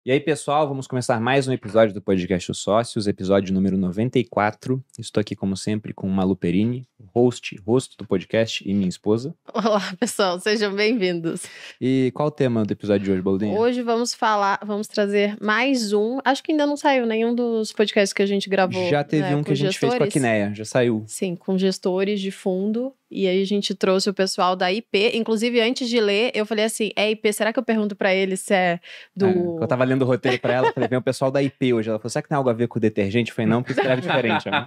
E aí, pessoal, vamos começar mais um episódio do podcast Os Sócios, episódio número 94. Estou aqui, como sempre, com Malu Perini, rosto do podcast, e minha esposa. Olá, pessoal, sejam bem-vindos. E qual o tema do episódio de hoje, Boldinha? Hoje vamos trazer mais um. Acho que ainda não saiu nenhum dos podcasts que a gente gravou. Já teve um que a gente fez com a Quineia, já saiu. Sim, com gestores de fundo. E aí a gente trouxe o pessoal da IP. Inclusive, antes de ler, eu falei assim, IP, será que eu pergunto pra eles se é do... Eu tava lendo o roteiro pra ela, falei, vem o pessoal da IP hoje. Ela falou, será que tem algo a ver com o detergente? Eu falei, não, porque escreve diferente, né?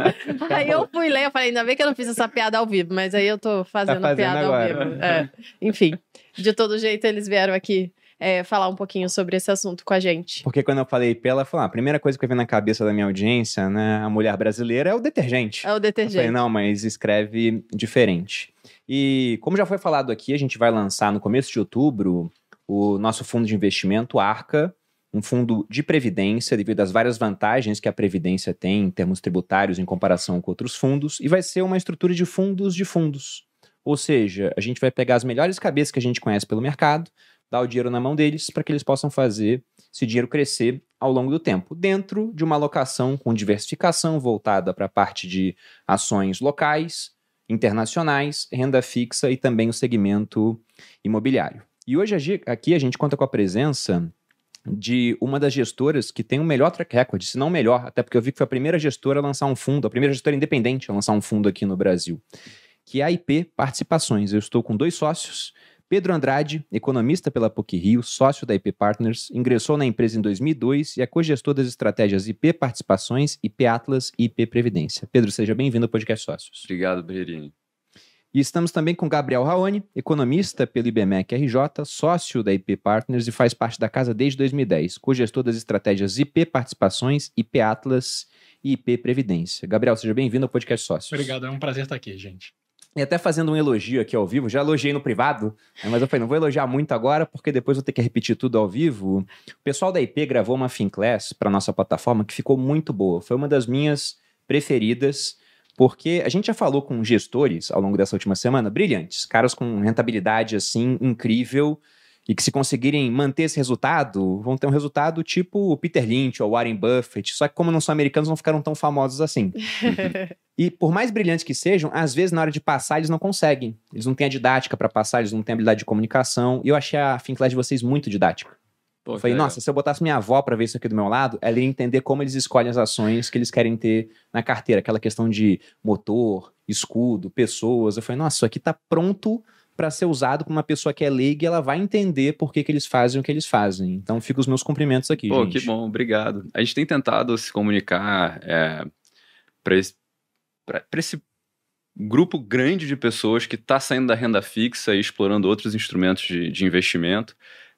Aí eu fui ler, eu falei, ainda bem que eu não fiz essa piada ao vivo, mas aí eu tô fazendo a piada agora. ao vivo. Enfim, de todo jeito eles vieram aqui falar um pouquinho sobre esse assunto com a gente. Porque quando eu falei IP, ela falou, a primeira coisa que vem na cabeça da minha audiência, né, a mulher brasileira, é o detergente. É o detergente. Eu falei, não, mas escreve diferente. E como já foi falado aqui, a gente vai lançar no começo de outubro o nosso fundo de investimento, Arca, um fundo de previdência, devido às várias vantagens que a previdência tem em termos tributários em comparação com outros fundos, e vai ser uma estrutura de fundos de fundos. Ou seja, a gente vai pegar as melhores cabeças que a gente conhece pelo mercado, dar o dinheiro na mão deles para que eles possam fazer esse dinheiro crescer ao longo do tempo, dentro de uma alocação com diversificação voltada para a parte de ações locais, internacionais, renda fixa e também o segmento imobiliário. E hoje aqui a gente conta com a presença de uma das gestoras que tem o melhor track record, se não o melhor, até porque eu vi que foi a primeira gestora a lançar um fundo, a primeira gestora independente a lançar um fundo aqui no Brasil, que é a IP Participações. Eu estou com dois sócios. Pedro Andrade, economista pela PUC-Rio, sócio da IP Partners, ingressou na empresa em 2002 e é cogestor das estratégias IP Participações, IP Atlas e IP Previdência. Pedro, seja bem-vindo ao Podcast Sócios. Obrigado, Brerini. E estamos também com Gabriel Raoni, economista pelo IBMEC RJ, sócio da IP Partners e faz parte da casa desde 2010, cogestor das estratégias IP Participações, IP Atlas e IP Previdência. Gabriel, seja bem-vindo ao Podcast Sócios. Obrigado, é um prazer estar aqui, gente. E até fazendo um elogio aqui ao vivo, já elogiei no privado, mas eu falei, não vou elogiar muito agora, porque depois vou ter que repetir tudo ao vivo. O pessoal da IP gravou uma Finclass para nossa plataforma que ficou muito boa. Foi uma das minhas preferidas, porque a gente já falou com gestores ao longo dessa última semana, brilhantes, caras com rentabilidade assim incrível, e que se conseguirem manter esse resultado, vão ter um resultado tipo o Peter Lynch ou Warren Buffett, só que como não são americanos, não ficaram tão famosos assim. E por mais brilhantes que sejam, às vezes na hora de passar eles não conseguem. Eles não têm a didática para passar, eles não têm a habilidade de comunicação. E eu achei a Finclass de vocês muito didática. Eu falei, nossa, se eu botasse minha avó para ver isso aqui do meu lado, ela ia entender como eles escolhem as ações que eles querem ter na carteira. Aquela questão de motor, escudo, pessoas. Eu falei, nossa, isso aqui tá pronto para ser usado por uma pessoa que é leiga e ela vai entender por que eles fazem o que eles fazem. Então, fica os meus cumprimentos aqui, gente. Que bom, obrigado. A gente tem tentado se comunicar para esse grupo grande de pessoas que está saindo da renda fixa e explorando outros instrumentos de investimento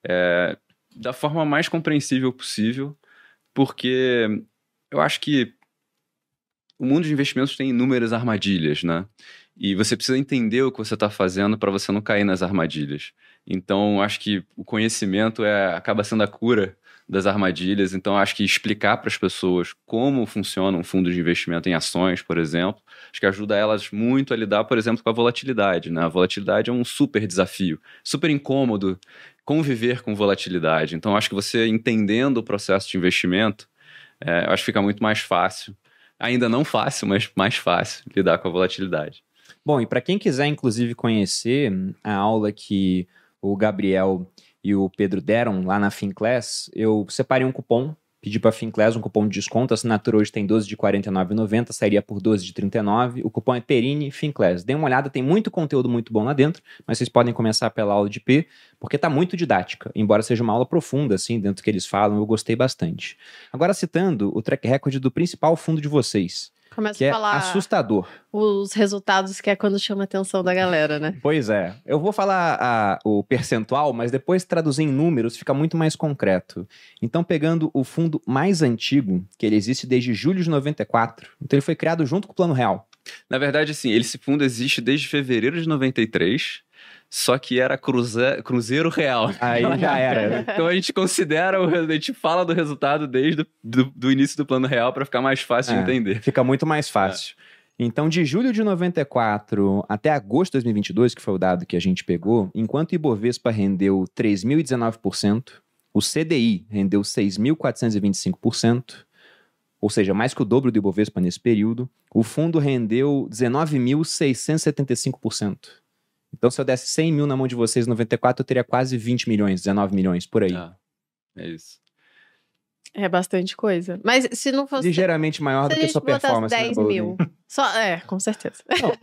da forma mais compreensível possível, porque eu acho que o mundo de investimentos tem inúmeras armadilhas, né? E você precisa entender o que você está fazendo para você não cair nas armadilhas. Então, acho que o conhecimento acaba sendo a cura das armadilhas. Então, acho que explicar para as pessoas como funciona um fundo de investimento em ações, por exemplo, acho que ajuda elas muito a lidar, por exemplo, com a volatilidade, né? A volatilidade é um super desafio, super incômodo conviver com volatilidade. Então, acho que você entendendo o processo de investimento, acho que fica muito mais fácil. Ainda não fácil, mas mais fácil lidar com a volatilidade. Bom, e para quem quiser, inclusive, conhecer a aula que o Gabriel e o Pedro deram lá na Finclass, eu separei um cupom, pedi para a Finclass um cupom de desconto, a assinatura hoje tem 12 de R$ 49,90, sairia por 12 de R$ 39, o cupom é Perini Finclass. Dê uma olhada, tem muito conteúdo muito bom lá dentro, mas vocês podem começar pela aula de P, porque está muito didática, embora seja uma aula profunda, assim, dentro do que eles falam, eu gostei bastante. Agora, citando o track record do principal fundo de vocês, Começa que a é falar assustador. Os resultados, que é quando chama a atenção da galera, né? Pois é. Eu vou falar o percentual, mas depois traduzir em números fica muito mais concreto. Então, pegando o fundo mais antigo, que ele existe desde julho de 94, então ele foi criado junto com o Plano Real. Na verdade, sim, esse fundo existe desde fevereiro de 93, só que era Cruzeiro Real. Aí já era. Então a gente considera, a gente fala do resultado desde do início do Plano Real para ficar mais fácil de entender. Fica muito mais fácil. Então, de julho de 94 até agosto de 2022, que foi o dado que a gente pegou, enquanto o Ibovespa rendeu 3.019%, O CDI rendeu 6.425%, ou seja, mais que o dobro do Ibovespa nesse período. O fundo rendeu 19.675%. Então, se eu desse 100 mil na mão de vocês em 94, eu teria quase 20 milhões, 19 milhões, por aí. É isso. É bastante coisa. Mas se não fosse... Ligeiramente maior do que sua performance, 10 né, mil. Com certeza. Não,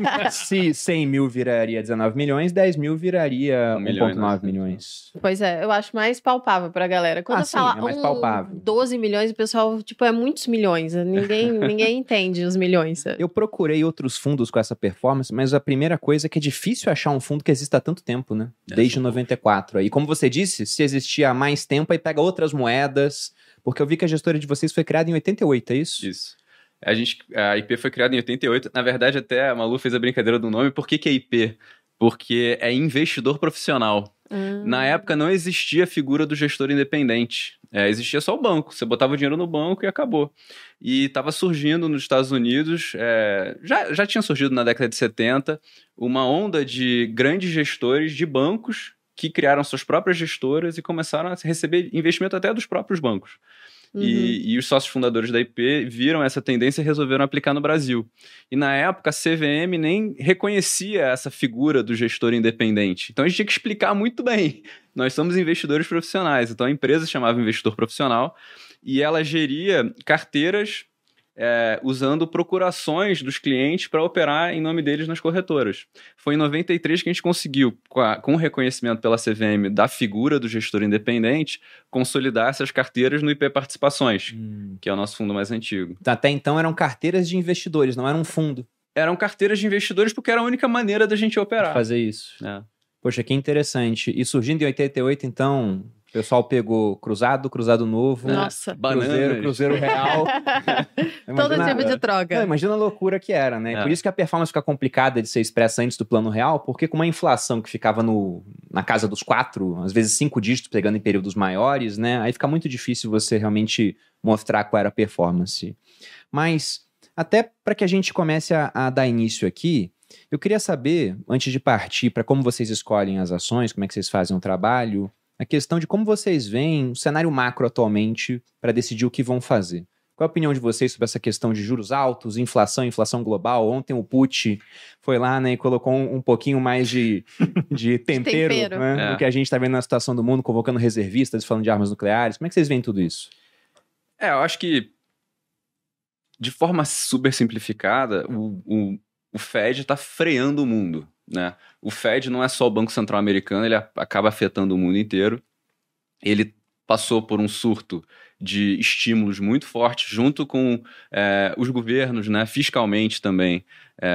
se 100 mil viraria 19 milhões, 10 mil viraria 1,9 milhões. Pois é, eu acho mais palpável pra galera. Quando eu falo mais palpável. 12 milhões, o pessoal, é muitos milhões. Ninguém entende os milhões. Eu procurei outros fundos com essa performance, mas a primeira coisa é que é difícil achar um fundo que exista há tanto tempo, né? Desde 94. E como você disse, se existia há mais tempo, aí pega outras moedas... Porque eu vi que a gestora de vocês foi criada em 88, é isso? Isso. A IP foi criada em 88. Na verdade, até a Malu fez a brincadeira do nome. Por que é IP? Porque é investidor profissional. Na época não existia a figura do gestor independente. Existia só o banco. Você botava o dinheiro no banco e acabou. E estava surgindo nos Estados Unidos, já tinha surgido na década de 70, uma onda de grandes gestores de bancos que criaram suas próprias gestoras e começaram a receber investimento até dos próprios bancos. E os sócios fundadores da IP viram essa tendência e resolveram aplicar no Brasil. E na época a CVM nem reconhecia essa figura do gestor independente. Então a gente tinha que explicar muito bem. Nós somos investidores profissionais. Então a empresa se chamava investidor profissional e ela geria carteiras usando procurações dos clientes para operar em nome deles nas corretoras. Foi em 93 que a gente conseguiu, com o reconhecimento pela CVM da figura do gestor independente, consolidar essas carteiras no IP Participações, que é o nosso fundo mais antigo. Até então eram carteiras de investidores, não era um fundo. Eram carteiras de investidores porque era a única maneira da gente operar. Fazer isso. Poxa, que interessante. E surgindo em 88, então... O pessoal pegou cruzado novo, Nossa. Cruzeiro real. Todo tipo de troca. Imagina a loucura que era, né? Por isso que a performance fica complicada de ser expressa antes do plano real, porque com uma inflação que ficava na casa dos 4, às vezes 5 dígitos, pegando em períodos maiores, né? Aí fica muito difícil você realmente mostrar qual era a performance. Mas, até para que a gente comece a dar início aqui, eu queria saber, antes de partir para como vocês escolhem as ações, como é que vocês fazem o trabalho... A questão de como vocês veem o cenário macro atualmente para decidir o que vão fazer. Qual a opinião de vocês sobre essa questão de juros altos, inflação global? Ontem o Putin foi lá, né, e colocou um pouquinho mais de tempero, né, do que a gente está vendo na situação do mundo, convocando reservistas, falando de armas nucleares. Como é que vocês veem tudo isso? Eu acho que, de forma super simplificada, o Fed está freando o mundo. Né? O Fed não é só o Banco Central americano, ele acaba afetando o mundo inteiro. Ele passou por um surto de estímulos muito fortes junto com os governos, né? Fiscalmente também,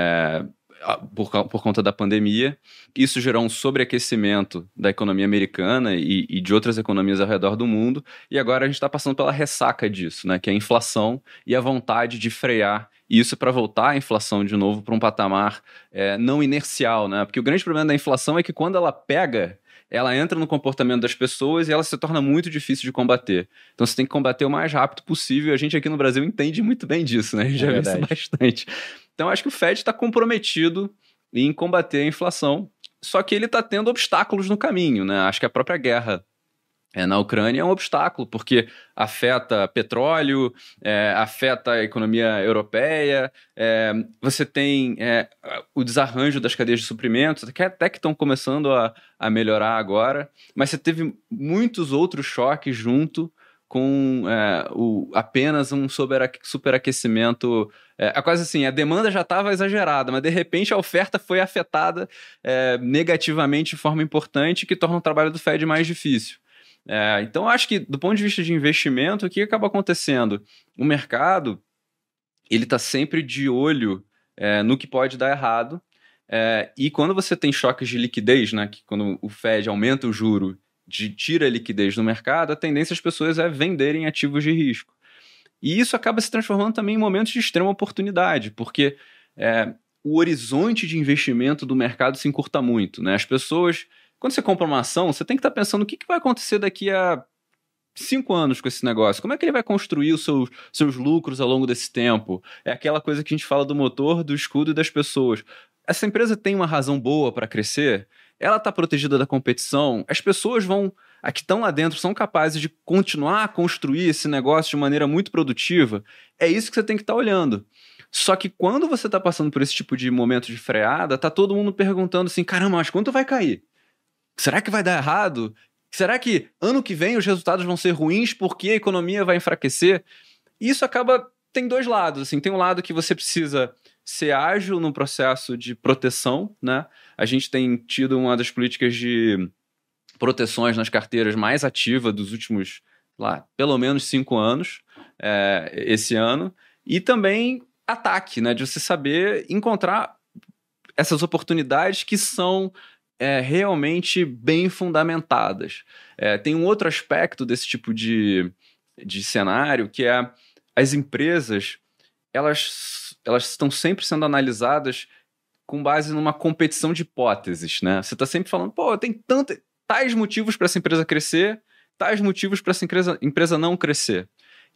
por conta da pandemia. Isso gerou um sobreaquecimento da economia americana e de outras economias ao redor do mundo. E agora a gente está passando pela ressaca disso, né? Que é a inflação e a vontade de frear isso para voltar a inflação de novo para um patamar não inercial, né? Porque o grande problema da inflação é que quando ela pega, ela entra no comportamento das pessoas e ela se torna muito difícil de combater. Então você tem que combater o mais rápido possível. A gente aqui no Brasil entende muito bem disso, né? A gente já vê isso bastante. Então acho que o Fed está comprometido em combater a inflação, só que ele está tendo obstáculos no caminho, né? Acho que a própria guerra na Ucrânia é um obstáculo, porque afeta petróleo, afeta a economia europeia, você tem o desarranjo das cadeias de suprimentos, até que estão começando a melhorar agora, mas você teve muitos outros choques junto com apenas um superaquecimento. É quase assim, a demanda já estava exagerada, mas de repente a oferta foi afetada negativamente de forma importante, que torna o trabalho do Fed mais difícil. Então, acho que, do ponto de vista de investimento, o que acaba acontecendo? O mercado, ele está sempre de olho no que pode dar errado, e quando você tem choques de liquidez, né, que quando o Fed aumenta o juro, tira a liquidez do mercado, a tendência das pessoas é venderem ativos de risco. E isso acaba se transformando também em momentos de extrema oportunidade, porque o horizonte de investimento do mercado se encurta muito, né? As pessoas... Quando você compra uma ação, você tem que estar pensando o que vai acontecer daqui a 5 anos com esse negócio. Como é que ele vai construir os seus lucros ao longo desse tempo? É aquela coisa que a gente fala do motor, do escudo e das pessoas. Essa empresa tem uma razão boa para crescer? Ela está protegida da competição? As pessoas vão a que estão lá dentro são capazes de continuar a construir esse negócio de maneira muito produtiva, é isso que você tem que estar olhando. Só que quando você está passando por esse tipo de momento de freada, tá todo mundo perguntando assim, caramba, mas quanto vai cair? Será que vai dar errado? Será que ano que vem os resultados vão ser ruins porque a economia vai enfraquecer? E isso tem dois lados, assim, tem um lado que você precisa ser ágil no processo de proteção, né? A gente tem tido uma das políticas de proteções nas carteiras mais ativa dos últimos, pelo menos 5 anos, esse ano. E também ataque, né? De você saber encontrar essas oportunidades que são realmente bem fundamentadas. Tem um outro aspecto desse tipo de cenário, que é as empresas, elas estão sempre sendo analisadas com base numa competição de hipóteses, né? Você está sempre falando, tem tais motivos para essa empresa crescer, tais motivos para essa empresa não crescer.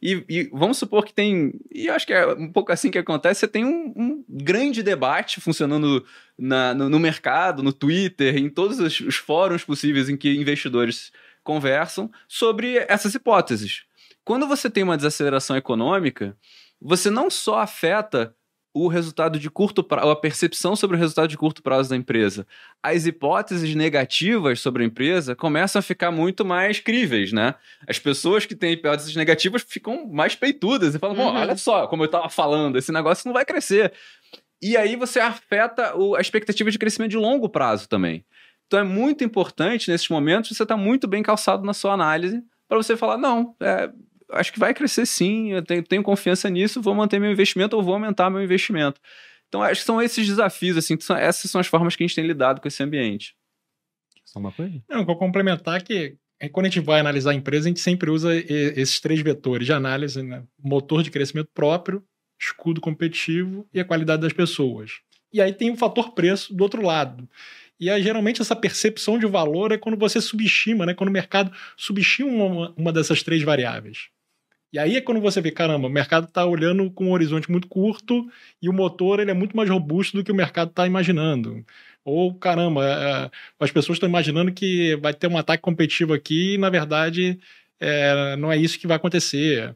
E vamos supor que tem... E acho que é um pouco assim que acontece. Você tem um grande debate funcionando no mercado, no Twitter, em todos os fóruns possíveis em que investidores conversam sobre essas hipóteses. Quando você tem uma desaceleração econômica, você não só afeta o resultado de curto prazo, a percepção sobre o resultado de curto prazo da empresa. As hipóteses negativas sobre a empresa começam a ficar muito mais críveis, né? As pessoas que têm hipóteses negativas ficam mais peitudas e falam, olha só, como eu estava falando, esse negócio não vai crescer. E aí você afeta a expectativa de crescimento de longo prazo também. Então é muito importante, nesses momentos, você estar muito bem calçado na sua análise para você falar, não, acho que vai crescer sim, eu tenho confiança nisso, vou manter meu investimento ou vou aumentar meu investimento. Então, acho que são esses desafios, assim, essas são as formas que a gente tem lidado com esse ambiente. Só uma coisa? Não, vou complementar que quando a gente vai analisar a empresa, a gente sempre usa esses 3 vetores de análise, né? Motor de crescimento próprio, escudo competitivo e a qualidade das pessoas. E aí tem o fator preço do outro lado. E aí, geralmente, essa percepção de valor é quando você subestima, né? Quando o mercado subestima uma dessas 3 variáveis. E aí é quando você vê, caramba, o mercado está olhando com um horizonte muito curto e o motor ele é muito mais robusto do que o mercado está imaginando. Ou, caramba, as pessoas estão imaginando que vai ter um ataque competitivo aqui e, na verdade, não é isso que vai acontecer.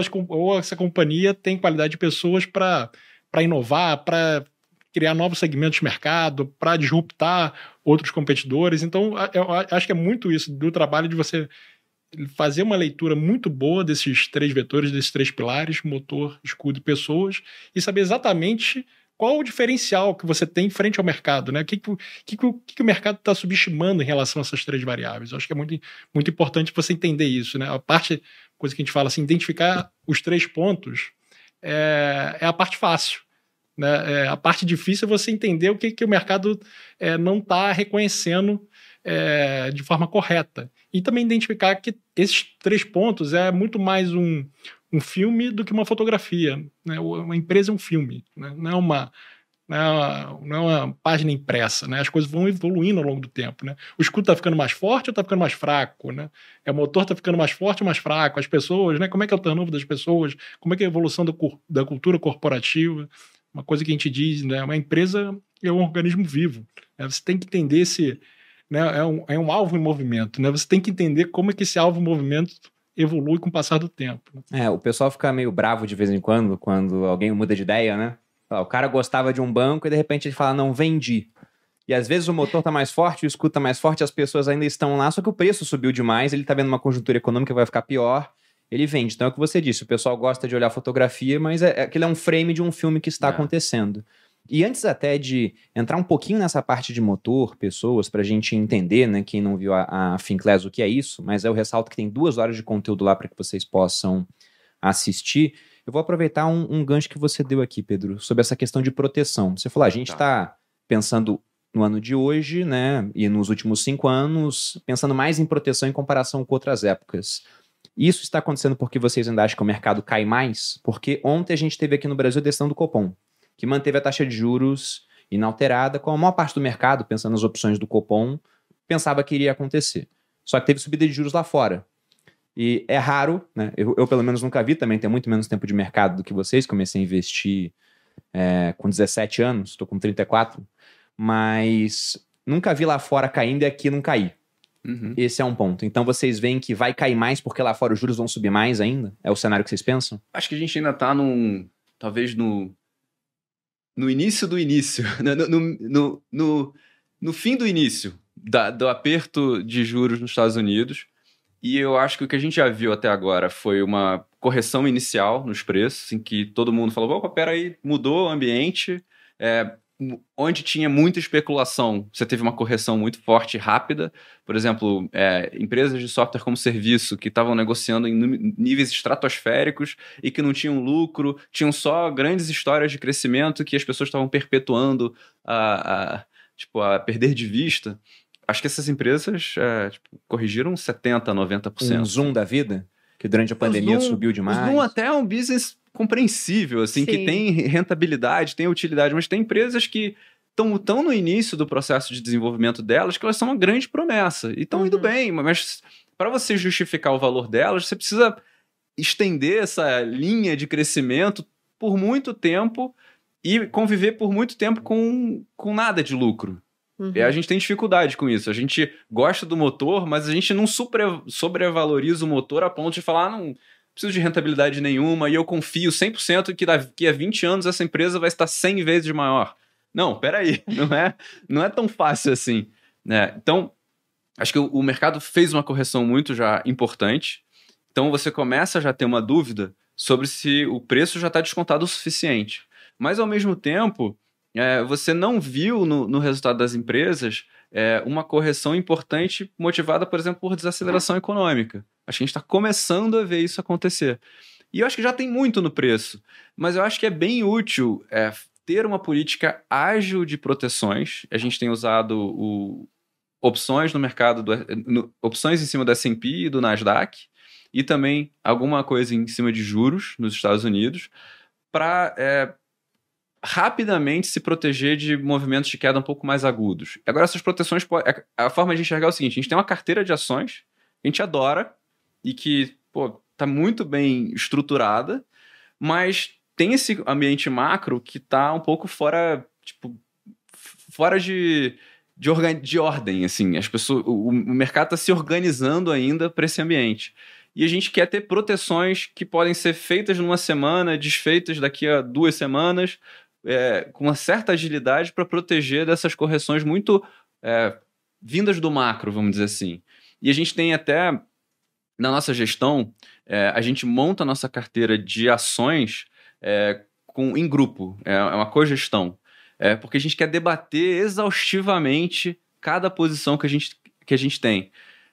Ou essa companhia tem qualidade de pessoas para inovar, para criar novos segmentos de mercado, para disruptar outros competidores. Então, eu acho que é muito isso do trabalho de você fazer uma leitura muito boa desses 3 vetores, desses 3 pilares, motor, escudo e pessoas, e saber exatamente qual o diferencial que você tem frente ao mercado, né? O que o mercado está subestimando em relação a essas 3 variáveis. Eu acho que é muito, muito importante você entender isso, né? Coisa que a gente fala assim, identificar os 3 pontos é a parte fácil, né? A parte difícil é você entender o que o mercado não está reconhecendo de forma correta. E também identificar que esses 3 pontos é muito mais um filme do que uma fotografia, né? Uma empresa é um filme, né? Não é uma página impressa, né? As coisas vão evoluindo ao longo do tempo, né? O escudo está ficando mais forte ou está ficando mais fraco, né? O motor está ficando mais forte ou mais fraco? As pessoas, né? Como é que é o turnover das pessoas? Como é que é a evolução da cultura corporativa? Uma coisa que a gente diz, né? Uma empresa é um organismo vivo, né? Você tem que entender né? É um alvo em movimento, né? Você tem que entender como é que esse alvo em movimento evolui com o passar do tempo. O pessoal fica meio bravo de vez em quando alguém muda de ideia, né? O cara gostava de um banco e de repente ele fala, não, vendi. E às vezes o motor tá mais forte, o escudo tá mais forte, as pessoas ainda estão lá, só que o preço subiu demais, ele tá vendo uma conjuntura econômica que vai ficar pior, ele vende. Então é o que você disse, o pessoal gosta de olhar fotografia, mas aquele é um frame de um filme que está acontecendo. E antes até de entrar um pouquinho nessa parte de motor, pessoas, pra gente entender, né, quem não viu a Finclass, o que é isso, mas eu ressalto que tem 2 horas de conteúdo lá para que vocês possam assistir. Eu vou aproveitar um gancho que você deu aqui, Pedro, sobre essa questão de proteção. Você falou, a gente está pensando no ano de hoje, né, e nos últimos 5 anos, pensando mais em proteção em comparação com outras épocas. Isso está acontecendo porque vocês ainda acham que o mercado cai mais? Porque ontem a gente teve aqui no Brasil a decisão do Copom, que manteve a taxa de juros inalterada, com a maior parte do mercado, pensando nas opções do Copom, pensava que iria acontecer. Só que teve subida de juros lá fora. E é raro, né? Eu pelo menos nunca vi, também tenho muito menos tempo de mercado do que vocês, comecei a investir com 17 anos, estou com 34, mas nunca vi lá fora caindo e aqui não cair. Esse é um ponto. Então vocês veem que vai cair mais porque lá fora os juros vão subir mais ainda? É o cenário que vocês pensam? Acho que a gente ainda tá talvez no início do início, no fim do início do aperto de juros nos Estados Unidos. E eu acho que o que a gente já viu até agora foi uma correção inicial nos preços, em que todo mundo falou, opa, peraí, mudou o ambiente, onde tinha muita especulação, você teve uma correção muito forte e rápida. Por exemplo, empresas de software como serviço que estavam negociando em níveis estratosféricos e que não tinham lucro, tinham só grandes histórias de crescimento que as pessoas estavam perpetuando a perder de vista. Acho que essas empresas corrigiram 70%, 90%. Um Zoom da vida? Que durante a pandemia subiu demais. O Zoom até é um business compreensível, assim, que tem rentabilidade, tem utilidade, mas tem empresas que estão tão no início do processo de desenvolvimento delas que elas são uma grande promessa. E estão indo bem, mas para você justificar o valor delas, você precisa estender essa linha de crescimento por muito tempo e conviver por muito tempo com nada de lucro. E a gente tem dificuldade com isso. A gente gosta do motor, mas a gente não sobrevaloriza o motor a ponto de falar, não preciso de rentabilidade nenhuma e eu confio 100% que daqui a 20 anos essa empresa vai estar 100 vezes maior. Não, peraí, não é tão fácil assim. Né? Então, acho que o mercado fez uma correção muito já importante. Então, você começa a já ter uma dúvida sobre se o preço já está descontado o suficiente. Mas, ao mesmo tempo, você não viu no resultado das empresas uma correção importante motivada, por exemplo, por desaceleração econômica. Acho que a gente está começando a ver isso acontecer. E eu acho que já tem muito no preço, mas eu acho que é bem útil ter uma política ágil de proteções. A gente tem usado opções no mercado, opções em cima do S&P e do Nasdaq, e também alguma coisa em cima de juros nos Estados Unidos, para rapidamente se proteger de movimentos de queda um pouco mais agudos. Agora, essas proteções, a forma de enxergar é o seguinte, a gente tem uma carteira de ações, a gente adora, e que está muito bem estruturada, mas tem esse ambiente macro que está um pouco fora de ordem. Assim. As pessoas, o mercado está se organizando ainda para esse ambiente. E a gente quer ter proteções que podem ser feitas numa semana, desfeitas daqui a 2 semanas, com uma certa agilidade para proteger dessas correções muito vindas do macro, vamos dizer assim. E a gente tem até, na nossa gestão, a gente monta a nossa carteira de ações em grupo, é uma cogestão, porque a gente quer debater exaustivamente cada posição que a gente tem.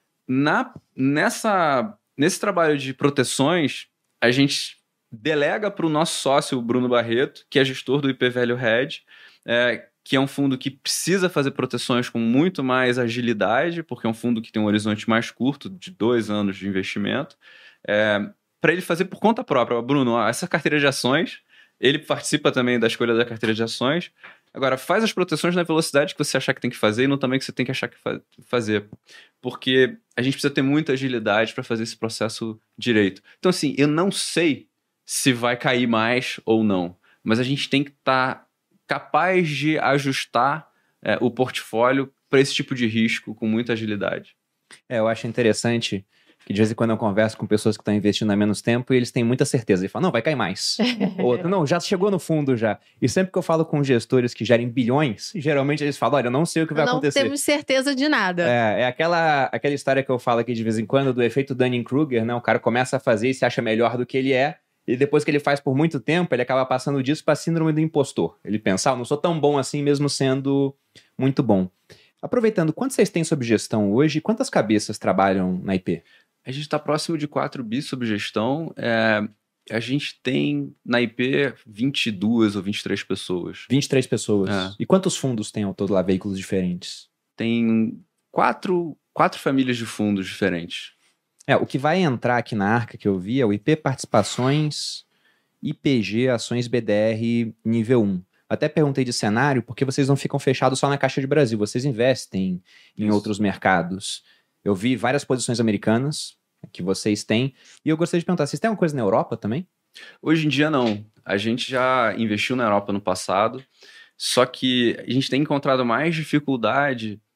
Nesse trabalho de proteções, a gente delega para o nosso sócio, o Bruno Barreto, que é gestor do IP Value Hedge, que é um fundo que precisa fazer proteções com muito mais agilidade, porque é um fundo que tem um horizonte mais curto, de 2 anos de investimento, para ele fazer por conta própria. Bruno, essa carteira de ações, ele participa também da escolha da carteira de ações. Agora, faz as proteções na velocidade que você achar que tem que fazer e no tamanho que você tem que achar que fazer. Porque a gente precisa ter muita agilidade para fazer esse processo direito. Então, assim, eu não sei se vai cair mais ou não, mas a gente tem que estar capaz de ajustar o portfólio para esse tipo de risco com muita agilidade. Eu acho interessante que de vez em quando eu converso com pessoas que estão investindo há menos tempo e eles têm muita certeza. Eles falam, não, vai cair mais. Outro, não, já chegou no fundo já. E sempre que eu falo com gestores que gerem bilhões, geralmente eles falam, olha, eu não sei o que vai acontecer. Não temos certeza de nada. É aquela história que eu falo aqui de vez em quando do efeito Dunning-Kruger, né? O cara começa a fazer e se acha melhor do que ele é. E depois que ele faz por muito tempo, ele acaba passando disso para síndrome do impostor. Ele pensa, eu não sou tão bom assim mesmo sendo muito bom. Aproveitando, quanto vocês têm sob gestão hoje e quantas cabeças trabalham na IP? A gente está próximo de 4 bi sob gestão. A gente tem na IP 22 ou 23 pessoas. 23 pessoas. E quantos fundos tem ao todo lá, veículos diferentes? Tem quatro famílias de fundos diferentes. O que vai entrar aqui na Arca que eu vi é o IP Participações, IPG, Ações BDR nível 1. Até perguntei de cenário porque vocês não ficam fechados só na Caixa de Brasil, vocês investem em outros mercados. Eu vi várias posições americanas que vocês têm e eu gostaria de perguntar, vocês têm alguma coisa na Europa também? Hoje em dia não. A gente já investiu na Europa no passado, só que a gente tem encontrado mais dificuldade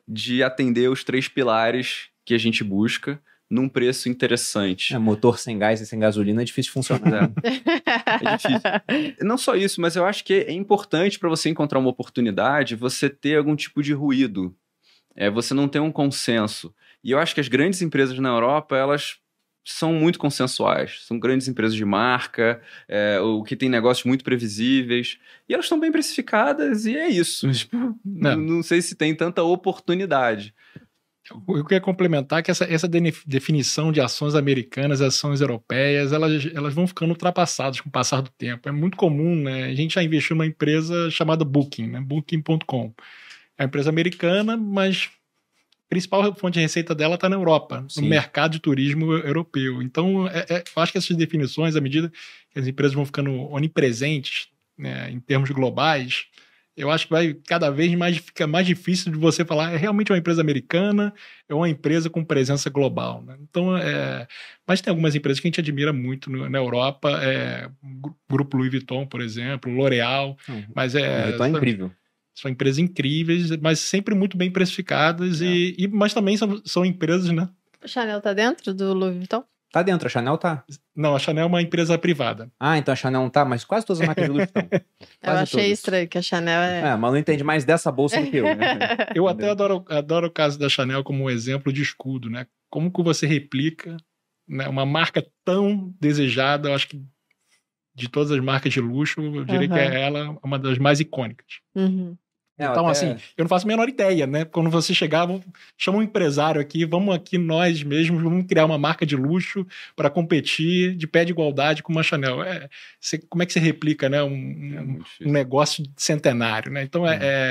de atender os 3 pilares que a gente busca num preço interessante. Motor sem gás e sem gasolina é difícil de funcionar. É difícil. Não só isso, mas eu acho que é importante para você encontrar uma oportunidade, você ter algum tipo de ruído. Você não ter um consenso. E eu acho que as grandes empresas na Europa, elas são muito consensuais. São grandes empresas de marca, o que tem negócios muito previsíveis. E elas estão bem precificadas e é isso. Tipo, não sei se tem tanta oportunidade. Eu queria complementar que essa definição de ações americanas e ações europeias, elas vão ficando ultrapassadas com o passar do tempo. É muito comum, né? A gente já investiu numa empresa chamada Booking, né? Booking.com. É uma empresa americana, mas a principal fonte de receita dela está na Europa, no mercado de turismo europeu. Então, eu acho que essas definições, à medida que as empresas vão ficando onipresentes, né, em termos globais, eu acho que vai cada vez mais fica mais difícil de você falar é realmente uma empresa americana, é uma empresa com presença global, né? Então, mas tem algumas empresas que a gente admira muito na Europa, o Grupo Louis Vuitton, por exemplo, L'Oréal, mas Vuitton é incrível. São empresas incríveis, mas sempre muito bem precificadas, mas também são empresas, né? A Chanel tá dentro do Louis Vuitton? Tá dentro, a Chanel tá. Não, a Chanel é uma empresa privada. Então a Chanel não tá, mas quase todas as marcas de luxo estão. Eu achei estranho que a Chanel mas não entende mais dessa bolsa do que eu, né? Eu até adoro o caso da Chanel como um exemplo de escudo, né? Como que você replica, né, uma marca tão desejada, eu acho que de todas as marcas de luxo, eu diria que ela uma das mais icônicas. Então, assim, eu não faço a menor ideia, né? Quando você chegar, chama um empresário aqui, vamos aqui nós mesmos, vamos criar uma marca de luxo para competir de pé de igualdade com uma Chanel. Como é que você replica, né, um negócio centenário, né? Então,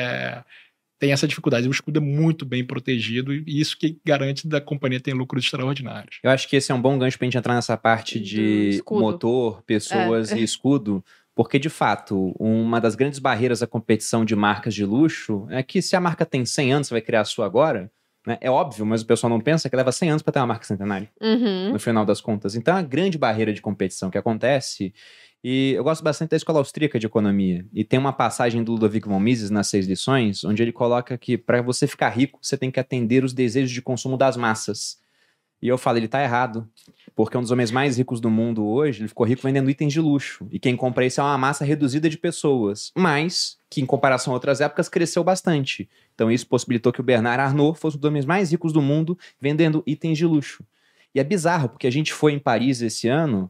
tem essa dificuldade. O escudo é muito bem protegido e isso que garante da companhia ter lucros extraordinários. Eu acho que esse é um bom gancho para a gente entrar nessa parte de motor, pessoas e escudo. Porque, de fato, uma das grandes barreiras à competição de marcas de luxo é que se a marca tem 100 anos, você vai criar a sua agora, né? É óbvio, mas o pessoal não pensa que leva 100 anos para ter uma marca centenária, no final das contas. Então, é uma grande barreira de competição que acontece. E eu gosto bastante da Escola Austríaca de Economia. E tem uma passagem do Ludovic von Mises nas 6 lições, onde ele coloca que para você ficar rico, você tem que atender os desejos de consumo das massas. E eu falo, ele tá errado. Porque um dos homens mais ricos do mundo hoje, ele ficou rico vendendo itens de luxo. E quem compra isso é uma massa reduzida de pessoas. Mas, que em comparação a outras épocas, cresceu bastante. Então isso possibilitou que o Bernard Arnault fosse um dos homens mais ricos do mundo vendendo itens de luxo. E é bizarro, porque a gente foi em Paris esse ano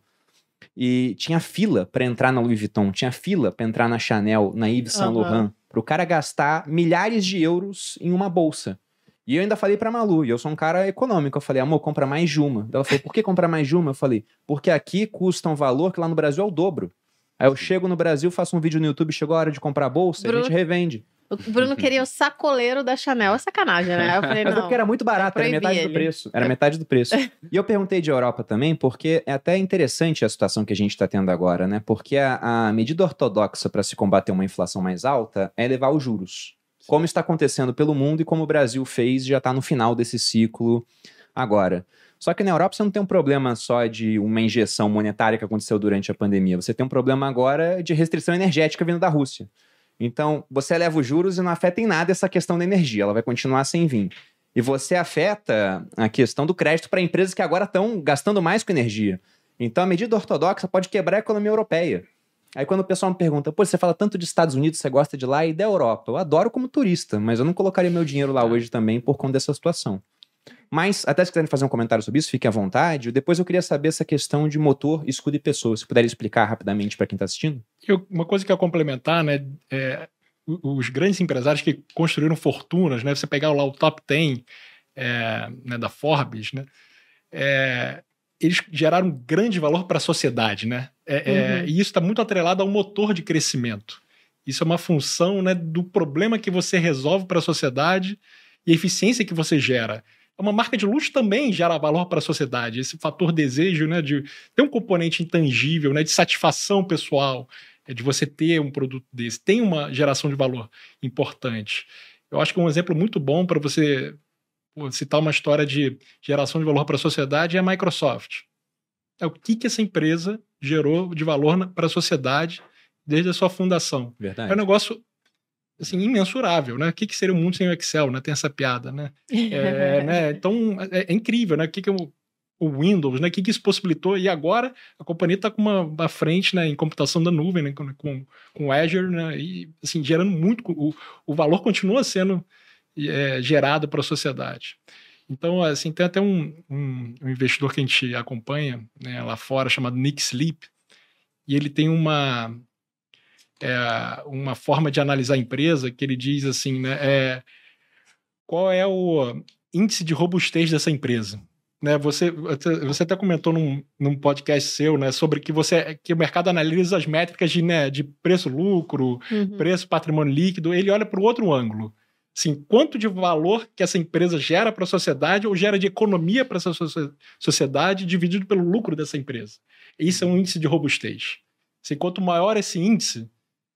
e tinha fila para entrar na Louis Vuitton, tinha fila para entrar na Chanel, na Yves Saint Laurent, para o cara gastar milhares de euros em uma bolsa. E eu ainda falei pra Malu, e eu sou um cara econômico, eu falei, amor, compra mais de uma. Ela falou, por que comprar mais de uma? Eu falei, porque aqui custa um valor que lá no Brasil é o dobro. Aí eu chego no Brasil, faço um vídeo no YouTube, chegou a hora de comprar a bolsa, e a gente revende. O Bruno queria o sacoleiro da Chanel, é sacanagem, né? Eu falei, mas é porque era muito barato, era metade do preço. Era metade do preço. E eu perguntei de Europa também, porque é até interessante a situação que a gente está tendo agora, né? Porque a medida ortodoxa para se combater uma inflação mais alta é elevar os juros. Como está acontecendo pelo mundo e como o Brasil fez, já está no final desse ciclo agora. Só que na Europa você não tem um problema só de uma injeção monetária que aconteceu durante a pandemia. Você tem um problema agora de restrição energética vindo da Rússia. Então, você eleva os juros e não afeta em nada essa questão da energia. Ela vai continuar sem vir. E você afeta a questão do crédito para empresas que agora estão gastando mais com energia. Então, a medida ortodoxa pode quebrar a economia europeia. Aí quando o pessoal me pergunta, pô, você fala tanto de Estados Unidos, você gosta de lá e da Europa. Eu adoro como turista, mas eu não colocaria meu dinheiro lá hoje também por conta dessa situação. Mas, até se quiserem fazer um comentário sobre isso, fiquem à vontade. Depois eu queria saber essa questão de motor, escudo e pessoa. Se puder explicar rapidamente para quem está assistindo. Uma coisa que eu ia complementar, né, os grandes empresários que construíram fortunas, né, você pegar lá o top 10 né, da Forbes, né, eles geraram um grande valor para a sociedade, né? E isso está muito atrelado ao motor de crescimento. Isso é uma função, né, do problema que você resolve para a sociedade e a eficiência que você gera. Uma marca de luxo também gera valor para a sociedade. Esse fator desejo, né, de ter um componente intangível, né, de satisfação pessoal, de você ter um produto desse, tem uma geração de valor importante. Eu acho que um exemplo muito bom para você citar uma história de geração de valor para a sociedade é a Microsoft. O que essa empresa gerou de valor para a sociedade desde a sua fundação. Verdade. É um negócio assim, imensurável, né? O que seria o mundo sem o Excel, né? Tem essa piada, né? Né? Então, é incrível, né? O que é o Windows, né? O que isso possibilitou? E agora a companhia está com uma frente, né, em computação da nuvem, né, com Azure, né? E, assim, gerando muito... O valor continua sendo gerado para a sociedade. Então, assim, tem até um investidor que a gente acompanha, né, lá fora, chamado Nick Sleep, e ele tem uma forma de analisar a empresa que ele diz assim, né, qual é o índice de robustez dessa empresa? Né, você até comentou num podcast seu, né, sobre que o mercado analisa as métricas de preço-lucro, preço, patrimônio líquido, ele olha para o outro ângulo. Assim, quanto de valor que essa empresa gera para a sociedade ou gera de economia para essa sociedade dividido pelo lucro dessa empresa. Isso é um índice de robustez. Assim, quanto maior esse índice,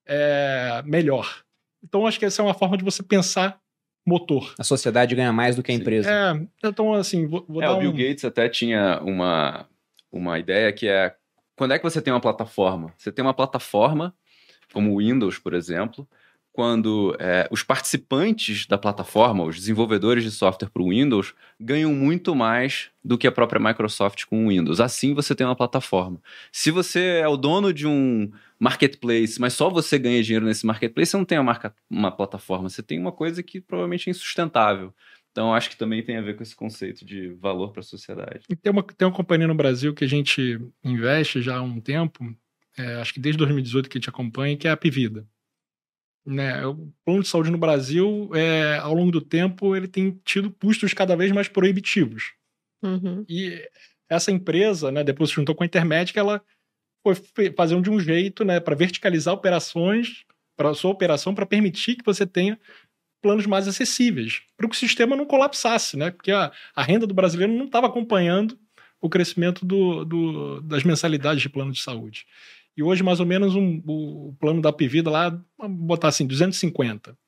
melhor. Então, acho que essa é uma forma de você pensar motor. A sociedade ganha mais do que a empresa. Então, assim, vou dar o Bill Gates até tinha uma ideia que quando é que você tem uma plataforma? Você tem uma plataforma, como o Windows, por exemplo, quando os participantes da plataforma, os desenvolvedores de software para o Windows, ganham muito mais do que a própria Microsoft com o Windows. Assim você tem uma plataforma. Se você é o dono de um marketplace, mas só você ganha dinheiro nesse marketplace, você não tem uma plataforma, você tem uma coisa que provavelmente é insustentável. Então, acho que também tem a ver com esse conceito de valor para a sociedade. E tem uma companhia no Brasil que a gente investe já há um tempo, acho que desde 2018 que a gente acompanha, que é a Apvida. Né, o plano de saúde no Brasil, ao longo do tempo, ele tem tido custos cada vez mais proibitivos. E essa empresa, né, depois se juntou com a Intermédica, ela foi fazer de um jeito, né, para verticalizar operações, para a sua operação, para permitir que você tenha planos mais acessíveis, para que o sistema não colapsasse, né, porque a renda do brasileiro não estava acompanhando o crescimento das mensalidades de plano de saúde. E hoje, mais ou menos, o plano da Apvida lá, vamos botar assim, 250.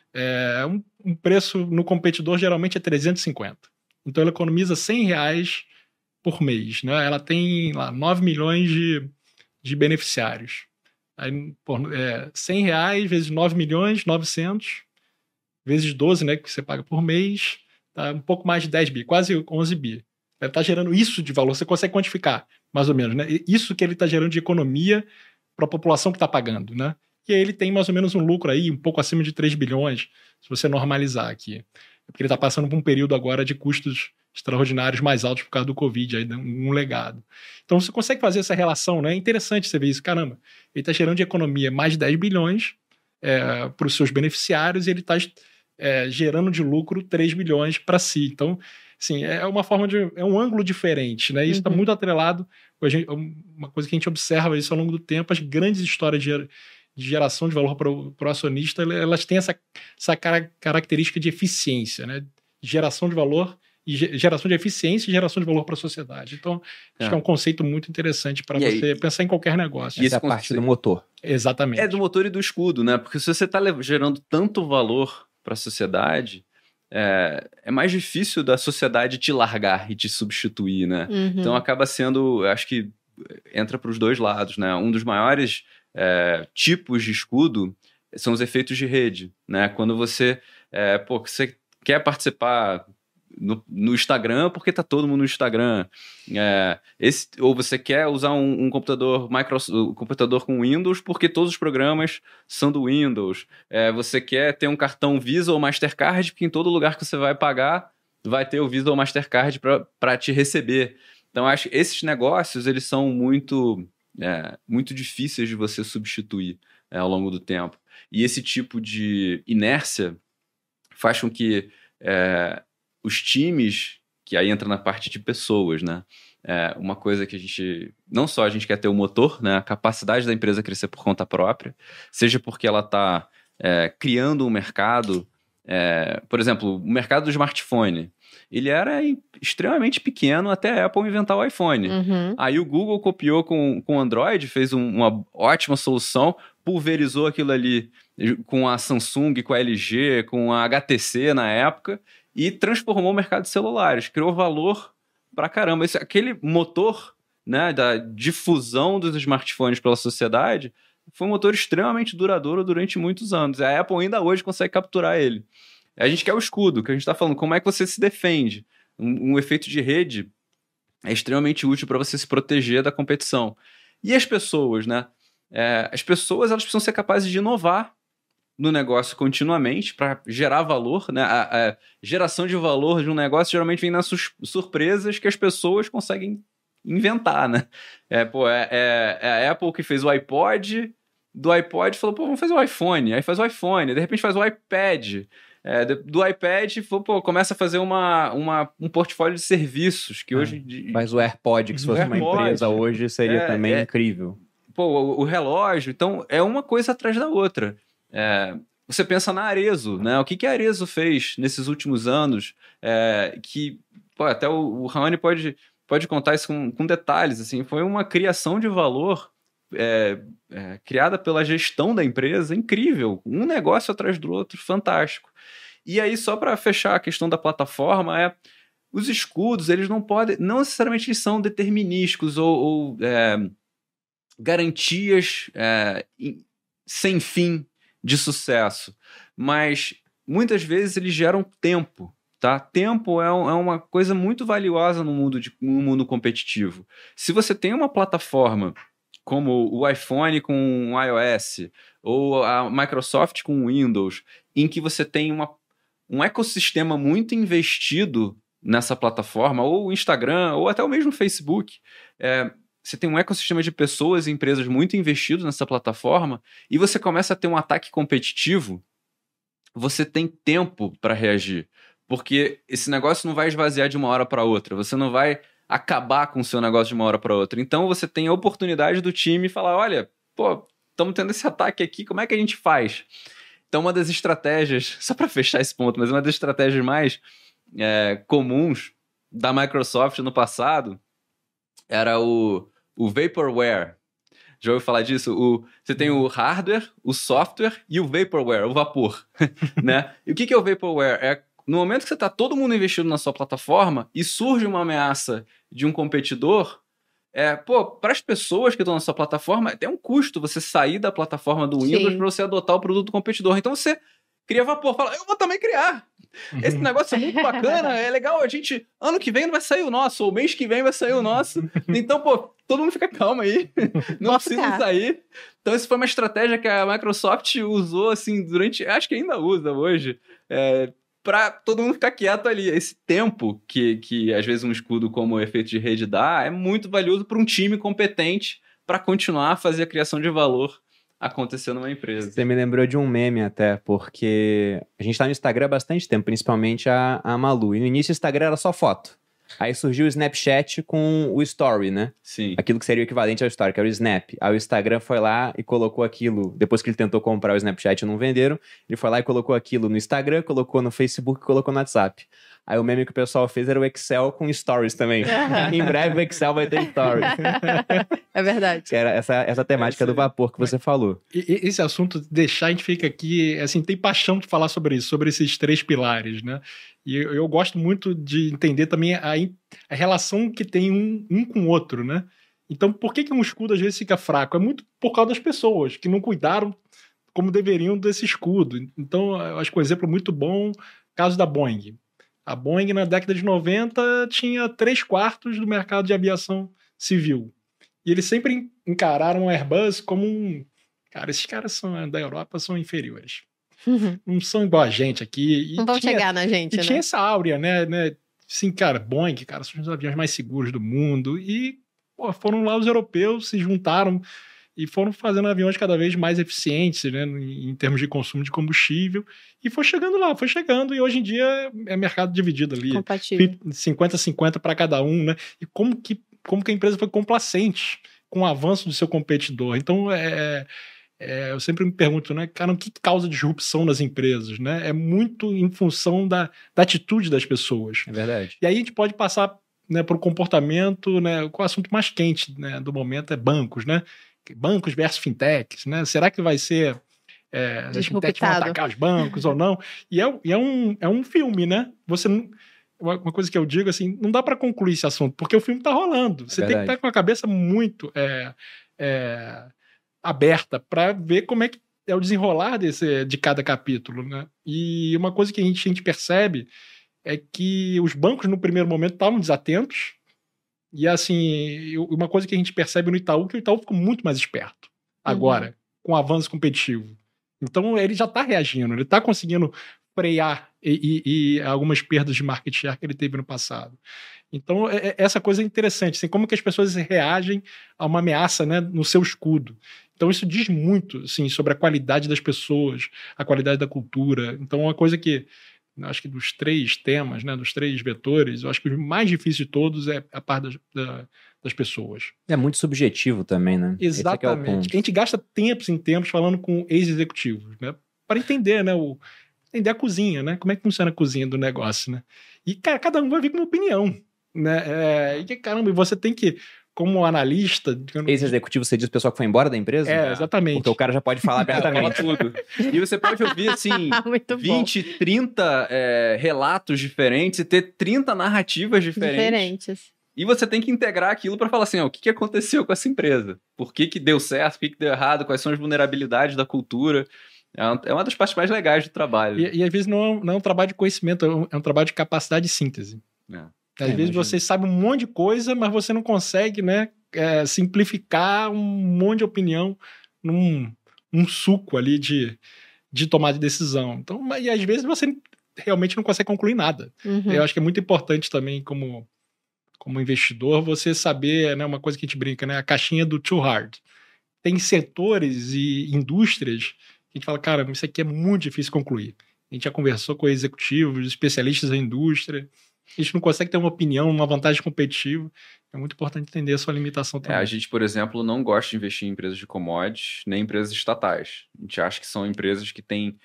Um preço no competidor geralmente é 350. Então, ela economiza R$100 por mês. Né? Ela tem lá 9 milhões de beneficiários. Aí, R$100 vezes 9 milhões, 900, vezes 12, né, que você paga por mês, tá um pouco mais de 10 bi, quase 11 bi. Ele está gerando isso de valor, você consegue quantificar, mais ou menos, né? Isso que ele está gerando de economia para a população que está pagando, né? E aí ele tem mais ou menos um lucro aí, um pouco acima de 3 bilhões, se você normalizar aqui. Porque ele está passando por um período agora de custos extraordinários mais altos por causa do Covid, aí um legado. Então você consegue fazer essa relação, né? É interessante você ver isso. Caramba, ele está gerando de economia mais de 10 bilhões para os seus beneficiários e ele está gerando de lucro 3 bilhões para si. Então, sim, é um ângulo diferente, né? Isso está muito atrelado, uma coisa que a gente observa isso ao longo do tempo, as grandes histórias de geração de valor para o acionista, elas têm essa característica de eficiência, né? Geração de valor, e geração de eficiência e geração de valor para a sociedade. Então, acho que é um conceito muito interessante para você pensar em qualquer negócio. Essa é a parte do motor. Exatamente. É do motor e do escudo, né? Porque se você está gerando tanto valor para a sociedade, é mais difícil da sociedade te largar e te substituir, né? Então acaba sendo, acho que entra para os dois lados, né? Um dos maiores tipos de escudo são os efeitos de rede, né? Quando você quer participar no Instagram porque tá todo mundo no Instagram, ou você quer usar um computador computador com Windows porque todos os programas são do Windows, você quer ter um cartão Visa ou Mastercard porque em todo lugar que você vai pagar vai ter o Visa ou Mastercard para te receber. Então acho que esses negócios eles são muito difíceis de você substituir ao longo do tempo, e esse tipo de inércia faz com que os times, que aí entra na parte de pessoas, né? Uma coisa que não só a gente quer ter o motor, né? A capacidade da empresa crescer por conta própria, seja porque ela está criando um mercado, por exemplo, o mercado do smartphone, ele era extremamente pequeno até a Apple inventar o iPhone. Aí o Google copiou com o Android, fez uma ótima solução, pulverizou aquilo ali com a Samsung, com a LG, com a HTC na época, e transformou o mercado de celulares, criou valor pra caramba. Aquele motor, né, da difusão dos smartphones pela sociedade foi um motor extremamente duradouro durante muitos anos. A Apple ainda hoje consegue capturar ele. A gente quer o escudo, que a gente está falando, como é que você se defende? Um efeito de rede é extremamente útil para você se proteger da competição. E as pessoas, né? As pessoas, elas precisam ser capazes de inovar no negócio continuamente para gerar valor, né? A geração de valor de um negócio geralmente vem nas surpresas que as pessoas conseguem inventar, né? A Apple que fez o iPod, do iPod falou, vamos fazer o iPhone, aí faz o iPhone, de repente faz o iPad, do iPad começa a fazer um portfólio de serviços que hoje... Mas o AirPod, que se fosse uma empresa hoje, seria também incrível. O relógio, então é uma coisa atrás da outra. Você pensa na Arezzo, né? O que a Arezzo fez nesses últimos anos, que até o Raoni pode contar isso com detalhes, assim, foi uma criação de valor criada pela gestão da empresa, incrível, um negócio atrás do outro, fantástico. E aí, só para fechar a questão da plataforma, os escudos, eles não necessariamente eles são determinísticos ou garantias sem fim de sucesso, mas muitas vezes eles geram tempo, tá? Tempo é uma coisa muito valiosa no mundo competitivo. Se você tem uma plataforma como o iPhone com o iOS ou a Microsoft com o Windows, em que você tem um ecossistema muito investido nessa plataforma, ou o Instagram, ou até o mesmo Facebook, você tem um ecossistema de pessoas e empresas muito investidos nessa plataforma e você começa a ter um ataque competitivo, você tem tempo para reagir. Porque esse negócio não vai esvaziar de uma hora para outra. Você não vai acabar com o seu negócio de uma hora para outra. Então você tem a oportunidade do time falar, olha, estamos tendo esse ataque aqui, como é que a gente faz? Então uma das estratégias, só para fechar esse ponto, mas uma das estratégias mais comuns da Microsoft no passado era o Vaporware. Já ouviu falar disso? Você tem o hardware, o software e o Vaporware, o vapor. Né? E o que é o Vaporware? No momento que você está todo mundo investido na sua plataforma e surge uma ameaça de um competidor, para as pessoas que estão na sua plataforma, tem um custo você sair da plataforma do Windows para você adotar o produto do competidor. Então você cria vapor, fala, eu vou também criar. Esse negócio é muito bacana, é legal, ano que vem vai sair o nosso, ou mês que vem vai sair o nosso. Então, todo mundo fica calmo aí, não precisa sair. Então, isso foi uma estratégia que a Microsoft usou, assim, acho que ainda usa hoje, para todo mundo ficar quieto ali. Esse tempo que às vezes um escudo como o efeito de rede dá, é muito valioso para um time competente para continuar a fazer a criação de valor acontecer numa empresa. Você me lembrou de um meme até, porque a gente tá no Instagram há bastante tempo, principalmente a Malu. E no início o Instagram era só foto. Aí surgiu o Snapchat com o Story, né? Sim. Aquilo que seria o equivalente ao Story, que era o Snap. Aí o Instagram foi lá e colocou aquilo, depois que ele tentou comprar o Snapchat e não venderam, ele foi lá e colocou aquilo no Instagram, colocou no Facebook e colocou no WhatsApp. Aí o meme que o pessoal fez era o Excel com Stories também. Em breve o Excel vai ter Stories. É verdade. Que era essa temática do vapor que você falou. Esse assunto, a gente fica aqui, assim, tem paixão de falar sobre isso, sobre esses 3 pilares, né? E eu gosto muito de entender também a relação que tem um com o outro, né? Então, por que um escudo às vezes fica fraco? É muito por causa das pessoas que não cuidaram como deveriam desse escudo. Então, eu acho que um exemplo muito bom, caso da Boeing. A Boeing, na década de 90, tinha 3/4 do mercado de aviação civil. E eles sempre encararam o Airbus como Cara, esses caras da Europa são inferiores. Não são igual a gente aqui. Não vão chegar na gente, né? Tinha essa áurea, né? Sim, cara, Boeing, cara, são os aviões mais seguros do mundo. E foram lá os europeus, se juntaram e foram fazendo aviões cada vez mais eficientes, né, em termos de consumo de combustível, e foi chegando lá, e hoje em dia é mercado dividido ali. Compatível. 50-50 para cada um, né? E como que a empresa foi complacente com o avanço do seu competidor. Então, eu sempre me pergunto, né, cara, o que causa disrupção nas empresas, né? É muito em função da atitude das pessoas. É verdade. E aí a gente pode passar, né, para o comportamento, né? O assunto mais quente, né, do momento é bancos, né? Bancos versus fintechs, né? Será que vai ser as fintechs vão atacar os bancos ou não? E é um filme, né? Uma coisa que eu digo assim, não dá para concluir esse assunto, porque o filme está rolando. Você tem que estar com a cabeça muito aberta para ver como é que é o desenrolar de cada capítulo, né? E uma coisa que a gente percebe é que os bancos, no primeiro momento, estavam desatentos. E, assim, uma coisa que a gente percebe no Itaú, que o Itaú ficou muito mais esperto agora, com o avanço competitivo. Então, ele já está reagindo, ele está conseguindo frear e algumas perdas de market share que ele teve no passado. Então, essa coisa é interessante, assim, como que as pessoas reagem a uma ameaça, né, no seu escudo. Então, isso diz muito, assim, sobre a qualidade das pessoas, a qualidade da cultura. Então, uma coisa que, acho que dos 3 temas, né, dos 3 vetores, eu acho que o mais difícil de todos é a parte das pessoas. É muito subjetivo também, né? Exatamente. A gente gasta tempos em tempos falando com ex-executivos, né, para entender, né, entender a cozinha, né, como é que funciona a cozinha do negócio, né. E, cara, cada um vai vir com uma opinião, né, e caramba, você tem que, como analista... Ex-executivo, você diz o pessoal que foi embora da empresa? Exatamente. Porque o cara já pode falar abertamente tudo. E você pode ouvir, assim, 20, 30 relatos diferentes e ter 30 narrativas diferentes. E você tem que integrar aquilo para falar assim, o que aconteceu com essa empresa? Por que deu certo? Por que deu errado? Quais são as vulnerabilidades da cultura? É uma das partes mais legais do trabalho. E às vezes não é um trabalho de conhecimento, é um trabalho de capacidade de síntese. Às vezes você sabe um monte de coisa, mas você não consegue, né, simplificar um monte de opinião num suco ali de tomada de decisão. Então, e às vezes você realmente não consegue concluir nada. Eu acho que é muito importante também, como investidor, você saber, né, uma coisa que a gente brinca, né, a caixinha do too hard. Tem setores e indústrias que a gente fala, cara, isso aqui é muito difícil concluir. A gente já conversou com executivos, especialistas da indústria. A gente não consegue ter uma opinião, uma vantagem competitiva. É muito importante entender a sua limitação também. A gente, por exemplo, não gosta de investir em empresas de commodities, nem empresas estatais. A gente acha que são empresas que têm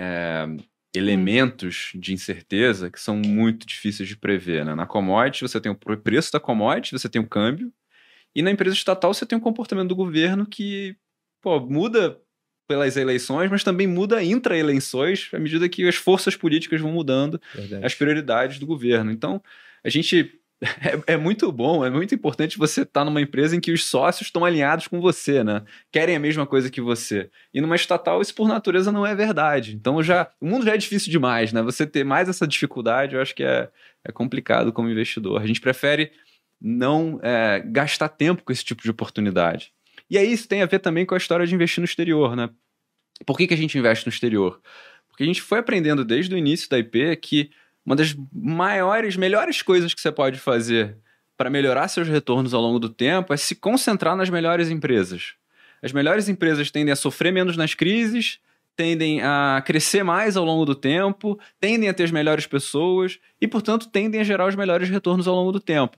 elementos de incerteza que são muito difíceis de prever, né? Na commodity, você tem o preço da commodity, você tem o câmbio, e na empresa estatal você tem o comportamento do governo que muda pelas eleições, mas também muda intra-eleições à medida que as forças políticas vão mudando as prioridades do governo. Então, a gente... É muito bom, é muito importante você estar numa empresa em que os sócios estão alinhados com você, né? Querem a mesma coisa que você. E numa estatal, isso por natureza não é verdade. Então, o mundo já é difícil demais, né? Você ter mais essa dificuldade, eu acho que é complicado como investidor. A gente prefere não gastar tempo com esse tipo de oportunidade. E aí isso tem a ver também com a história de investir no exterior, né? Por que a gente investe no exterior? Porque a gente foi aprendendo desde o início da IP que uma das melhores coisas que você pode fazer para melhorar seus retornos ao longo do tempo é se concentrar nas melhores empresas. As melhores empresas tendem a sofrer menos nas crises, tendem a crescer mais ao longo do tempo, tendem a ter as melhores pessoas e, portanto, tendem a gerar os melhores retornos ao longo do tempo.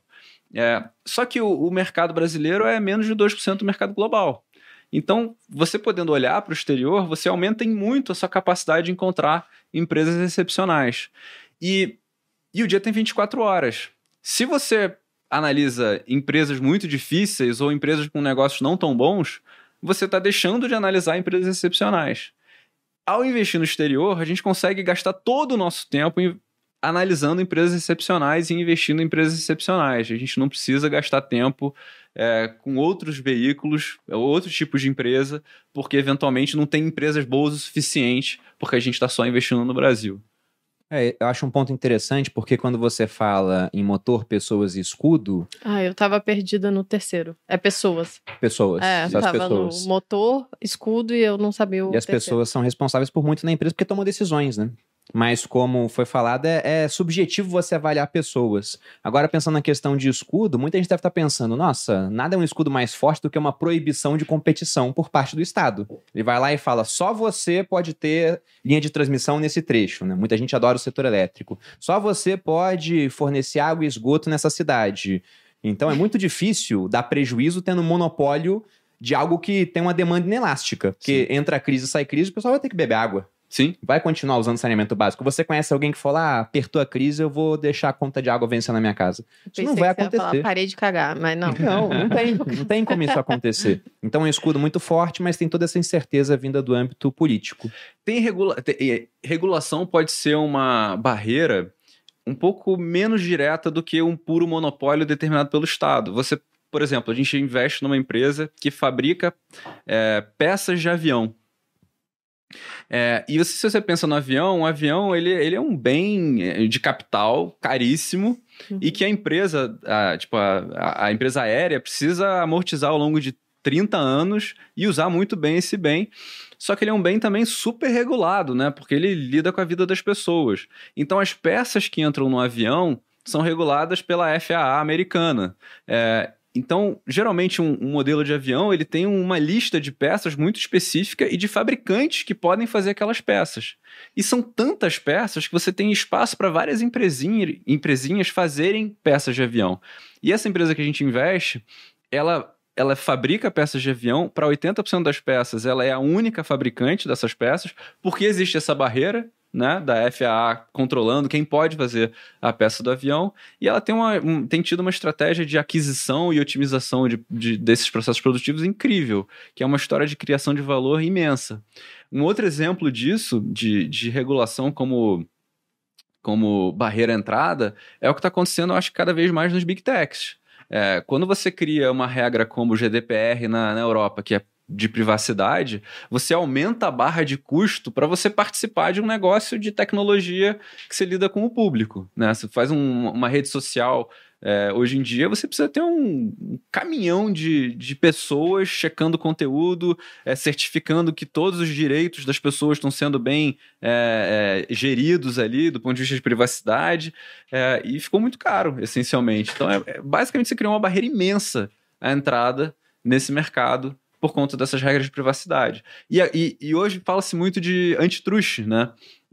Só que o mercado brasileiro é menos de 2% do mercado global. Então, você podendo olhar para o exterior, você aumenta em muito a sua capacidade de encontrar empresas excepcionais. E o dia tem 24 horas. Se você analisa empresas muito difíceis ou empresas com negócios não tão bons, você está deixando de analisar empresas excepcionais. Ao investir no exterior, a gente consegue gastar todo o nosso tempo analisando empresas excepcionais e investindo em empresas excepcionais. A gente não precisa gastar tempo com outros veículos, outros tipos de empresa, porque eventualmente não tem empresas boas o suficiente, porque a gente está só investindo no Brasil. Eu acho um ponto interessante, porque quando você fala em motor, pessoas e escudo... eu tava perdida no terceiro. É pessoas. Pessoas. Eu tava pessoas. No motor, escudo e eu não sabia o terceiro. E as pessoas são responsáveis por muito na empresa porque tomam decisões, né? Mas como foi falado, é subjetivo você avaliar pessoas. Agora, pensando na questão de escudo, muita gente deve estar pensando, nossa, nada é um escudo mais forte do que uma proibição de competição por parte do Estado. Ele vai lá e fala, só você pode ter linha de transmissão nesse trecho, né? Muita gente adora o setor elétrico. Só você pode fornecer água e esgoto nessa cidade. Então, é muito difícil dar prejuízo tendo um monopólio de algo que tem uma demanda inelástica. Porque entra a crise, sai crise, o pessoal vai ter que beber água. Sim. Vai continuar usando saneamento básico. Você conhece alguém que fala, apertou a crise, eu vou deixar a conta de água vencer na minha casa. Isso não vai acontecer. Falar, parei de cagar, mas não. Não tem como isso acontecer. Então é um escudo muito forte, mas tem toda essa incerteza vinda do âmbito político. Regulação pode ser uma barreira um pouco menos direta do que um puro monopólio determinado pelo Estado. Você, por exemplo, a gente investe numa empresa que fabrica peças de avião. E se você pensa no avião, um avião ele é um bem de capital caríssimo e que a empresa, a empresa aérea precisa amortizar ao longo de 30 anos e usar muito bem esse bem. Só que ele é um bem também super regulado, né? Porque ele lida com a vida das pessoas. Então as peças que entram no avião são reguladas pela FAA americana. Então, geralmente, um modelo de avião ele tem uma lista de peças muito específica e de fabricantes que podem fazer aquelas peças. E são tantas peças que você tem espaço para várias empresinhas fazerem peças de avião. E essa empresa que a gente investe, ela fabrica peças de avião. Para 80% das peças, ela é a única fabricante dessas peças, porque existe essa barreira, né, da FAA controlando quem pode fazer a peça do avião, e ela tem tido uma estratégia de aquisição e otimização desses processos produtivos incrível, que é uma história de criação de valor imensa. Um outro exemplo disso, de regulação como barreira à entrada, é o que está acontecendo, eu acho, cada vez mais nos Big Techs. Quando você cria uma regra como o GDPR na Europa, que é de privacidade, você aumenta a barra de custo para você participar de um negócio de tecnologia que você lida com o público, né? Você faz uma rede social, hoje em dia você precisa ter um caminhão de pessoas checando conteúdo, certificando que todos os direitos das pessoas estão sendo bem geridos ali, do ponto de vista de privacidade, e ficou muito caro, essencialmente. Então, basicamente, você criou uma barreira imensa à entrada nesse mercado, por conta dessas regras de privacidade. E hoje fala-se muito de antitruste, né?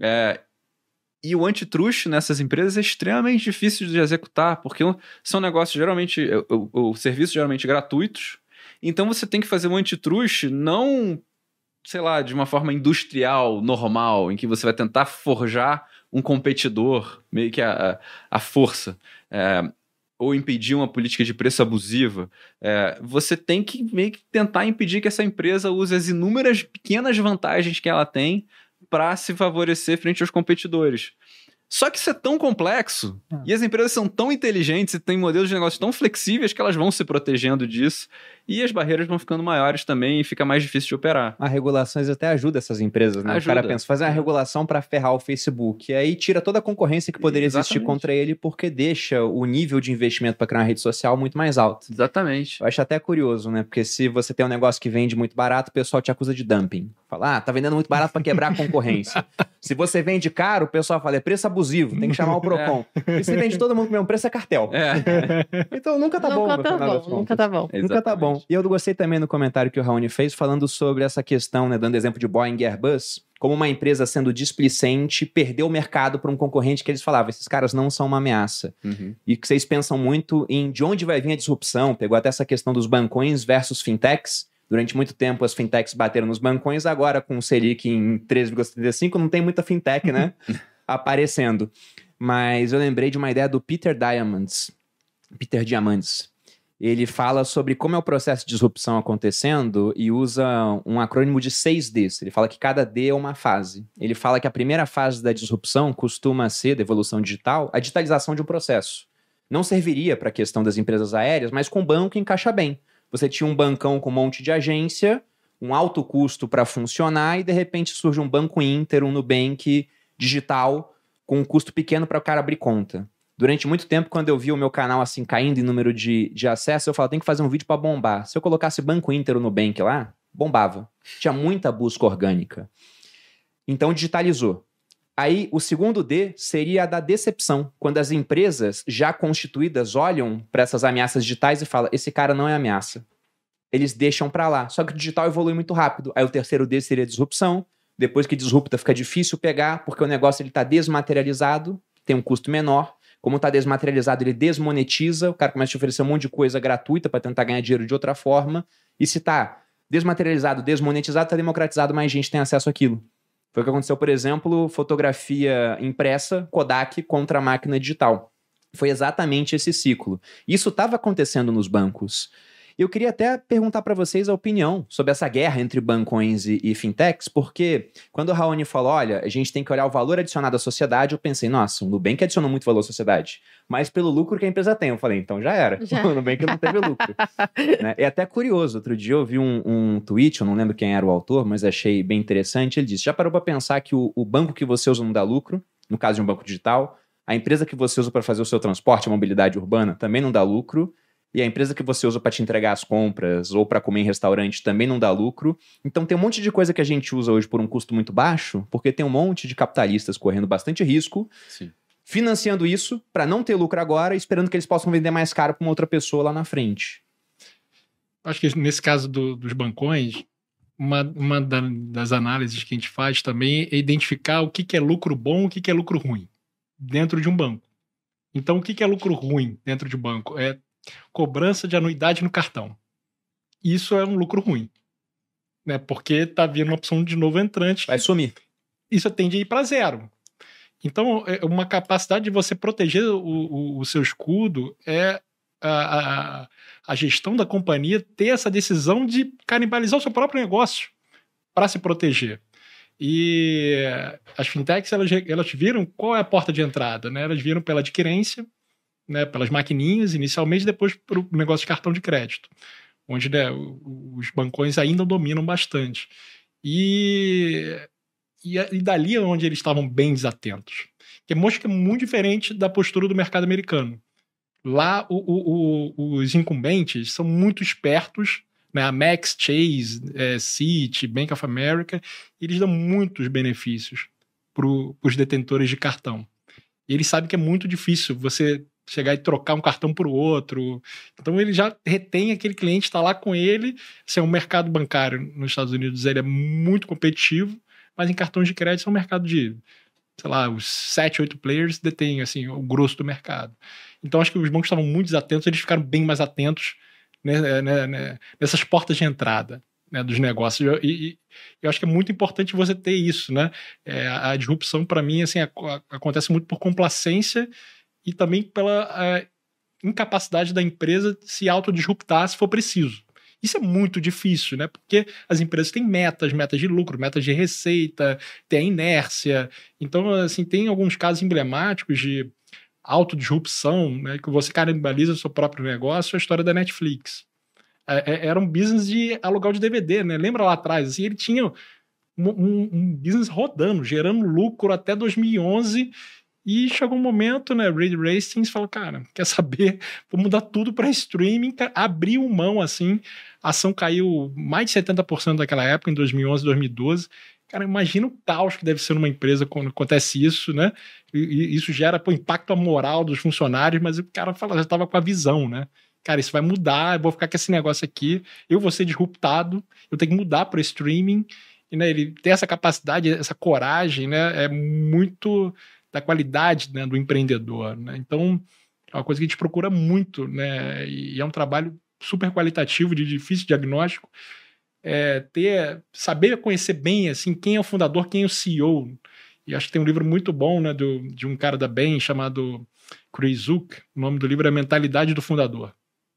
E o antitruste nessas empresas é extremamente difícil de executar, porque são negócios geralmente, ou serviços geralmente gratuitos, então você tem que fazer um antitruste não, sei lá, de uma forma industrial, normal, em que você vai tentar forjar um competidor, meio que a força, ou impedir uma política de preço abusiva, você tem que meio que tentar impedir que essa empresa use as inúmeras pequenas vantagens que ela tem para se favorecer frente aos competidores. Só que isso é tão complexo e as empresas são tão inteligentes e têm modelos de negócio tão flexíveis que elas vão se protegendo disso e as barreiras vão ficando maiores também e fica mais difícil de operar. A regulação até ajuda essas empresas, né? Ajuda. O cara pensa, fazer uma regulação para ferrar o Facebook, e aí tira toda a concorrência que poderia existir contra ele, porque deixa o nível de investimento para criar uma rede social muito mais alto. Exatamente. Eu acho até curioso, né? Porque se você tem um negócio que vende muito barato, o pessoal te acusa de dumping. Fala, tá vendendo muito barato para quebrar a concorrência. Se você vende caro, o pessoal fala, é preço abusivo, tem que chamar o Procon. E se vende todo mundo com o mesmo preço, é cartel. Então nunca tá bom. Nunca tá bom. Nunca tá bom. E eu gostei também no comentário que o Raoni fez, falando sobre essa questão, né, dando exemplo de Boeing e Airbus, como uma empresa sendo displicente perdeu o mercado para um concorrente que eles falavam, esses caras não são uma ameaça. E que vocês pensam muito em de onde vai vir a disrupção, pegou até essa questão dos bancões versus fintechs. Durante muito tempo as fintechs bateram nos bancões, agora com o Selic em 13,75 não tem muita fintech, né, aparecendo. Mas eu lembrei de uma ideia do Peter Diamandis. Ele fala sobre como é o processo de disrupção acontecendo e usa um acrônimo de 6Ds. Ele fala que cada D é uma fase. Ele fala que a primeira fase da disrupção costuma ser, da evolução digital, a digitalização de um processo. Não serviria para a questão das empresas aéreas, mas com banco encaixa bem. Você tinha um bancão com um monte de agência, um alto custo para funcionar e de repente surge um Banco Inter, um Nubank digital com um custo pequeno para o cara abrir conta. Durante muito tempo, quando eu vi o meu canal assim caindo em número de acesso, eu falava, tem que fazer um vídeo para bombar. Se eu colocasse Banco Inter ou Nubank lá, bombava. Tinha muita busca orgânica. Então, digitalizou. Aí, o segundo D seria a da decepção. Quando as empresas já constituídas olham para essas ameaças digitais e falam, esse cara não é ameaça. Eles deixam para lá. Só que o digital evolui muito rápido. Aí, o terceiro D seria disrupção. Depois que disrupta, fica difícil pegar, porque o negócio está desmaterializado, tem um custo menor. Como está desmaterializado, ele desmonetiza, o cara começa a te oferecer um monte de coisa gratuita para tentar ganhar dinheiro de outra forma. E se está desmaterializado, desmonetizado, está democratizado, mais gente tem acesso àquilo. Foi o que aconteceu, por exemplo, fotografia impressa, Kodak contra a máquina digital. Foi exatamente esse ciclo. Isso estava acontecendo nos bancos. Eu queria até perguntar para vocês a opinião sobre essa guerra entre bancões e fintechs, porque quando o Raoni falou, olha, a gente tem que olhar o valor adicionado à sociedade, eu pensei, nossa, o Nubank adicionou muito valor à sociedade, mas pelo lucro que a empresa tem. Eu falei, então já era. O Nubank não teve lucro. Né? É até curioso, outro dia eu vi um tweet, eu não lembro quem era o autor, mas achei bem interessante, ele disse, já parou para pensar que o banco que você usa não dá lucro, no caso de um banco digital, a empresa que você usa para fazer o seu transporte, a mobilidade urbana, também não dá lucro, e a empresa que você usa para te entregar as compras ou para comer em restaurante também não dá lucro. Então tem um monte de coisa que a gente usa hoje por um custo muito baixo, porque tem um monte de capitalistas correndo bastante risco, Sim. financiando isso para não ter lucro agora, esperando que eles possam vender mais caro para uma outra pessoa lá na frente. Acho que nesse caso dos bancões, uma das análises que a gente faz também é identificar o que é lucro bom e o que é lucro ruim dentro de um banco. Então, o que é lucro ruim dentro de um banco? É cobrança de anuidade no cartão. Isso é um lucro ruim, né? Porque está vindo uma opção de novo entrante. Vai sumir. Isso tende a ir para zero. Então, uma capacidade de você proteger o seu escudo é a gestão da companhia ter essa decisão de canibalizar o seu próprio negócio para se proteger. E as fintechs, elas viram qual é a porta de entrada, né? Elas viram pela adquirência, né, pelas maquininhas inicialmente, depois para o negócio de cartão de crédito, onde, né, os bancões ainda dominam bastante. E dali é onde eles estavam bem desatentos. Que mostra que é muito diferente da postura do mercado americano. Lá, os incumbentes são muito espertos, né? A Max, Chase, Citi, Bank of America, eles dão muitos benefícios para os detentores de cartão. E eles sabem que é muito difícil você chegar e trocar um cartão por outro. Então ele já retém aquele cliente, está lá com ele. Assim, o mercado bancário nos Estados Unidos ele é muito competitivo, mas em cartões de crédito é um mercado de, sei lá, os 7, 8 players detêm assim, o grosso do mercado. Então acho que os bancos estavam muito desatentos, eles ficaram bem mais atentos, né, nessas portas de entrada, né, dos negócios. E eu acho que é muito importante você ter isso, né? A disrupção, para mim, assim, acontece muito por complacência e também pela incapacidade da empresa se autodisruptar se for preciso. Isso é muito difícil, né? Porque as empresas têm metas de lucro, metas de receita, tem a inércia. Então, assim, tem alguns casos emblemáticos de autodisrupção, né, que você canibaliza o seu próprio negócio, a história da Netflix. Era um business de aluguel de DVD, né? Lembra lá atrás? Assim, ele tinha um business rodando, gerando lucro até 2011, e chegou um momento, né? Reed Hastings falou, cara, quer saber? Vou mudar tudo para streaming. Abriu mão, assim, a ação caiu mais de 70% daquela época, em 2011, 2012. Cara, imagina o caos que deve ser numa empresa quando acontece isso, né? E isso gera impacto moral dos funcionários, mas o cara já estava com a visão, né? Cara, isso vai mudar, eu vou ficar com esse negócio aqui, eu vou ser disruptado, eu tenho que mudar para o streaming. E, né, ele tem essa capacidade, essa coragem, né? É muito da qualidade, né, do empreendedor, né? Então, é uma coisa que a gente procura muito, né? E é um trabalho super qualitativo, de difícil diagnóstico. Saber conhecer bem assim, quem é o fundador, quem é o CEO. E acho que tem um livro muito bom, né, de um cara da Bain chamado Chris Zook. O nome do livro é Mentalidade do Fundador.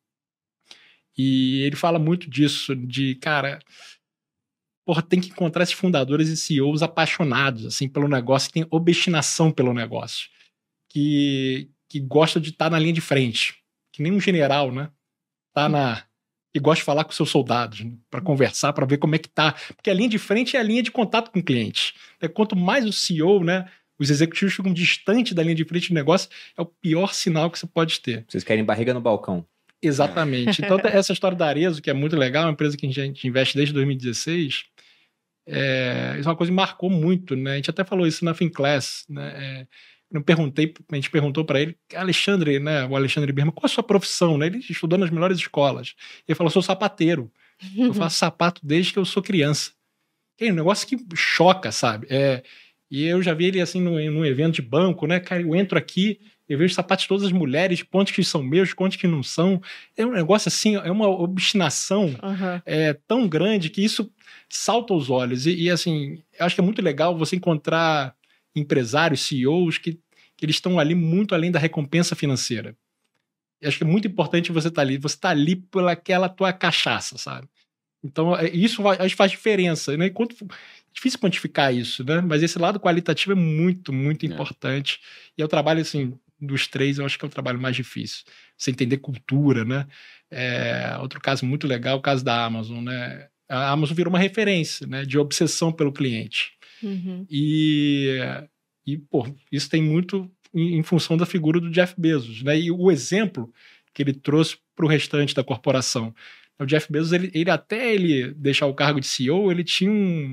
E ele fala muito disso, de, cara, tem que encontrar esses fundadores e CEOs apaixonados assim, pelo negócio, que tem obstinação pelo negócio, que gosta de estar na linha de frente, que nem um general, né? E gosta de falar com seus soldados, né, para conversar, para ver como é que tá. Porque a linha de frente é a linha de contato com o cliente. Quanto mais o CEO, né, os executivos ficam distantes da linha de frente do negócio, é o pior sinal que você pode ter. Vocês querem barriga no balcão. Exatamente. Então, essa história da Arezzo, que é muito legal, é uma empresa que a gente investe desde 2016, isso é uma coisa que marcou muito, né? A gente até falou isso na FinClass, né? A gente perguntou para ele, Alexandre, né, o Alexandre Birman, qual a sua profissão? Né? Ele estudou nas melhores escolas. Ele falou, sou sapateiro. Eu faço sapato desde que eu sou criança. É um negócio que choca, sabe? E eu já vi ele assim num evento de banco, né? Cara, eu entro aqui, eu vejo sapatos de todas as mulheres, quantos que são meus, quantos que não são. É um negócio assim, é uma obstinação tão grande que isso salta aos olhos. E assim, eu acho que é muito legal você encontrar empresários, CEOs, que eles estão ali muito além da recompensa financeira. Eu acho que é muito importante você estar ali. Você está ali pelaquela tua cachaça, sabe? Então, isso acho que faz diferença, né? Difícil quantificar isso, né? Mas esse lado qualitativo é muito, muito importante. E é o trabalho, assim, dos três, eu acho que é o trabalho mais difícil. Você entender cultura, né? Outro caso muito legal, o caso da Amazon, né? A Amazon virou uma referência, né? De obsessão pelo cliente. Uhum. E pô, isso tem muito em função da figura do Jeff Bezos, né? E o exemplo que ele trouxe para o restante da corporação. O Jeff Bezos, até ele deixar o cargo de CEO, ele tinha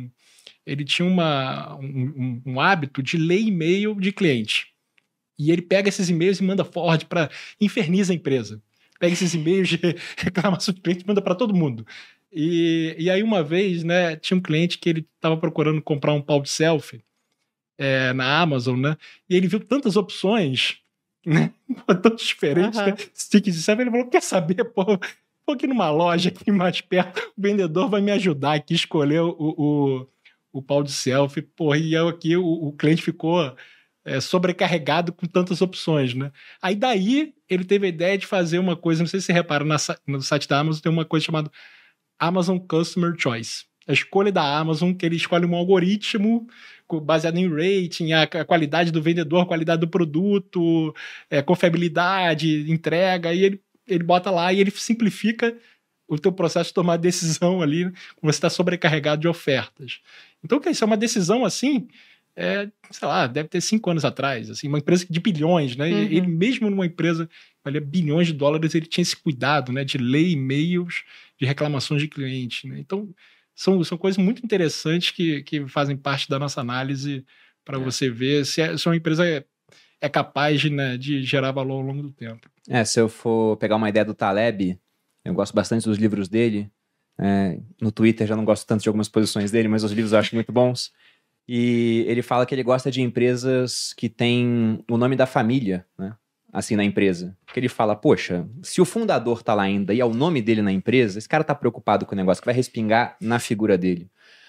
um hábito de ler e-mail de cliente. E ele pega esses e-mails e manda forward para inferniza a empresa. Pega esses e-mails de reclamação de cliente e manda para todo mundo. E aí uma vez, né, tinha um cliente que ele estava procurando comprar um pau de selfie na Amazon, né? E ele viu tantas opções, né? Tantas diferentes, né? Sticks de selfie. Ele falou, quer saber, pô, vou aqui numa loja aqui mais perto, o vendedor vai me ajudar aqui a escolher o pau de selfie. Porra, e eu aqui, o cliente ficou sobrecarregado com tantas opções, né? Aí daí ele teve a ideia de fazer uma coisa, não sei se você repara, no site da Amazon tem uma coisa chamada Amazon Customer Choice. A escolha da Amazon, que ele escolhe um algoritmo baseado em rating, a qualidade do vendedor, a qualidade do produto, confiabilidade, entrega, e ele bota lá e ele simplifica o teu processo de tomar decisão ali, quando você está sobrecarregado de ofertas. Então, isso é uma decisão assim, sei lá, deve ter 5 anos atrás, assim, uma empresa de bilhões, né? Uhum. Ele mesmo numa empresa que valia bilhões de dólares, ele tinha esse cuidado, né, de ler e-mails de reclamações de cliente, né? Então, são coisas muito interessantes que fazem parte da nossa análise para você ver se uma empresa é capaz de gerar valor ao longo do tempo. Se eu for pegar uma ideia do Taleb, eu gosto bastante dos livros dele. No Twitter já não gosto tanto de algumas posições dele, mas os livros eu acho muito bons. E ele fala que ele gosta de empresas que têm o nome da família, né? Assim, na empresa. Porque ele fala, poxa, se o fundador tá lá ainda e é o nome dele na empresa, esse cara tá preocupado com o negócio que vai respingar na figura dele.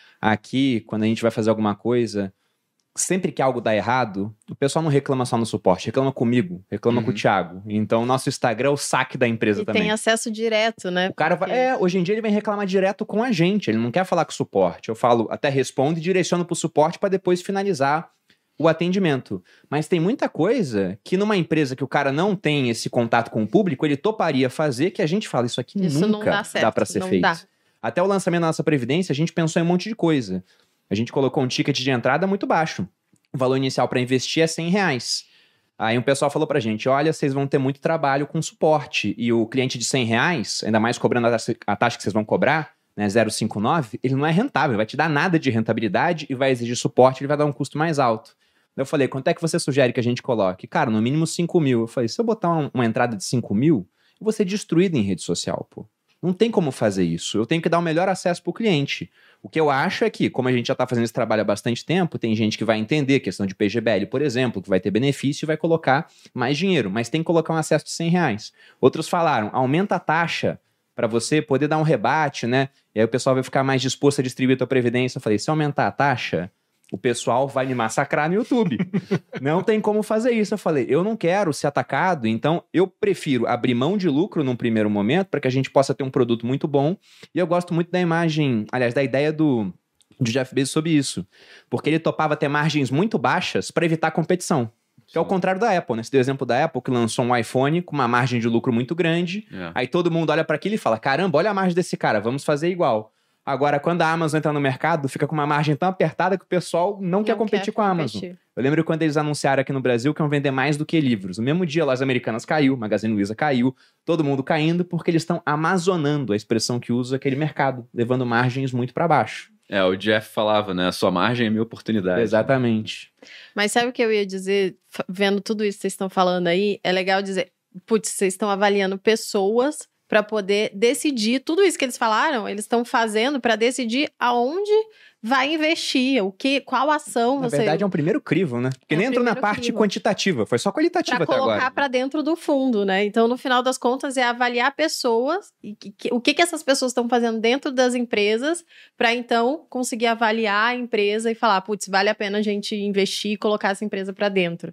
Aqui, quando a gente vai fazer alguma coisa, sempre que algo dá errado, o pessoal não reclama só no suporte, reclama comigo, reclama com o Thiago. Então, o nosso Instagram é o saque da empresa também. E tem acesso direto, né? O cara vai... hoje em dia ele vem reclamar direto com a gente, ele não quer falar com o suporte. Eu falo, até respondo e direciono pro suporte para depois finalizar o atendimento. Mas tem muita coisa que numa empresa que o cara não tem esse contato com o público, ele toparia fazer, que a gente fala, isso aqui nunca dá para ser feito. Até o lançamento da nossa Previdência, a gente pensou em um monte de coisa. A gente colocou um ticket de entrada muito baixo. O valor inicial para investir é R$100. Aí um pessoal falou pra gente, olha, vocês vão ter muito trabalho com suporte. E o cliente de R$100, ainda mais cobrando a taxa que vocês vão cobrar, né, 0,59, ele não é rentável, vai te dar nada de rentabilidade e vai exigir suporte, ele vai dar um custo mais alto. Eu falei, quanto é que você sugere que a gente coloque? Cara, no mínimo 5 mil. Eu falei, se eu botar uma entrada de 5 mil, eu vou ser destruído em rede social, pô. Não tem como fazer isso. Eu tenho que dar o melhor acesso pro cliente. O que eu acho é que, como a gente já tá fazendo esse trabalho há bastante tempo, tem gente que vai entender a questão de PGBL, por exemplo, que vai ter benefício e vai colocar mais dinheiro, mas tem que colocar um acesso de R$100. Outros falaram, aumenta a taxa para você poder dar um rebate, né? E aí o pessoal vai ficar mais disposto a distribuir a tua previdência. Eu falei, se aumentar a taxa, o pessoal vai me massacrar no YouTube. Não tem como fazer isso. Eu falei, eu não quero ser atacado, então eu prefiro abrir mão de lucro num primeiro momento para que a gente possa ter um produto muito bom. E eu gosto muito da imagem, aliás, da ideia do Jeff Bezos sobre isso. Porque ele topava ter margens muito baixas para evitar competição. Que é o contrário da Apple, né? Você deu o exemplo da Apple, que lançou um iPhone com uma margem de lucro muito grande. Aí todo mundo olha para aquilo e fala, caramba, olha a margem desse cara, vamos fazer igual. Agora, quando a Amazon entra no mercado, fica com uma margem tão apertada que o pessoal não quer competir com a Amazon. Eu lembro quando eles anunciaram aqui no Brasil que iam vender mais do que livros. No mesmo dia, Lojas Americanas caiu, Magazine Luiza caiu, todo mundo caindo, porque eles estão amazonando, a expressão que usa aquele mercado, levando margens muito para baixo. O Jeff falava, né? A sua margem é minha oportunidade. Exatamente. Mas sabe o que eu ia dizer, vendo tudo isso que vocês estão falando aí? É legal dizer, putz, vocês estão avaliando pessoas para poder decidir tudo isso que eles falaram, eles estão fazendo para decidir aonde vai investir, qual ação Na verdade, é um primeiro crivo, né? Porque nem entrou na parte quantitativa, foi só qualitativa até agora. Para colocar para dentro do fundo, né? Então, no final das contas, é avaliar pessoas, o que essas pessoas estão fazendo dentro das empresas, para então conseguir avaliar a empresa e falar, putz, vale a pena a gente investir e colocar essa empresa para dentro.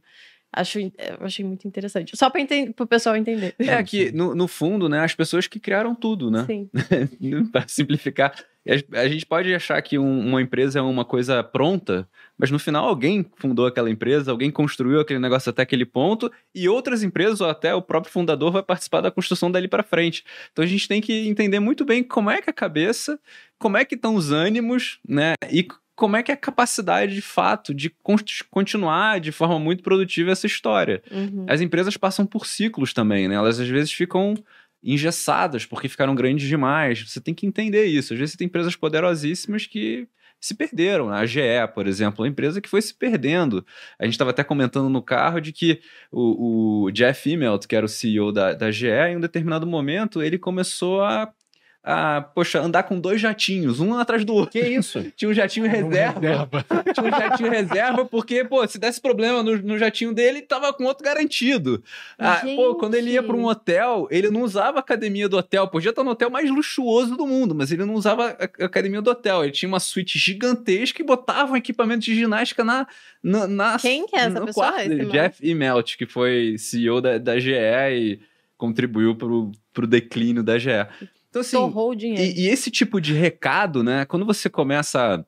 Eu achei muito interessante. Só para o pessoal entender. É que, no fundo, né, as pessoas que criaram tudo, né? Sim. Para simplificar. A gente pode achar que uma empresa é uma coisa pronta, mas no final alguém fundou aquela empresa, alguém construiu aquele negócio até aquele ponto, e outras empresas, ou até o próprio fundador, vai participar da construção dali para frente. Então a gente tem que entender muito bem como é que a cabeça, como é que estão os ânimos, né? E como é que é a capacidade, de fato, de continuar de forma muito produtiva essa história. Uhum. As empresas passam por ciclos também, né? Elas, às vezes, ficam engessadas porque ficaram grandes demais. Você tem que entender isso. Às vezes, você tem empresas poderosíssimas que se perderam. A GE, por exemplo, é uma empresa que foi se perdendo. A gente estava até comentando no carro de que o Jeff Immelt, que era o CEO da GE, em um determinado momento, ele começou a andar com 2 jatinhos, um atrás do outro. Que isso? Tinha um jatinho reserva. Tinha um jatinho reserva, porque, se desse problema no jatinho dele, tava com outro garantido. Quando ele ia para um hotel, ele não usava a academia do hotel. Podia estar no hotel mais luxuoso do mundo, mas ele não usava a academia do hotel. Ele tinha uma suíte gigantesca e botava um equipamento de ginástica na Quem que é essa pessoa? Quarto dele. Jeff Immelt, que foi CEO da GE e contribuiu pro declínio da GE. Então, assim, torrou o dinheiro. E esse tipo de recado, né? Quando você começa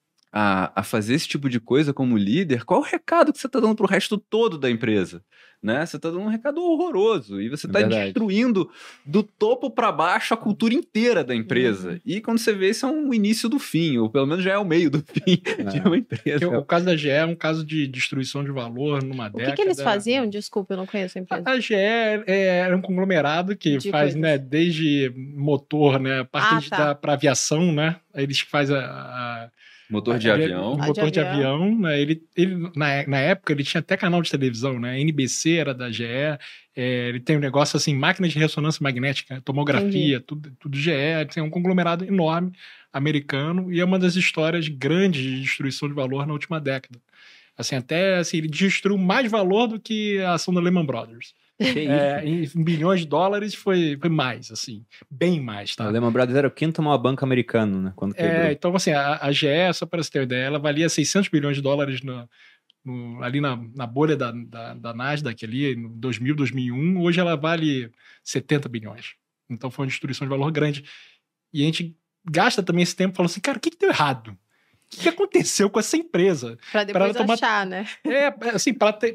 a fazer esse tipo de coisa como líder, qual é o recado que você está dando pro resto todo da empresa? Né? Você está dando um recado horroroso e você está destruindo do topo para baixo a cultura inteira da empresa. E quando você vê, isso é um início do fim, ou pelo menos já é o meio do fim de uma empresa. O caso da GE é um caso de destruição de valor numa década. O que eles faziam? Desculpa, eu não conheço a empresa. A GE era um conglomerado que faz, né, desde motor, né, parte para aviação, né? Eles fazem motor de avião. Motor de avião, né? Ele na época, ele tinha até canal de televisão, né? NBC era da GE. Ele tem um negócio assim, máquina de ressonância magnética, tomografia, tudo GE. Tem um conglomerado enorme americano e é uma das histórias grandes de destruição de valor na última década. Assim, até assim, ele destruiu mais valor do que a ação da Lehman Brothers. Em bilhões de dólares foi mais, assim, bem mais, tá? O Lehman Brothers era o 5º maior banco americano, né? Quando quebrou. Então, assim, a GE, só para você ter uma ideia, ela valia 600 bilhões de dólares ali na bolha da Nasdaq, ali, em 2000, 2001. Hoje ela vale 70 bilhões. Então foi uma destruição de valor grande. E a gente gasta também esse tempo falando assim, cara, o que deu errado? O que aconteceu com essa empresa? Para depois achar, né? Assim,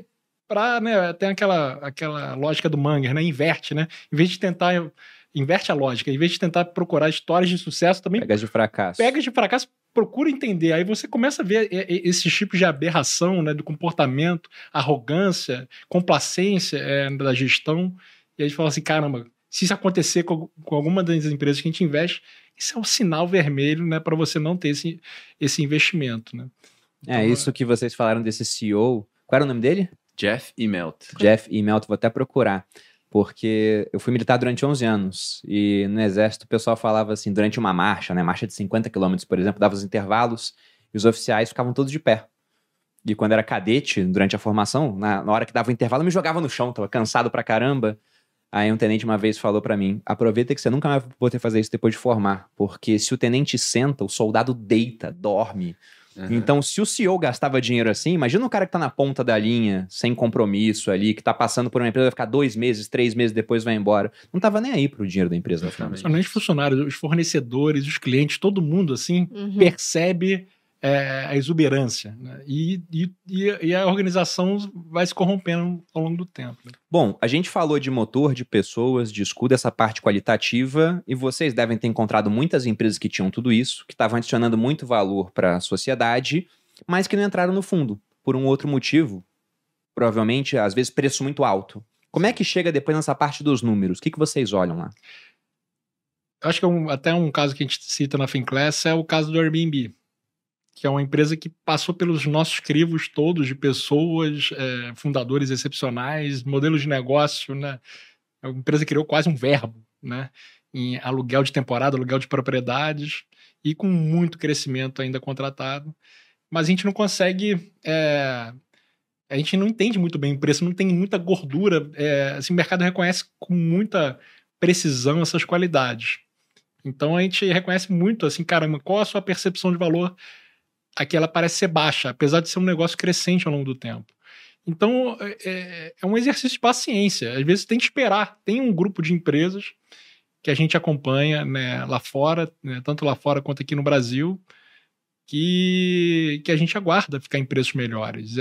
né, tem aquela lógica do Munger, né? Inverte, né? Em vez de tentar... Inverte a lógica. Em vez de tentar procurar histórias de sucesso, também... Pegas de fracasso. Procura entender. Aí você começa a ver esses tipos de aberração, né? Do comportamento, arrogância, complacência da gestão. E aí a gente fala assim, caramba, se isso acontecer com alguma das empresas que a gente investe, isso é um sinal vermelho, né? Para você não ter esse investimento, né? Então, isso que vocês falaram desse CEO. Qual era o nome dele? Jeff Immelt. Jeff Immelt, vou até procurar, porque eu fui militar durante 11 anos e no exército o pessoal falava assim, durante uma marcha, né, marcha de 50 km, por exemplo, dava os intervalos e os oficiais ficavam todos de pé. E quando era cadete, durante a formação, na hora que dava o intervalo, eu me jogava no chão, tava cansado pra caramba. Aí um tenente uma vez falou pra mim, aproveita que você nunca mais vai poder fazer isso depois de formar, porque se o tenente senta, o soldado deita, dorme. Então, se o CEO gastava dinheiro assim, imagina um cara que tá na ponta da linha, sem compromisso ali, que tá passando por uma empresa, vai ficar 2 meses, 3 meses, depois vai embora. Não tava nem aí pro dinheiro da empresa. Somente funcionários, os fornecedores, os clientes, todo mundo, assim, percebe a exuberância, né? E a organização vai se corrompendo ao longo do tempo. Né? Bom, a gente falou de motor, de pessoas, de escudo, essa parte qualitativa, e vocês devem ter encontrado muitas empresas que tinham tudo isso, que estavam adicionando muito valor para a sociedade, mas que não entraram no fundo, por um outro motivo, provavelmente, às vezes, preço muito alto. Como é que chega depois nessa parte dos números? O que vocês olham lá? Eu acho que até um caso que a gente cita na Finclass é o caso do Airbnb, que é uma empresa que passou pelos nossos crivos todos de pessoas, fundadores excepcionais, modelos de negócio, né? A empresa criou quase um verbo, né? Em aluguel de temporada, aluguel de propriedades, e com muito crescimento ainda contratado. Mas a gente não consegue... a gente não entende muito bem o preço, não tem muita gordura. Assim, o mercado reconhece com muita precisão essas qualidades. Então a gente reconhece muito, assim, caramba, qual a sua percepção de valor? Aqui ela parece ser baixa, apesar de ser um negócio crescente ao longo do tempo. Então, é um exercício de paciência. Às vezes tem que esperar. Tem um grupo de empresas que a gente acompanha, né, lá fora, né, tanto lá fora quanto aqui no Brasil, que a gente aguarda ficar em preços melhores.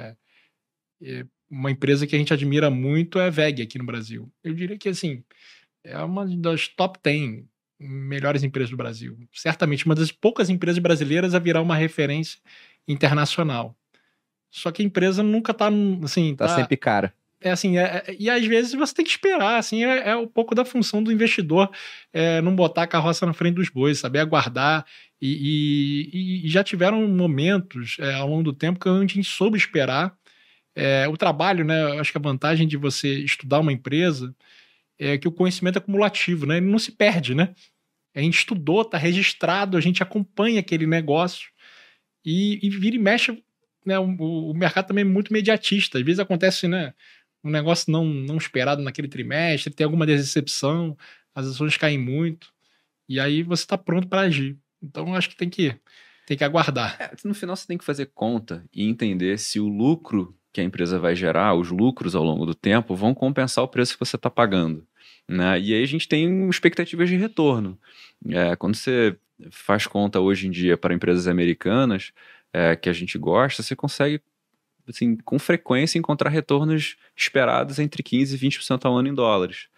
Uma empresa que a gente admira muito é a WEG aqui no Brasil. Eu diria que, assim, é uma das top 10 melhores empresas do Brasil. Certamente uma das poucas empresas brasileiras a virar uma referência internacional. Só que a empresa nunca tá, assim... Tá sempre cara. E às vezes você tem que esperar, assim, é um pouco da função do investidor, não botar a carroça na frente dos bois, saber aguardar, e já tiveram momentos ao longo do tempo que a gente soube esperar. O trabalho, né, eu acho que a vantagem de você estudar uma empresa é que o conhecimento é cumulativo, né, ele não se perde, né? A gente estudou, está registrado, a gente acompanha aquele negócio e vira e mexe, né, o mercado também é muito imediatista, às vezes acontece, né, um negócio não esperado naquele trimestre, tem alguma decepção, as ações caem muito, e aí você está pronto para agir. Então, acho que tem que aguardar. No final, você tem que fazer conta e entender se o lucro que a empresa vai gerar, os lucros ao longo do tempo, vão compensar o preço que você está pagando, né? E aí a gente tem expectativas de retorno. Quando você faz conta hoje em dia para empresas americanas, que a gente gosta, você consegue, assim, com frequência encontrar retornos esperados entre 15% e 20% ao ano em dólares.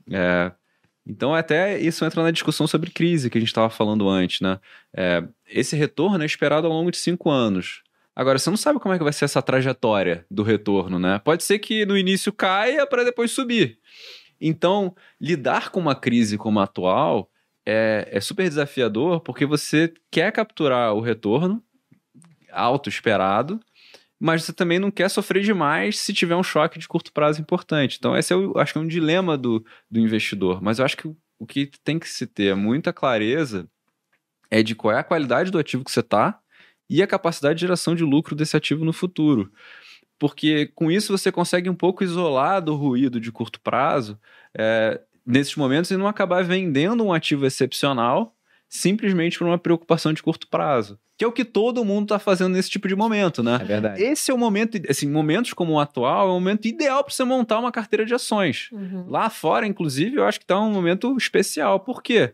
Então até isso entra na discussão sobre crise que a gente estava falando antes, né? Esse retorno é esperado ao longo de 5 anos. Agora, você não sabe como é que vai ser essa trajetória do retorno, né? Pode ser que no início caia para depois subir. Então, lidar com uma crise como a atual é super desafiador porque você quer capturar o retorno alto esperado, mas você também não quer sofrer demais se tiver um choque de curto prazo importante. Então, esse acho que é um dilema do investidor. Mas eu acho que o que tem que se ter muita clareza é de qual é a qualidade do ativo que você está e a capacidade de geração de lucro desse ativo no futuro. Porque com isso você consegue um pouco isolar do ruído de curto prazo nesses momentos e não acabar vendendo um ativo excepcional simplesmente por uma preocupação de curto prazo. Que é o que todo mundo está fazendo nesse tipo de momento, né? É verdade. Esse é o momento, assim, momentos como o atual, é o momento ideal para você montar uma carteira de ações. Uhum. Lá fora, inclusive, eu acho que está um momento especial. Por quê?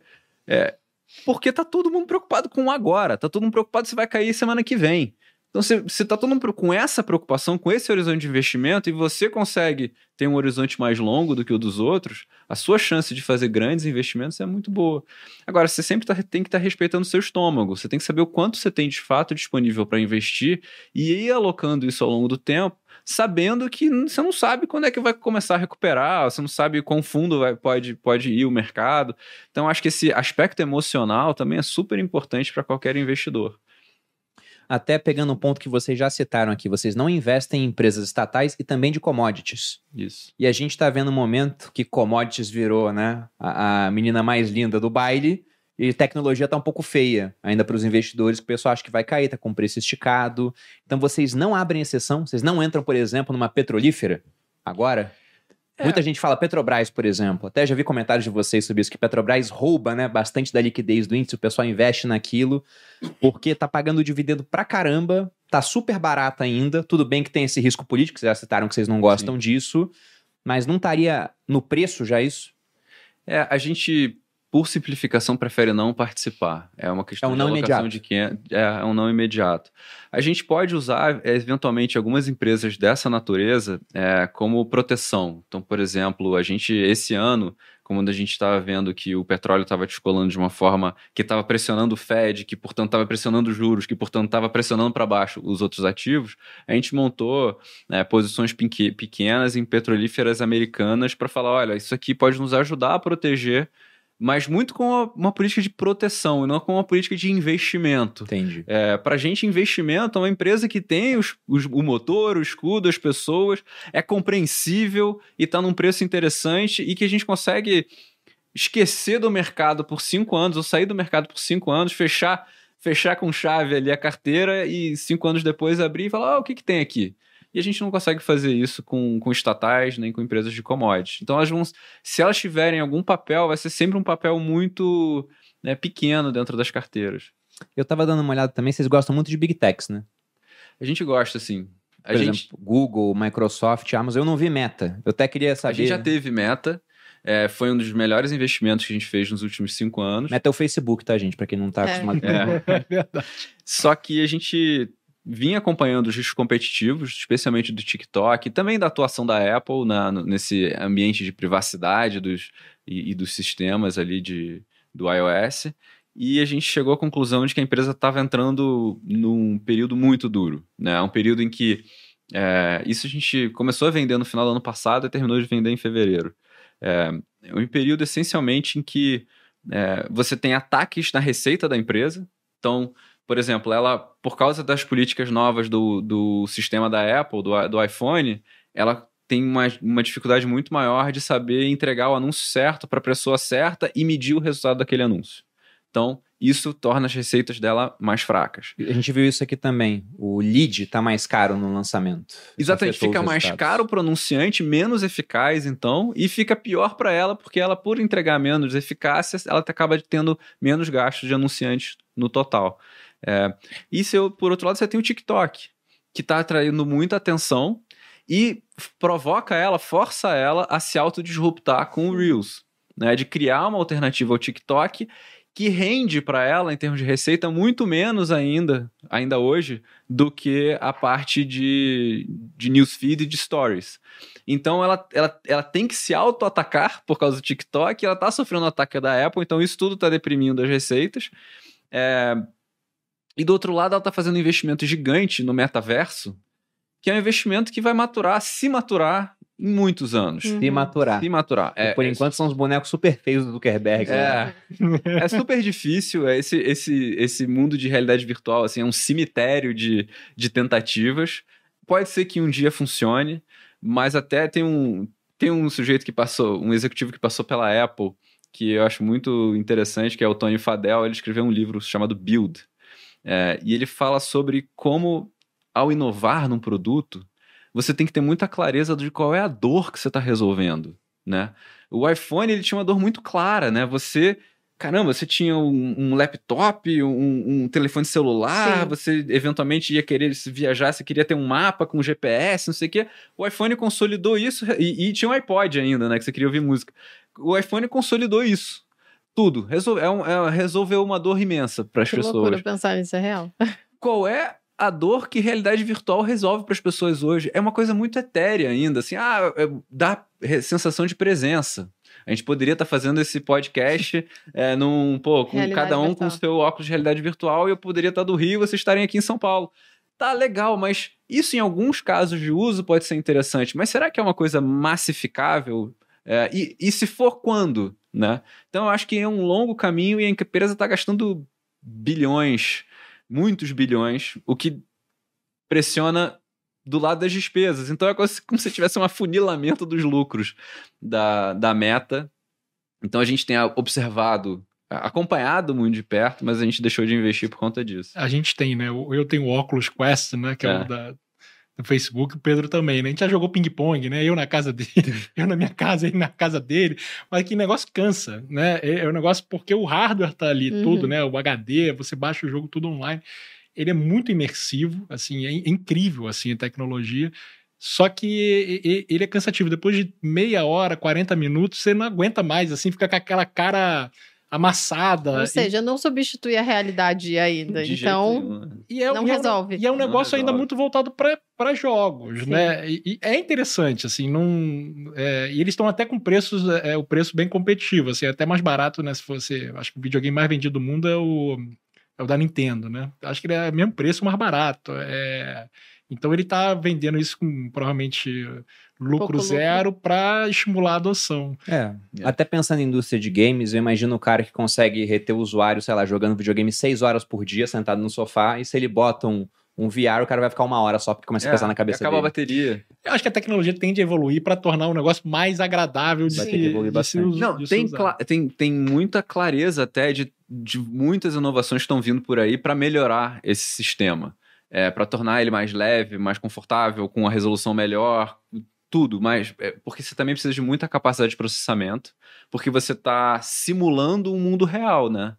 Porque tá todo mundo preocupado com o agora. Tá todo mundo preocupado se vai cair semana que vem. Então, se tá todo mundo com essa preocupação, com esse horizonte de investimento, e você consegue ter um horizonte mais longo do que o dos outros, a sua chance de fazer grandes investimentos é muito boa. Agora, você sempre tem que estar respeitando o seu estômago. Você tem que saber o quanto você tem de fato disponível para investir e ir alocando isso ao longo do tempo, sabendo que você não sabe quando é que vai começar a recuperar, você não sabe quão fundo pode ir o mercado. Então, acho que esse aspecto emocional também é super importante para qualquer investidor. Até pegando um ponto que vocês já citaram aqui, vocês não investem em empresas estatais e também de commodities. Isso. E a gente está vendo um momento que commodities virou, né, a menina mais linda do baile e tecnologia está um pouco feia ainda para os investidores, que o pessoal acha que vai cair, está com preço esticado. Então vocês não abrem exceção? Vocês não entram, por exemplo, numa petrolífera agora? Muita gente fala Petrobras, por exemplo. Até já vi comentários de vocês sobre isso, que Petrobras rouba, né, bastante da liquidez do índice, o pessoal investe naquilo, porque tá pagando dividendo pra caramba, tá super barato ainda. Tudo bem que tem esse risco político, vocês já citaram que vocês não gostam disso, mas não estaria no preço já isso? A gente, por simplificação, prefere não participar. É uma questão de alocação de quem é um não imediato. A gente pode usar, eventualmente, algumas empresas dessa natureza como proteção. Então, por exemplo, a gente, esse ano, quando a gente estava vendo que o petróleo estava descolando de uma forma que estava pressionando o Fed, que, portanto, estava pressionando os juros, que, portanto, estava pressionando para baixo os outros ativos, a gente montou posições pequenas em petrolíferas americanas para falar, olha, isso aqui pode nos ajudar a proteger, mas muito com uma política de proteção e não com uma política de investimento. Entendi. Para a gente, investimento é uma empresa que tem o motor, o escudo, as pessoas, é compreensível e está num preço interessante e que a gente consegue esquecer do mercado por 5 anos ou sair do mercado por 5 anos, fechar com chave ali a carteira e 5 anos depois abrir e falar, o que tem aqui? E a gente não consegue fazer isso com estatais nem com empresas de commodities. Então, se elas tiverem algum papel, vai ser sempre um papel muito pequeno dentro das carteiras. Eu tava dando uma olhada também, vocês gostam muito de Big Techs, né? A gente gosta, sim. Por exemplo, Google, Microsoft, Amazon, eu não vi meta. Eu até queria saber... A gente já teve meta. Foi um dos melhores investimentos que a gente fez nos últimos 5 anos. Meta é o Facebook, tá, gente? Pra quem não tá acostumado com É verdade. Só que a gente vinha acompanhando os riscos competitivos, especialmente do TikTok, e também da atuação da Apple nesse ambiente de privacidade e dos sistemas ali do iOS. E a gente chegou à conclusão de que a empresa estava entrando num período muito duro, né? Um período em que isso a gente começou a vender no final do ano passado e terminou de vender em fevereiro. É um período essencialmente em que você tem ataques na receita da empresa. Então, por exemplo, ela, por causa das políticas novas do sistema da Apple, do iPhone, ela tem uma dificuldade muito maior de saber entregar o anúncio certo para a pessoa certa e medir o resultado daquele anúncio. Então, isso torna as receitas dela mais fracas. A gente viu isso aqui também. O lead tá mais caro no lançamento. Exatamente, fica mais caro para o anunciante, menos eficaz, então, e fica pior para ela, porque ela, por entregar menos eficácia, ela acaba tendo menos gastos de anunciantes no total. Por outro lado, você tem o TikTok, que está atraindo muita atenção e força ela a se autodisruptar com o Reels, né? De criar uma alternativa ao TikTok que rende para ela, em termos de receita, muito menos ainda hoje, do que a parte de newsfeed e de stories. Então, ela tem que se auto-atacar por causa do TikTok, ela está sofrendo o ataque da Apple, então isso tudo está deprimindo as receitas. E do outro lado, ela está fazendo um investimento gigante no metaverso, que é um investimento que vai se maturar em muitos anos. Se maturar. Por enquanto são os bonecos super feios do Zuckerberg. É super difícil. Esse mundo de realidade virtual assim, é um cemitério de tentativas. Pode ser que um dia funcione, mas até tem um sujeito que passou, um executivo que passou pela Apple, que eu acho muito interessante, que é o Tony Fadell. Ele escreveu um livro chamado Build. E ele fala sobre como, ao inovar num produto, você tem que ter muita clareza de qual é a dor que você está resolvendo, né? O iPhone, ele tinha uma dor muito clara, né? Você tinha um laptop, um telefone celular, Sim. Você eventualmente ia querer viajar, você queria ter um mapa com GPS, não sei o quê. O iPhone consolidou isso, e tinha um iPod ainda, né? Que você queria ouvir música. O iPhone consolidou isso. Tudo. Resolveu uma dor imensa para as pessoas. Que loucura pensar nisso, é real. Qual é a dor que realidade virtual resolve para as pessoas hoje? É uma coisa muito etérea ainda, assim, dá sensação de presença. A gente poderia estar fazendo esse podcast com cada um virtual, com o seu óculos de realidade virtual, e eu poderia estar do Rio e vocês estarem aqui em São Paulo. Tá legal, mas isso em alguns casos de uso pode ser interessante, mas será que é uma coisa massificável? E se for, quando? Né? Então eu acho que é um longo caminho e a empresa está gastando bilhões, muitos bilhões, o que pressiona do lado das despesas. Então é como se tivesse um afunilamento dos lucros da Meta. Então a gente tem acompanhado muito de perto, mas a gente deixou de investir por conta disso. A gente tem, né? Eu tenho o Oculus Quest, né? Que é o do Facebook, o Pedro também, né? A gente já jogou ping-pong, né? Eu na casa dele, eu na minha casa, ele na casa dele, mas que negócio cansa, né? É um negócio porque o hardware tá ali, tudo, né? O HD, você baixa o jogo tudo online. Ele é muito imersivo, assim, é incrível, assim, a tecnologia, só que ele é cansativo. Depois de meia hora, 40 minutos, você não aguenta mais, assim, fica com aquela cara amassada. Ou seja, não substitui a realidade ainda, então não resolve. E é um negócio ainda muito voltado para jogos, Sim. né? E é interessante, assim, e eles estão até com preços, o preço bem competitivo, assim, até mais barato, né? Se fosse, acho que o videogame mais vendido do mundo é o da Nintendo, né? Acho que ele é o mesmo preço, mais barato. Então ele tá vendendo isso com provavelmente lucro zero para estimular a adoção. Até pensando em indústria de games, eu imagino o cara que consegue reter o usuário, sei lá, jogando videogame 6 horas por dia, sentado no sofá, e se ele bota um VR, o cara vai ficar 1 hora só porque começa a pesar na cabeça dele. Acaba a bateria. Eu acho que a tecnologia tende a evoluir para tornar o negócio mais agradável de se usar. Tem muita clareza até de muitas inovações que estão vindo por aí para melhorar esse sistema. Para tornar ele mais leve, mais confortável, com uma resolução melhor, tudo. Mas porque você também precisa de muita capacidade de processamento, porque você está simulando um mundo real, né?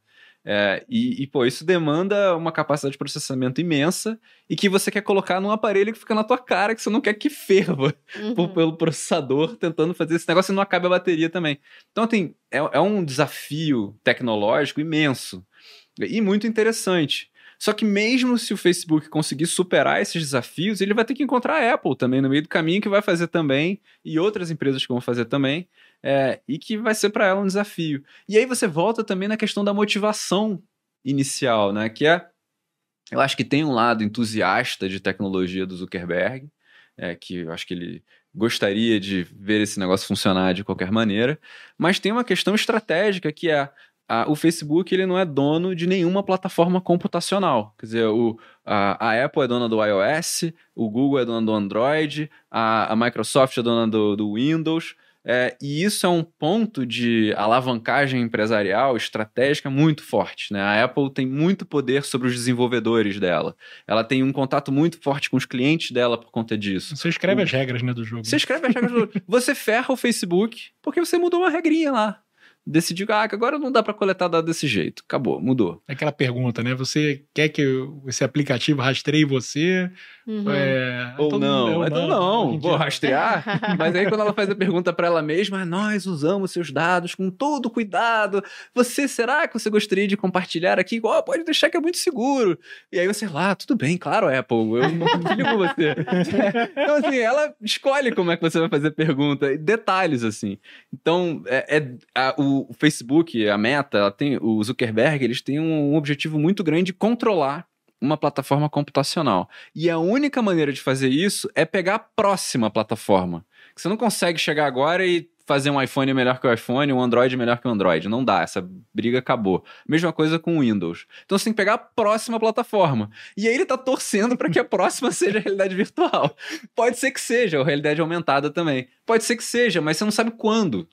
Pô, isso demanda uma capacidade de processamento imensa e que você quer colocar num aparelho que fica na tua cara, que você não quer que ferva pelo processador tentando fazer esse negócio e não acabe a bateria também. Então, assim, é um desafio tecnológico imenso e muito interessante. Só que mesmo se o Facebook conseguir superar esses desafios, ele vai ter que encontrar a Apple também no meio do caminho, que vai fazer também, e outras empresas que vão fazer também, e que vai ser para ela um desafio. E aí você volta também na questão da motivação inicial, né? Que eu acho que tem um lado entusiasta de tecnologia do Zuckerberg, que eu acho que ele gostaria de ver esse negócio funcionar de qualquer maneira, mas tem uma questão estratégica que o Facebook ele não é dono de nenhuma plataforma computacional. Quer dizer, a Apple é dona do iOS, o Google é dona do Android, a Microsoft é dona do Windows, e isso é um ponto de alavancagem empresarial estratégica muito forte, né? A Apple tem muito poder sobre os desenvolvedores dela. Ela tem um contato muito forte com os clientes dela por conta disso. Você escreve as regras, né, do jogo. Você escreve as regras do jogo. Você ferra o Facebook porque você mudou uma regrinha lá. Decidiu que agora não dá para coletar dados desse jeito. Acabou, mudou. Aquela pergunta, né? Você quer que esse aplicativo rastreie você? Ou não. Então não, vou rastrear. Mas aí quando ela faz a pergunta para ela mesma, nós usamos seus dados com todo cuidado. Será que você gostaria de compartilhar aqui? Pode deixar que é muito seguro. E aí você tudo bem, claro, Apple, eu não compartilho com você. Então assim, ela escolhe como é que você vai fazer a pergunta. Detalhes, assim. Então, o Facebook, a Meta, o Zuckerberg, eles têm um objetivo muito grande de controlar uma plataforma computacional. E a única maneira de fazer isso é pegar a próxima plataforma. Você não consegue chegar agora e fazer um iPhone melhor que o iPhone, um Android melhor que o Android. Não dá, essa briga acabou. Mesma coisa com o Windows. Então você tem que pegar a próxima plataforma. E aí ele tá torcendo para que a próxima seja a realidade virtual. Pode ser que seja, ou realidade aumentada também. Pode ser que seja, mas você não sabe quando.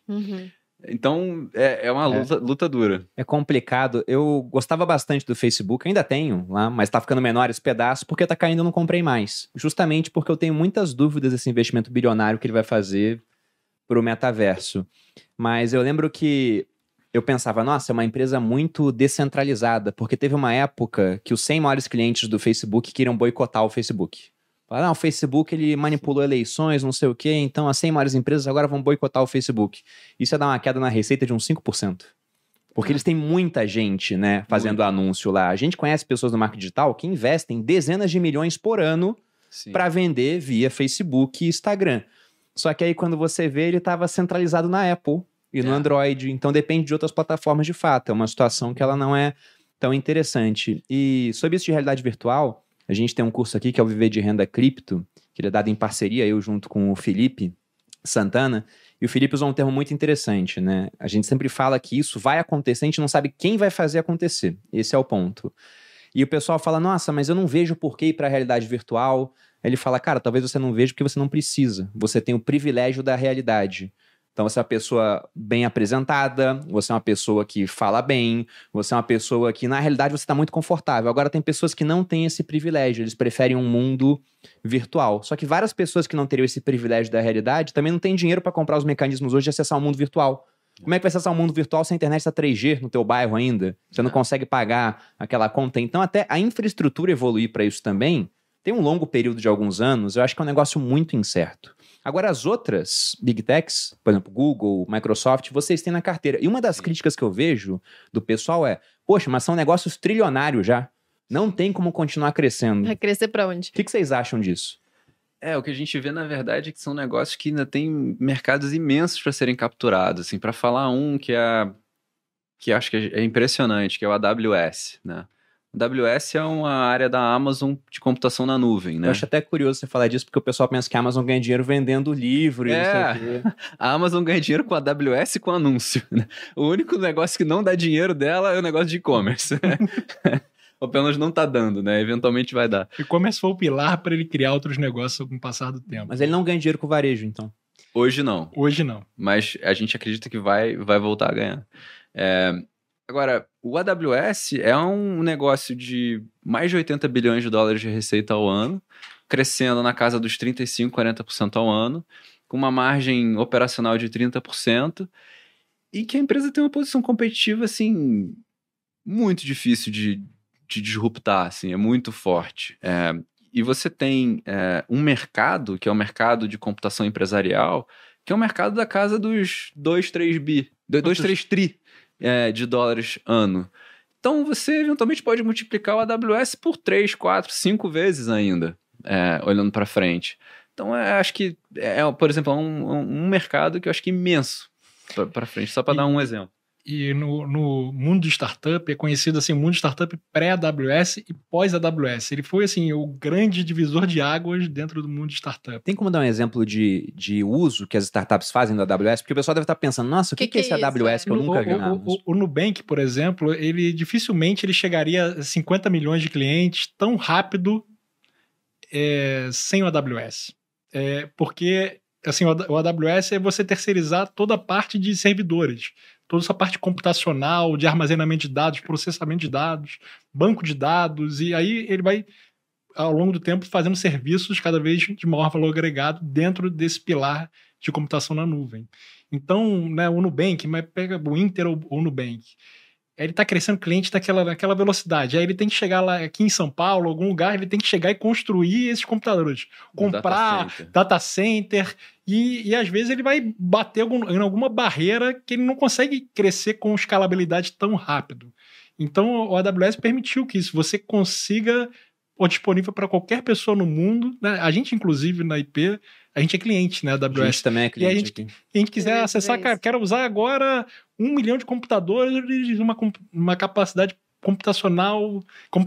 Então, é uma luta dura. É complicado. Eu gostava bastante do Facebook, ainda tenho lá, mas tá ficando menor esse pedaço, porque tá caindo, eu não comprei mais. Justamente porque eu tenho muitas dúvidas desse investimento bilionário que ele vai fazer pro metaverso. Mas eu lembro que eu pensava, nossa, é uma empresa muito descentralizada, porque teve uma época que os 100 maiores clientes do Facebook queriam boicotar o Facebook. O Facebook ele manipulou eleições, não sei o quê, então as 100 maiores empresas agora vão boicotar o Facebook. Isso ia dar uma queda na receita de uns 5%. Porque eles têm muita gente, né, fazendo anúncio lá. A gente conhece pessoas no marketing digital que investem dezenas de milhões por ano para vender via Facebook e Instagram. Só que aí quando você vê, ele estava centralizado na Apple e no Android, então depende de outras plataformas de fato. É uma situação que ela não é tão interessante. E sobre isso de realidade virtual, a gente tem um curso aqui que é o Viver de Renda Cripto, que ele é dado em parceria, eu junto com o Felipe Santana, e o Felipe usou um termo muito interessante, né? A gente sempre fala que isso vai acontecer, a gente não sabe quem vai fazer acontecer. Esse é o ponto. E o pessoal fala, nossa, mas eu não vejo por que ir para a realidade virtual. Aí ele fala, cara, talvez você não veja porque você não precisa. Você tem o privilégio da realidade. Então você é uma pessoa bem apresentada, você é uma pessoa que fala bem, você é uma pessoa que, na realidade, você está muito confortável. Agora tem pessoas que não têm esse privilégio, eles preferem um mundo virtual. Só que várias pessoas que não teriam esse privilégio da realidade também não têm dinheiro para comprar os mecanismos hoje de acessar o mundo virtual. Como é que vai acessar o mundo virtual se a internet está 3G no teu bairro ainda? Você não consegue pagar aquela conta. Então até a infraestrutura evoluir para isso também tem um longo período de alguns anos, eu acho que é um negócio muito incerto. Agora, as outras Big Techs, por exemplo, Google, Microsoft, vocês têm na carteira. E uma das críticas que eu vejo do pessoal é, poxa, mas são negócios trilionários já. Não tem como continuar crescendo. Vai crescer pra onde? O que vocês acham disso? O que a gente vê, na verdade, é que são negócios que ainda tem mercados imensos para serem capturados. Assim, para falar um que acho que é impressionante, que é o AWS, né? A AWS é uma área da Amazon de computação na nuvem, né? Eu acho até curioso você falar disso, porque o pessoal pensa que a Amazon ganha dinheiro vendendo livro e não sei o quê. A Amazon ganha dinheiro com a AWS e com anúncio, né? O único negócio que não dá dinheiro dela é o negócio de e-commerce. Ou pelo menos não tá dando, né? Eventualmente vai dar. O e-commerce foi o pilar para ele criar outros negócios com o passar do tempo. Mas ele não ganha dinheiro com o varejo, então? Hoje não. Hoje não. Mas a gente acredita que vai voltar a ganhar. Agora, o AWS é um negócio de mais de 80 bilhões de dólares de receita ao ano, crescendo na casa dos 35%, 40% ao ano, com uma margem operacional de 30%, e que a empresa tem uma posição competitiva, assim, muito difícil de disruptar, assim, é muito forte. E você tem um mercado, que é o mercado de computação empresarial, que é o mercado da casa dos 2, 3 tri de dólares ano. Então você eventualmente pode multiplicar o AWS por 3, 4, 5 vezes ainda, olhando para frente. Então acho que, por exemplo, um mercado que eu acho que é imenso para frente, só para dar um exemplo. E no mundo de startup, é conhecido assim, o mundo de startup pré-AWS e pós-AWS. Ele foi assim, o grande divisor de águas dentro do mundo de startup. Tem como dar um exemplo de uso que as startups fazem do AWS? Porque o pessoal deve estar pensando, nossa, o que é esse AWS que eu nunca vi? O Nubank, por exemplo, ele dificilmente chegaria a 50 milhões de clientes tão rápido sem o AWS. Porque assim, o AWS é você terceirizar toda a parte de servidores, toda essa parte computacional, de armazenamento de dados, processamento de dados, banco de dados, e aí ele vai, ao longo do tempo, fazendo serviços cada vez de maior valor agregado dentro desse pilar de computação na nuvem. Então, né, o Nubank, mas pega o Inter ou o Nubank, ele está crescendo cliente naquela velocidade. Aí ele tem que chegar lá aqui em São Paulo, algum lugar, ele tem que chegar e construir esses computadores. Comprar data center. E às vezes ele vai bater em alguma barreira que ele não consegue crescer com escalabilidade tão rápido. Então o AWS permitiu que isso você consiga pôr disponível para qualquer pessoa no mundo. Né? A gente, inclusive, na IP, a gente é cliente, né, da AWS. A gente também é cliente. E a gente quiser acessar, cara, quero usar agora 1 milhão de computadores e uma capacidade computacional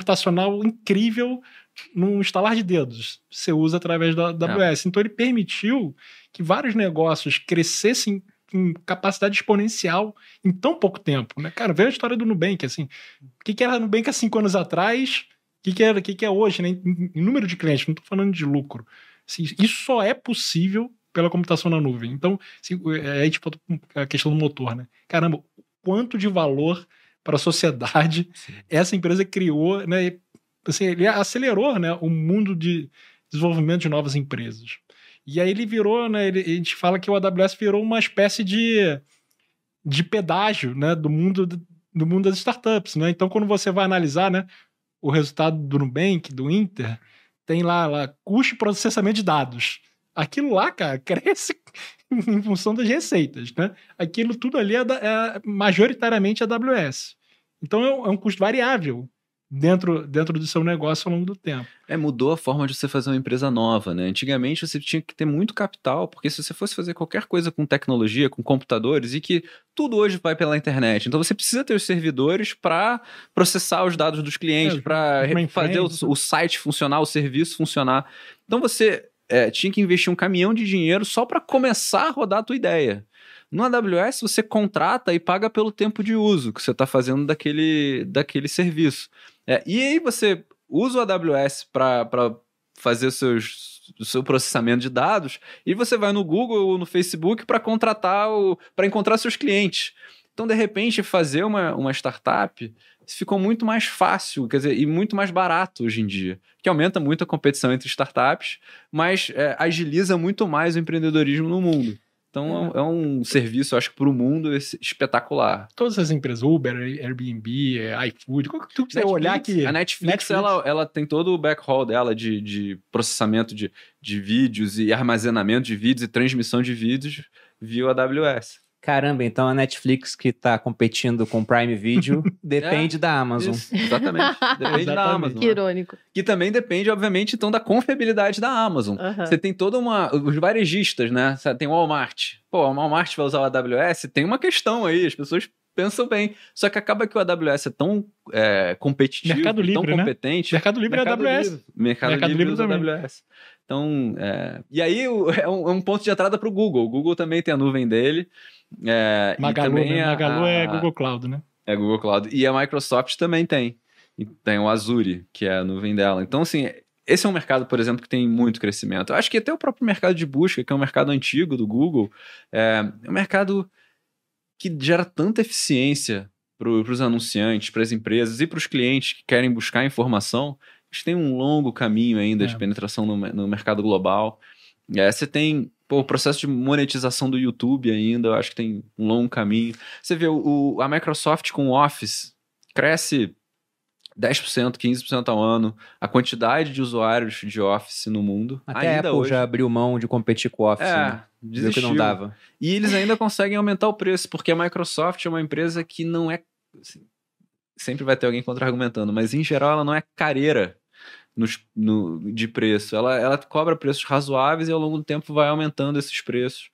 incrível num estalar de dedos. Você usa através da AWS. Então ele permitiu que vários negócios crescessem com capacidade exponencial em tão pouco tempo. Né? Cara, veja a história do Nubank. Assim, o que era Nubank há 5 anos atrás? O que é hoje? Né? Em número de clientes, não estou falando de lucro. Assim, isso só é possível pela computação na nuvem. Então, assim, aí tipo, a questão do motor, né? Caramba, quanto de valor para a sociedade essa empresa criou, né? Assim, ele acelerou, né, o mundo de desenvolvimento de novas empresas. E aí ele virou, né? A gente fala que o AWS virou uma espécie de pedágio, né, do mundo das startups, né? Então, quando você vai analisar, né, o resultado do Nubank, do Inter, tem lá custo de processamento de dados. Aquilo lá, cara, cresce em função das receitas, né? Aquilo tudo ali é majoritariamente AWS. Então é um custo variável dentro do seu negócio ao longo do tempo. Mudou a forma de você fazer uma empresa nova, né? Antigamente você tinha que ter muito capital, porque se você fosse fazer qualquer coisa com tecnologia, com computadores, e que tudo hoje vai pela internet, então você precisa ter os servidores para processar os dados dos clientes, para fazer o site funcionar, o serviço funcionar. Então você tinha que investir um caminhão de dinheiro só para começar a rodar a tua ideia. No AWS você contrata e paga pelo tempo de uso que você está fazendo daquele serviço. E aí você usa o AWS para fazer o seu processamento de dados e você vai no Google ou no Facebook para para encontrar seus clientes. Então, de repente, fazer uma startup ficou muito mais fácil, quer dizer, e muito mais barato hoje em dia, que aumenta muito a competição entre startups, mas agiliza muito mais o empreendedorismo no mundo. Então é um serviço, acho que para o mundo espetacular. Todas as empresas, Uber, Airbnb, iFood, qual que tu quiser olhar aqui. A Netflix. Ela tem todo o backhaul dela de processamento de vídeos e armazenamento de vídeos e transmissão de vídeos via AWS. Caramba, então a Netflix que está competindo com o Prime Video depende da Amazon. Isso, exatamente. Depende da Amazon. Que irônico. Que também depende, obviamente, então, da confiabilidade da Amazon. Você tem os varejistas, né? Você tem o Walmart. Pô, o Walmart vai usar o AWS? Tem uma questão aí, as pessoas pensam bem. Só que acaba que o AWS é tão competitivo, Mercado Livre, tão competente. Mercado Livre é AWS. Mercado Livre usa AWS. Então, e aí é um ponto de entrada para o Google. O Google também tem a nuvem dele. Magalu, e também né? Magalu é Google Cloud, né? É Google Cloud. E a Microsoft também tem. E tem o Azure, que é a nuvem dela. Então, assim, esse é um mercado, por exemplo, que tem muito crescimento. Eu acho que até o próprio mercado de busca, que é um mercado antigo do Google, é um mercado que gera tanta eficiência para os anunciantes, para as empresas e para os clientes que querem buscar informação. A gente tem um longo caminho ainda de penetração no mercado global. Você tem o processo de monetização do YouTube ainda, eu acho que tem um longo caminho. Você vê a Microsoft com o Office, cresce 10%, 15% ao ano, a quantidade de usuários de Office no mundo. Até ainda a Apple hoje, já abriu mão de competir com o Office, né? Viu que desistiu. não dava. E eles ainda conseguem aumentar o preço, porque a Microsoft é uma empresa que não é... assim, sempre vai ter alguém contra-argumentando, mas em geral ela não é careira de preço. Ela cobra preços razoáveis e ao longo do tempo vai aumentando esses preços,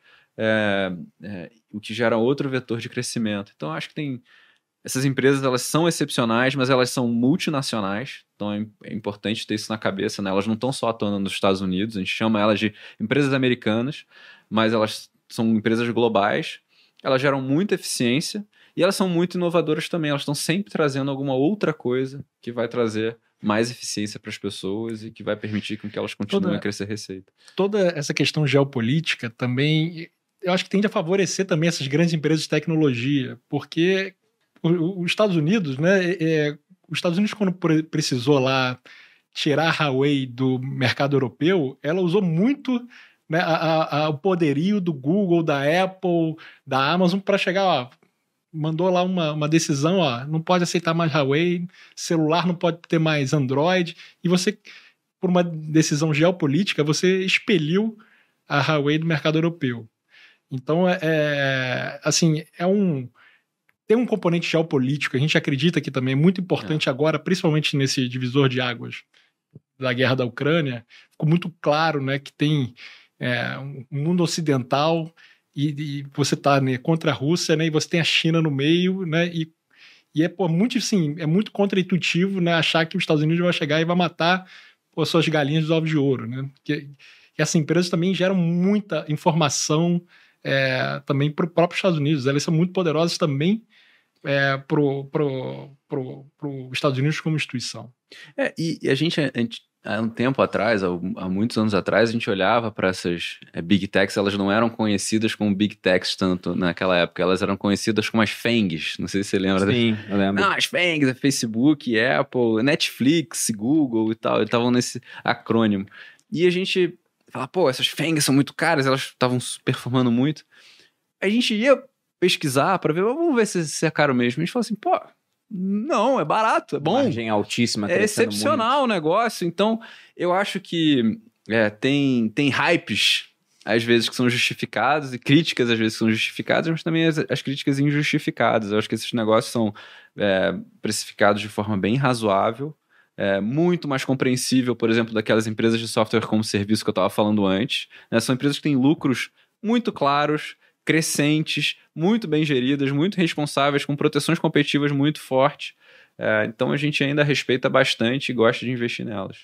o que gera outro vetor de crescimento. Então acho que essas empresas, elas são excepcionais, mas elas são multinacionais, então é importante ter isso na cabeça, né? Elas não estão só atuando nos Estados Unidos, a gente chama elas de empresas americanas, mas elas são empresas globais, elas geram muita eficiência e elas são muito inovadoras também, elas estão sempre trazendo alguma outra coisa que vai trazer mais eficiência para as pessoas e que vai permitir com que elas continuem a crescer receita. Toda essa questão geopolítica também, eu acho que tende a favorecer também essas grandes empresas de tecnologia, porque os Estados Unidos, né? Os Estados Unidos, quando precisou lá tirar a Huawei do mercado europeu, ela usou muito, né, o poderio do Google, da Apple, da Amazon para chegar, ó, mandou lá uma decisão, ó, não pode aceitar mais Huawei, celular não pode ter mais Android, e você, por uma decisão geopolítica, você expeliu a Huawei do mercado europeu. Então, assim, tem um componente geopolítico, a gente acredita que também é muito importante agora, principalmente nesse divisor de águas da guerra da Ucrânia, ficou muito claro, né, que tem um mundo ocidental e você está, né, contra a Rússia, né, e você tem a China no meio, né, e muito, assim, é muito contraintuitivo, né, achar que os Estados Unidos vai chegar e vai matar as suas galinhas dos ovos de ouro, né, que essas empresas também geram muita informação também para o próprio Estados Unidos, elas são muito poderosas também pro Estados Unidos como instituição. E a gente, há um tempo atrás, há muitos anos atrás, a gente olhava para essas Big Techs, elas não eram conhecidas como Big Techs tanto naquela época, elas eram conhecidas como as FANGs, não sei se você lembra. Sim, eu lembro. Não, as FANGs, Facebook, Apple, Netflix, Google e tal, eles estavam nesse acrônimo. E a gente fala, pô, essas FANGs são muito caras, elas estavam performando muito. A gente ia pesquisar para ver, vamos ver se é caro mesmo. A gente falou assim, pô, não, é barato, é bom. Margem altíssima, é excepcional muito. O negócio. Então, eu acho que tem hypes, às vezes, que são justificados e críticas, às vezes, que são justificadas, mas também as críticas injustificadas. Eu acho que esses negócios são precificados de forma bem razoável, muito mais compreensível, por exemplo, daquelas empresas de software como serviço que eu estava falando antes. Né? São empresas que têm lucros muito claros, crescentes, muito bem geridas, muito responsáveis, com proteções competitivas muito fortes. Então a gente ainda respeita bastante e gosta de investir nelas.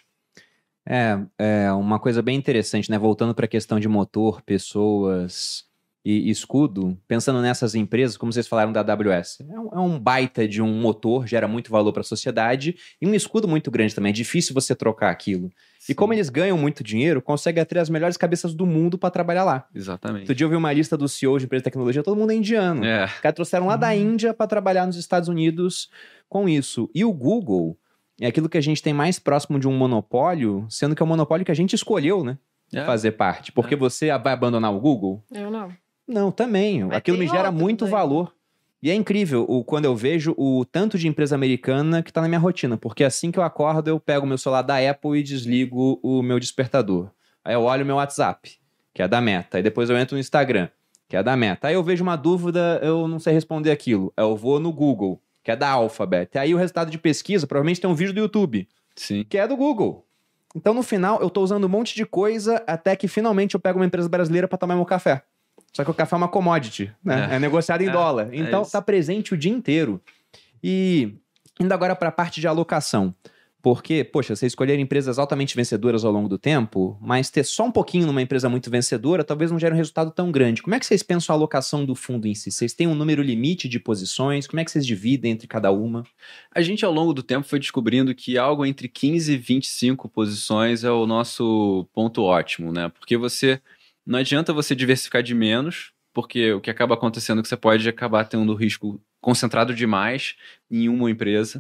Uma coisa bem interessante, né? Voltando para a questão de motor, pessoas e escudo, pensando nessas empresas, como vocês falaram da AWS, é um baita de um motor, gera muito valor para a sociedade e um escudo muito grande também, é difícil você trocar aquilo. Sim. E como eles ganham muito dinheiro, conseguem atrair as melhores cabeças do mundo para trabalhar lá. Exatamente. Outro dia eu vi uma lista dos CEOs de empresas de tecnologia, todo mundo é indiano. Os caras trouxeram lá da Índia para trabalhar nos Estados Unidos com isso. E o Google é aquilo que a gente tem mais próximo de um monopólio, sendo que é um monopólio que a gente escolheu, né? Fazer parte. Porque você vai abandonar o Google? Eu não. Não, também. Mas aquilo me gera muito valor. E é incrível quando eu vejo o tanto de empresa americana que tá na minha rotina. Porque assim que eu acordo, eu pego o meu celular da Apple e desligo o meu despertador. Aí eu olho o meu WhatsApp, que é da Meta. Aí depois eu entro no Instagram, que é da Meta. Aí eu vejo uma dúvida, eu não sei responder aquilo. Aí eu vou no Google, que é da Alphabet. Aí o resultado de pesquisa, provavelmente tem um vídeo do YouTube, sim, que é do Google. Então no final, eu tô usando um monte de coisa até que finalmente eu pego uma empresa brasileira para tomar meu café. Só que o café é uma commodity, né? É negociado em dólar. Então, tá presente o dia inteiro. E indo agora para a parte de alocação. Porque, poxa, você escolher empresas altamente vencedoras ao longo do tempo, mas ter só um pouquinho numa empresa muito vencedora, talvez não gere um resultado tão grande. Como é que vocês pensam a alocação do fundo em si? Vocês têm um número limite de posições? Como é que vocês dividem entre cada uma? A gente, ao longo do tempo, foi descobrindo que algo entre 15 e 25 posições é o nosso ponto ótimo, né? Porque não adianta você diversificar de menos, porque o que acaba acontecendo é que você pode acabar tendo risco concentrado demais em uma empresa.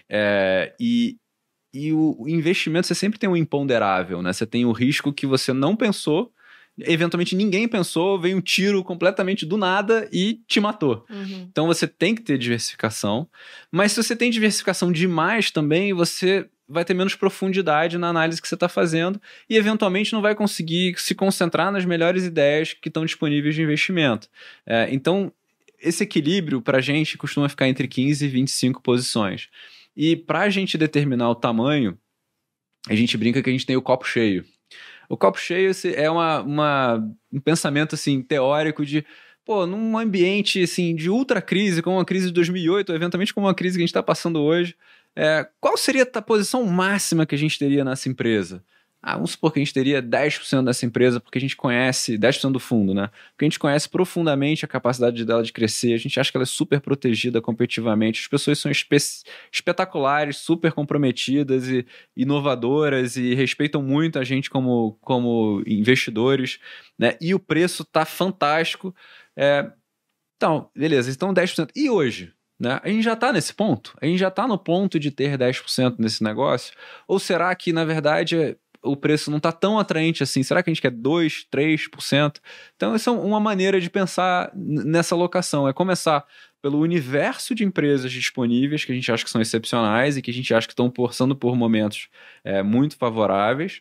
E o investimento, você sempre tem um imponderável, né? Você tem o risco que você não pensou eventualmente ninguém pensou, veio um tiro completamente do nada e te matou. Então você tem que ter diversificação, mas se você tem diversificação demais também, você vai ter menos profundidade na análise que você está fazendo e eventualmente não vai conseguir se concentrar nas melhores ideias que estão disponíveis de investimento. Então, esse equilíbrio para a gente costuma ficar entre 15 e 25 posições. E para a gente determinar o tamanho, a gente brinca que a gente tem o copo cheio. O copo cheio é um pensamento assim, teórico de, num ambiente assim, de ultra crise, como a crise de 2008, ou eventualmente como uma crise que a gente está passando hoje, qual seria a posição máxima que a gente teria nessa empresa? Vamos supor que a gente teria 10% dessa empresa porque a gente conhece, 10% do fundo, né? Porque a gente conhece profundamente a capacidade dela de crescer, a gente acha que ela é super protegida competitivamente, as pessoas são espetaculares, super comprometidas e inovadoras e respeitam muito a gente como investidores, né? E o preço tá fantástico. Então, beleza, então 10%. E hoje? Né? A gente já está nesse ponto? A gente já está no ponto de ter 10% nesse negócio? Ou será que, na verdade, o preço não está tão atraente assim? Será que a gente quer 2%, 3%? Então, essa é uma maneira de pensar nessa alocação. É começar pelo universo de empresas disponíveis que a gente acha que são excepcionais e que a gente acha que estão passando por momentos muito favoráveis.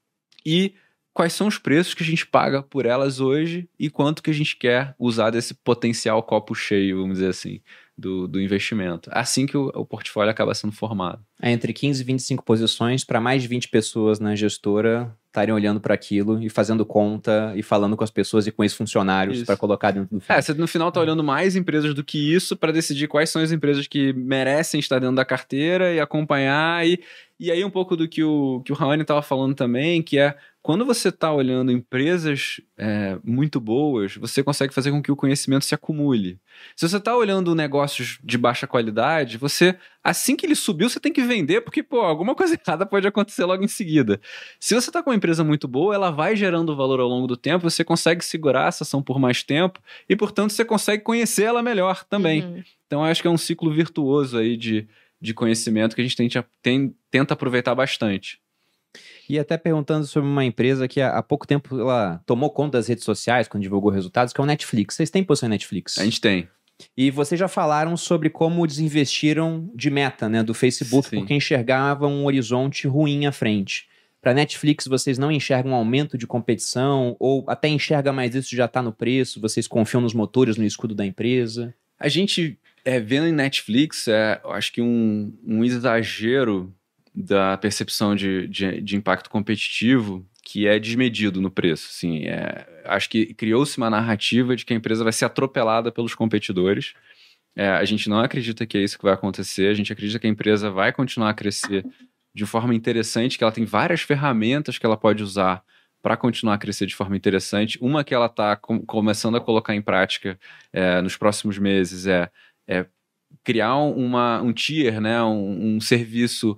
E quais são os preços que a gente paga por elas hoje e quanto que a gente quer usar desse potencial copo cheio, vamos dizer assim, do investimento. Assim que o portfólio acaba sendo formado. Entre 15 e 25 posições para mais de 20 pessoas na gestora estarem olhando para aquilo e fazendo conta e falando com as pessoas e com os funcionários para colocar dentro do fundo. Você no final está olhando mais empresas do que isso para decidir quais são as empresas que merecem estar dentro da carteira e acompanhar. E aí um pouco do que o Raoni estava falando também, que é quando você está olhando empresas muito boas, você consegue fazer com que o conhecimento se acumule. Se você está olhando negócios de baixa qualidade, você, assim que ele subiu, você tem que vender, porque alguma coisa errada pode acontecer logo em seguida. Se você está com uma empresa muito boa, ela vai gerando valor ao longo do tempo, você consegue segurar essa ação por mais tempo e, portanto, você consegue conhecer ela melhor também. Então, eu acho que é um ciclo virtuoso aí de conhecimento que a gente tenta aproveitar bastante. E até perguntando sobre uma empresa que há pouco tempo ela tomou conta das redes sociais quando divulgou resultados, que é o Netflix. Vocês têm posição em Netflix? A gente tem. E vocês já falaram sobre como desinvestiram de Meta, né, do Facebook, Sim. porque enxergavam um horizonte ruim à frente. Para Netflix, vocês não enxergam um aumento de competição ou até enxerga mais isso já está no preço? Vocês confiam nos motores, no escudo da empresa? A gente, vendo em Netflix, eu acho que um exagero da percepção de impacto competitivo que é desmedido no preço. Assim, acho que criou-se uma narrativa de que a empresa vai ser atropelada pelos competidores. A gente não acredita que é isso que vai acontecer. A gente acredita que a empresa vai continuar a crescer de forma interessante, que ela tem várias ferramentas que ela pode usar para continuar a crescer de forma interessante. Uma que ela está começando a colocar em prática nos próximos meses é criar um tier, né, um serviço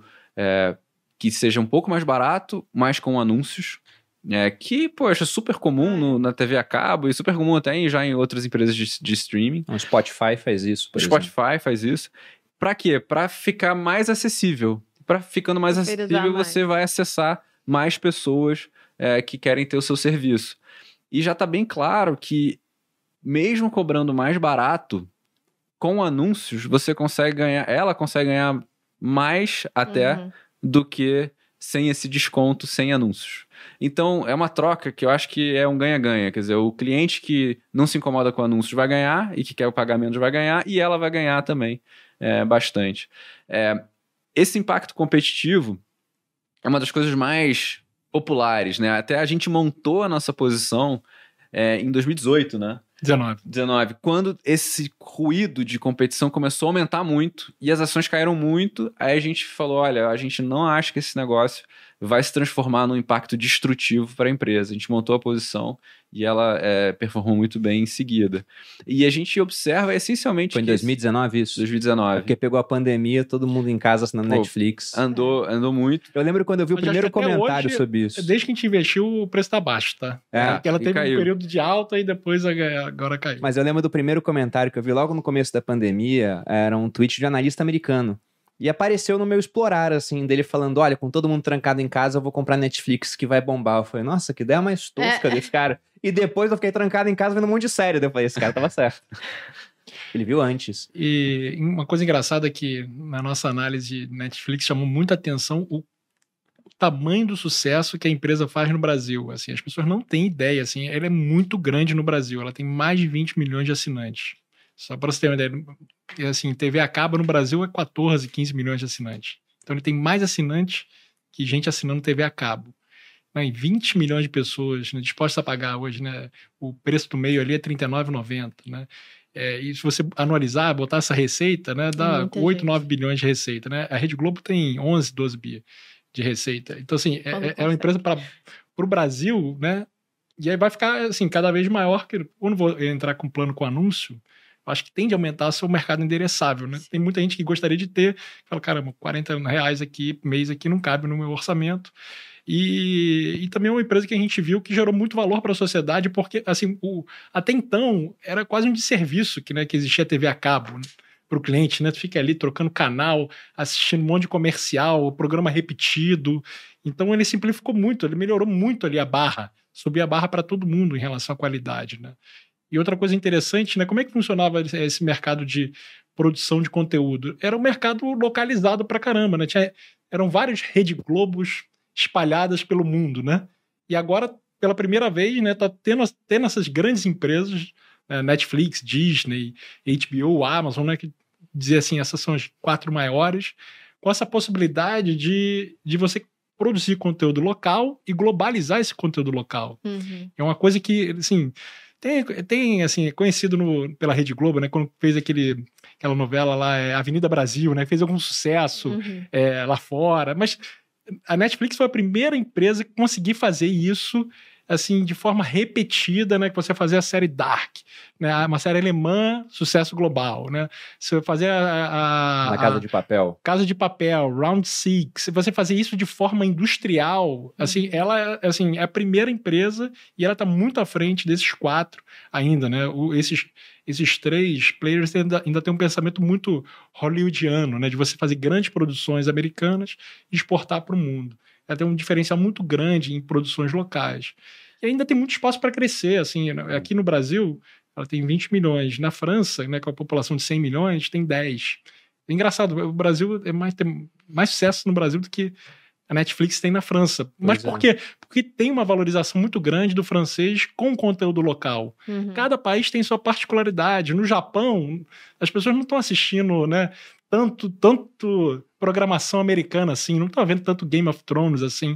que seja um pouco mais barato, mas com anúncios, que, poxa, é super comum na TV a cabo e super comum até já em outras empresas de streaming. O Spotify faz isso, por exemplo. O Spotify faz isso. Para quê? Para ficar mais acessível. Para ficando mais acessível, você vai acessar mais pessoas que querem ter o seu serviço. E já está bem claro que, mesmo cobrando mais barato, com anúncios, ela consegue ganhar mais até do que sem esse desconto, sem anúncios. Então, é uma troca que eu acho que é um ganha-ganha. Quer dizer, o cliente que não se incomoda com anúncios vai ganhar e que quer o pagamento vai ganhar e ela vai ganhar também bastante. Esse impacto competitivo é uma das coisas mais populares, né? Até a gente montou a nossa posição em 2018, né? 19, quando esse ruído de competição começou a aumentar muito e as ações caíram muito, aí a gente falou, olha, a gente não acha que esse negócio vai se transformar num impacto destrutivo para a empresa. A gente montou a posição e ela performou muito bem em seguida. E a gente observa essencialmente... Foi em 2019 isso? 2019. Porque pegou a pandemia, todo mundo em casa assinando Netflix. Andou muito. Eu lembro quando eu vi o primeiro comentário sobre isso. Desde que a gente investiu, o preço tá baixo, tá? Porque ela teve um período de alta e depois agora caiu. Mas eu lembro do primeiro comentário que eu vi logo no começo da pandemia, era um tweet de um analista americano. E apareceu no meu explorar, assim, dele falando, olha, com todo mundo trancado em casa, eu vou comprar Netflix que vai bombar. Eu falei, nossa, que ideia mais tosca desse cara. E depois eu fiquei trancado em casa vendo um monte de série. Daí eu falei, esse cara tava certo. Ele viu antes. E uma coisa engraçada é que na nossa análise de Netflix chamou muita atenção o tamanho do sucesso que a empresa faz no Brasil. Assim, as pessoas não têm ideia, assim, ela é muito grande no Brasil, ela tem mais de 20 milhões de assinantes. Só para você ter uma ideia, assim, TV a cabo no Brasil é 14, 15 milhões de assinantes. Então ele tem mais assinantes que gente assinando TV a cabo. Né? E 20 milhões de pessoas, né, dispostas a pagar hoje, né, o preço do meio ali é R$ 39,90, né? E se você anualizar, botar essa receita, né, dá Muita 8, gente. 9 bilhões de receita. Né? A Rede Globo tem 11, 12 bi de receita. Então, assim, é uma empresa para o Brasil, né? E aí vai ficar, assim, cada vez maior. Que quando vou entrar com plano com anúncio, eu acho que tende a aumentar seu mercado endereçável, né? Tem muita gente que gostaria de ter, fala, caramba, R$ 40 aqui, mês aqui, não cabe no meu orçamento. E também é uma empresa que a gente viu que gerou muito valor para a sociedade, porque, assim, até então, era quase um desserviço que existia TV a cabo, né? Para o cliente, né? Tu fica ali trocando canal, assistindo um monte de comercial, programa repetido. Então ele simplificou muito, ele melhorou muito ali a barra, subiu a barra para todo mundo em relação à qualidade, né? E outra coisa interessante, né? Como é que funcionava esse mercado de produção de conteúdo? Era um mercado localizado pra caramba, né? Eram várias Rede Globos espalhadas pelo mundo, né? E agora, pela primeira vez, né, tá tendo essas grandes empresas, Netflix, Disney, HBO, Amazon, né, que dizer assim, essas são as 4 maiores, com essa possibilidade de você produzir conteúdo local e globalizar esse conteúdo local. Uhum. É uma coisa que, assim, tem assim, é conhecido pela Rede Globo, né, quando fez aquela novela lá, Avenida Brasil, né, fez algum sucesso lá fora, mas a Netflix foi a primeira empresa que conseguiu fazer isso assim, de forma repetida, né, que você fazia a série Dark, né, uma série alemã, sucesso global, né, você fazia Na Casa de Papel. Casa de Papel, Round Six, você fazia isso de forma industrial, assim, ela assim, é a primeira empresa e ela está muito à frente desses 4 ainda, né, esses 3 players ainda têm um pensamento muito hollywoodiano, né, de você fazer grandes produções americanas e exportar para o mundo. Ela tem um diferencial muito grande em produções locais. E ainda tem muito espaço para crescer. Assim, aqui no Brasil, ela tem 20 milhões. Na França, né, com a população de 100 milhões, tem 10. É engraçado, o Brasil tem mais sucesso no Brasil do que a Netflix tem na França. Mas por quê? Porque tem uma valorização muito grande do francês com conteúdo local. Uhum. Cada país tem sua particularidade. No Japão, as pessoas não estão assistindo, né, tanto programação americana, assim, não estão vendo tanto Game of Thrones, assim.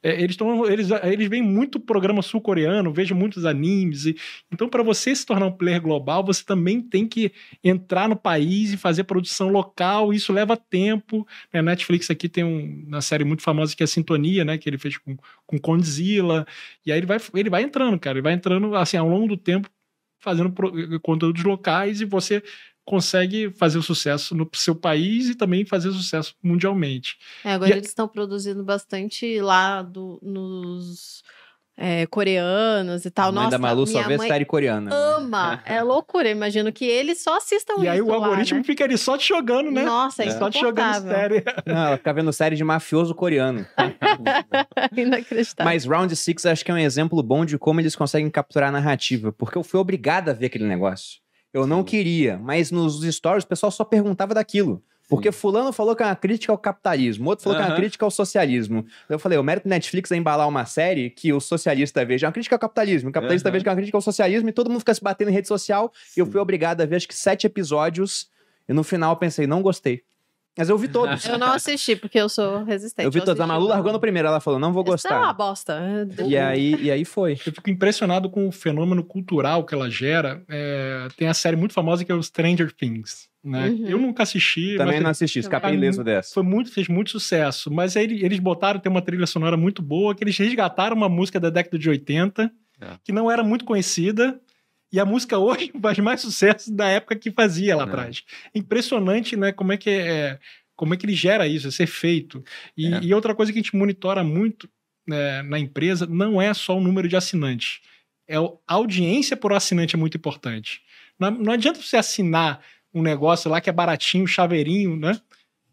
Eles veem muito programa sul-coreano, vejam muitos animes. Então, para você se tornar um player global, você também tem que entrar no país e fazer produção local, isso leva tempo. A Netflix aqui tem uma série muito famosa que é a Sintonia, né, que ele fez com Condzilla, e aí ele vai entrando, cara, ele vai entrando, assim, ao longo do tempo, fazendo conteúdos locais e você consegue fazer o sucesso no seu país e também fazer sucesso mundialmente. Agora eles estão produzindo bastante lá nos coreanos e tal. Mãe da Malu só vê série coreana. Ama, é loucura. Eu imagino que eles só assistam isso. E aí o algoritmo lá, né? fica ali só te jogando, né? Nossa, é só te jogando série. Não, ela fica vendo série de mafioso coreano. Inacreditável. Mas Round Six acho que é um exemplo bom de como eles conseguem capturar a narrativa, porque eu fui obrigado a ver aquele negócio. Eu não queria, mas nos stories o pessoal só perguntava daquilo. Porque fulano falou que é uma crítica ao capitalismo, outro falou que é uma crítica ao socialismo. Eu falei, o mérito do Netflix é embalar uma série que o socialista veja uma crítica ao capitalismo, o capitalista veja que é uma crítica ao socialismo, e todo mundo fica se batendo em rede social. E eu fui obrigado a ver acho que 7 episódios, e no final eu pensei, não gostei. Mas eu vi todos. Eu não assisti, porque eu sou resistente. Eu vi todos. A Malu largou no primeiro, ela falou, não vou Isso é gostar. uma bosta. E aí foi. Eu fico impressionado com o fenômeno cultural que ela gera. Tem a série muito famosa que é o Stranger Things, né? Eu nunca assisti. Também não assisti, escapei ileso dessa. Fez muito sucesso. Mas aí eles botaram, tem uma trilha sonora muito boa, que eles resgataram uma música da década de 80, que não era muito conhecida. E a música hoje faz mais sucesso da época que fazia lá atrás. Impressionante, né? Como é que ele gera isso, esse efeito. E outra coisa que a gente monitora muito, né, na empresa não é só o número de assinantes. A audiência por assinante é muito importante. Não adianta você assinar um negócio lá que é baratinho, chaveirinho, né?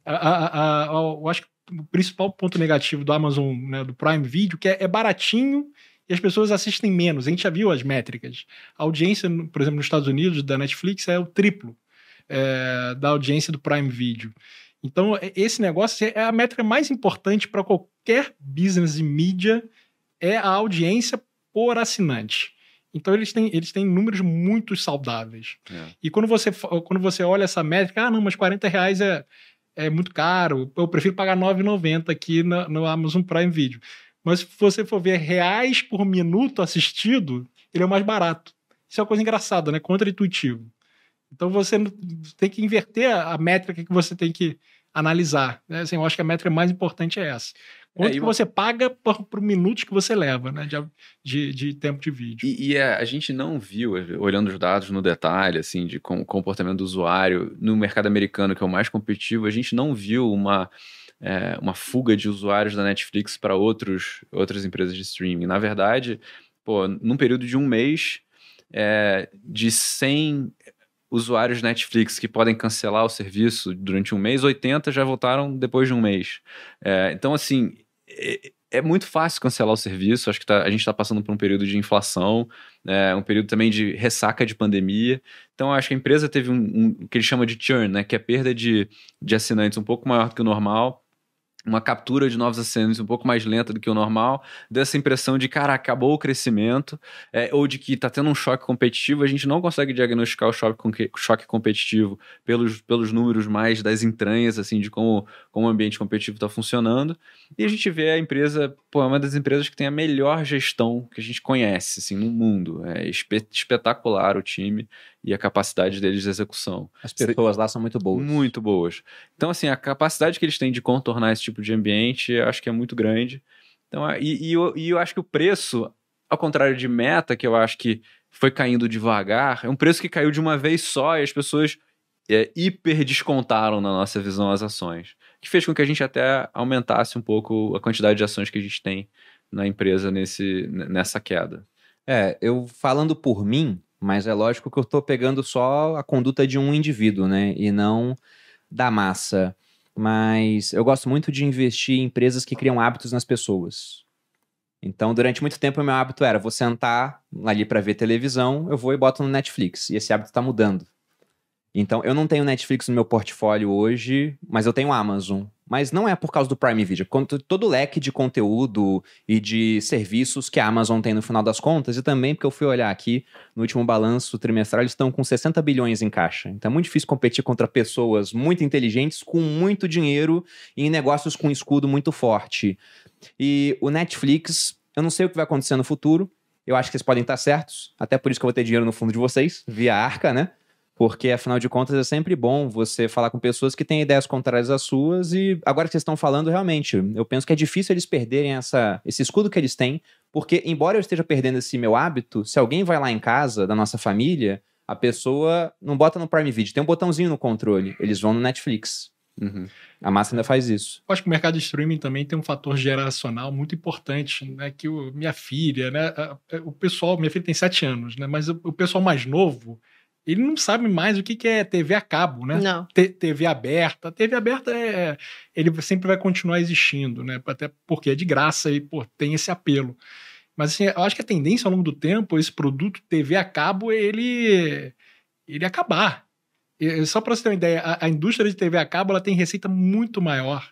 Eu acho que o principal ponto negativo do Amazon, né, do Prime Video, que é baratinho e as pessoas assistem menos. A gente já viu as métricas. A audiência, por exemplo, nos Estados Unidos, da Netflix, é o triplo da audiência do Prime Video. Então, esse negócio é a métrica mais importante para qualquer business de mídia, é a audiência por assinante. Então, eles têm números muito saudáveis. E quando você olha essa métrica, não, mas R$40 é muito caro, eu prefiro pagar R$9,90 aqui no Amazon Prime Video. Mas se você for ver reais por minuto assistido, ele é o mais barato. Isso é uma coisa engraçada, né? Contra-intuitivo. Então você tem que inverter a métrica que você tem que analisar. Né? Assim, eu acho que a métrica mais importante é essa. Quanto que você paga por minutos que você leva, né? de tempo de vídeo. E a gente não viu, olhando os dados no detalhe, assim, de comportamento do usuário no mercado americano, que é o mais competitivo, a gente não viu uma fuga de usuários da Netflix para outras empresas de streaming. Na verdade, num período de um mês, de 100 usuários Netflix que podem cancelar o serviço durante um mês, 80 já voltaram depois de um mês. Então, assim, é muito fácil cancelar o serviço. Acho que a gente está passando por um período de inflação, um período também de ressaca de pandemia. Então, acho que a empresa teve o que ele chama de churn, né, que é perda de assinantes um pouco maior do que o normal, uma captura de novos assinantes um pouco mais lenta do que o normal, dessa impressão de, cara, acabou o crescimento, ou de que está tendo um choque competitivo. A gente não consegue diagnosticar o choque competitivo pelos números mais das entranhas, assim, de como o ambiente competitivo está funcionando. E a gente vê a empresa, é uma das empresas que tem a melhor gestão que a gente conhece, assim, no mundo. É espetacular o time e a capacidade deles de execução. As pessoas lá são muito boas. Muito boas. Então, assim, a capacidade que eles têm de contornar esse tipo de ambiente, acho que é muito grande. Então, eu acho que o preço, ao contrário de Meta, que eu acho que foi caindo devagar, é um preço que caiu de uma vez só e as pessoas hiper descontaram na nossa visão as ações, que fez com que a gente até aumentasse um pouco a quantidade de ações que a gente tem na empresa nessa queda. Eu falando por mim, mas é lógico que eu estou pegando só a conduta de um indivíduo, né? E não da massa. Mas eu gosto muito de investir em empresas que criam hábitos nas pessoas. Então, durante muito tempo, o meu hábito era: vou sentar ali para ver televisão, eu vou e boto no Netflix. E esse hábito está mudando. Então, eu não tenho Netflix no meu portfólio hoje, mas eu tenho Amazon. Mas não é por causa do Prime Video. Todo o leque de conteúdo e de serviços que a Amazon tem no final das contas, e também porque eu fui olhar aqui no último balanço trimestral, eles estão com 60 bilhões em caixa. Então é muito difícil competir contra pessoas muito inteligentes, com muito dinheiro e em negócios com um escudo muito forte. E o Netflix, eu não sei o que vai acontecer no futuro. Eu acho que vocês podem estar certos. Até por isso que eu vou ter dinheiro no fundo de vocês, via Arca, né? Porque, afinal de contas, é sempre bom você falar com pessoas que têm ideias contrárias às suas. E agora que vocês estão falando, realmente, eu penso que é difícil eles perderem esse escudo que eles têm. Porque, embora eu esteja perdendo esse meu hábito, se alguém vai lá em casa, da nossa família, a pessoa não bota no Prime Video. Tem um botãozinho no controle. Eles vão no Netflix. Uhum. A massa ainda faz isso. Eu acho que o mercado de streaming também tem um fator geracional muito importante, né? Que minha filha, né? Minha filha tem 7 anos, né? Mas o pessoal mais novo, ele não sabe mais o que é TV a cabo, né? Não. TV aberta. A TV aberta ele sempre vai continuar existindo, né? Até porque é de graça e tem esse apelo. Mas assim, eu acho que a tendência ao longo do tempo, esse produto TV a cabo, ele acabar. E, só para você ter uma ideia, a indústria de TV a cabo ela tem receita muito maior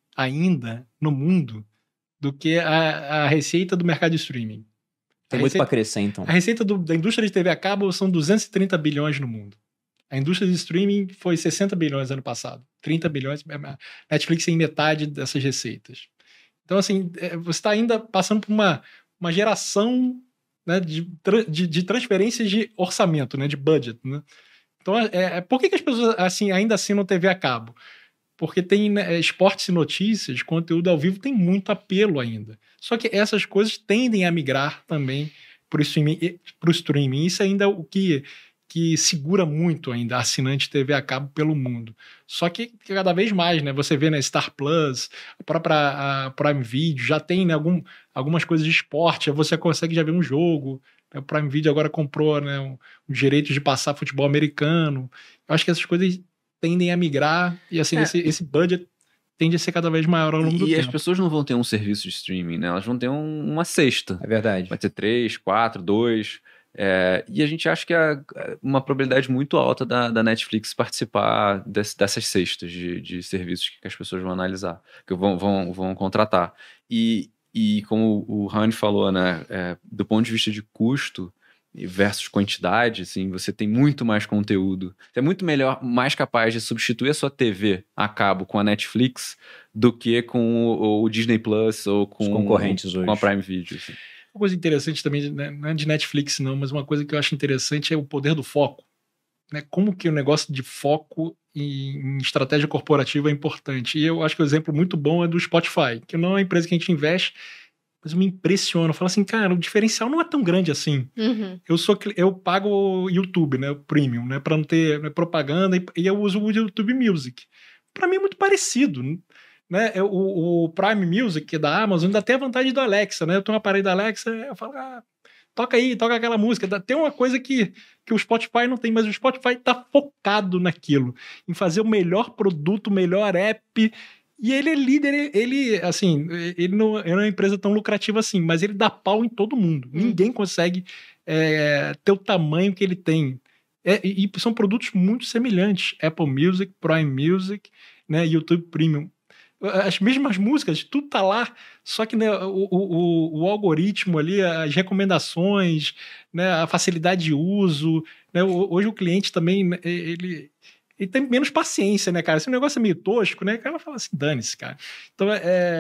ainda no mundo do que a receita do mercado de streaming. Tem muito para crescer, então. A receita da indústria de TV a cabo são 230 bilhões no mundo. A indústria de streaming foi 60 bilhões ano passado. 30 bilhões. A Netflix tem metade dessas receitas. Então, assim, você está ainda passando por uma geração, né, de transferências de orçamento, né, de budget. Né? Então, por que as pessoas assim, ainda assinam TV a cabo? Porque tem, né, esportes e notícias, conteúdo ao vivo tem muito apelo ainda. Só que essas coisas tendem a migrar também para o streaming. Isso ainda é o que segura muito ainda a assinante TV a cabo pelo mundo. Só que cada vez mais, né? Você vê na Star Plus, a própria Prime Video, já tem, né, algumas coisas de esporte, você consegue já ver um jogo. O Prime Video agora comprou, né, um direito de passar futebol americano. Eu acho que essas coisas tendem a migrar e assim, esse budget tende a ser cada vez maior ao longo do tempo. E as pessoas não vão ter um serviço de streaming, né? Elas vão ter uma cesta. É verdade. Vai ter 3, 4, 2... e a gente acha que é uma probabilidade muito alta da Netflix participar dessas cestas de serviços que as pessoas vão analisar, que vão contratar. E como o Rani falou, né, do ponto de vista de custo versus quantidade, assim, você tem muito mais conteúdo. Você é muito mais capaz de substituir a sua TV a cabo com a Netflix do que com o Disney Plus ou com os concorrentes hoje. Com a Prime Video, assim. Uma coisa interessante também, né, não é de Netflix não, mas uma coisa que eu acho interessante é o poder do foco. Né? Como que o negócio de foco em estratégia corporativa é importante. E eu acho que o exemplo muito bom é do Spotify, que não é uma empresa que a gente investe, mas me impressiona. Eu falo assim, cara, o diferencial não é tão grande assim. Uhum. Eu pago o YouTube, né, o Premium, né, para não ter propaganda, e eu uso o YouTube Music. Para mim é muito parecido, né? O Prime Music da Amazon ainda tem a vantagem do Alexa, né? Eu tenho um aparelho da Alexa, eu falo, toca aí, toca aquela música. Tem uma coisa que o Spotify não tem, mas o Spotify tá focado naquilo, em fazer o melhor produto, o melhor app. E ele é líder, assim, ele não é uma empresa tão lucrativa assim, mas ele dá pau em todo mundo. Ninguém consegue ter o tamanho que ele tem. E são produtos muito semelhantes. Apple Music, Prime Music, né, YouTube Premium. As mesmas músicas, tudo tá lá, só que, né, o algoritmo ali, as recomendações, né, a facilidade de uso, né, hoje o cliente também, ele tem menos paciência, né, cara? Esse negócio é meio tosco, né? O cara fala assim, dane-se, cara. Então,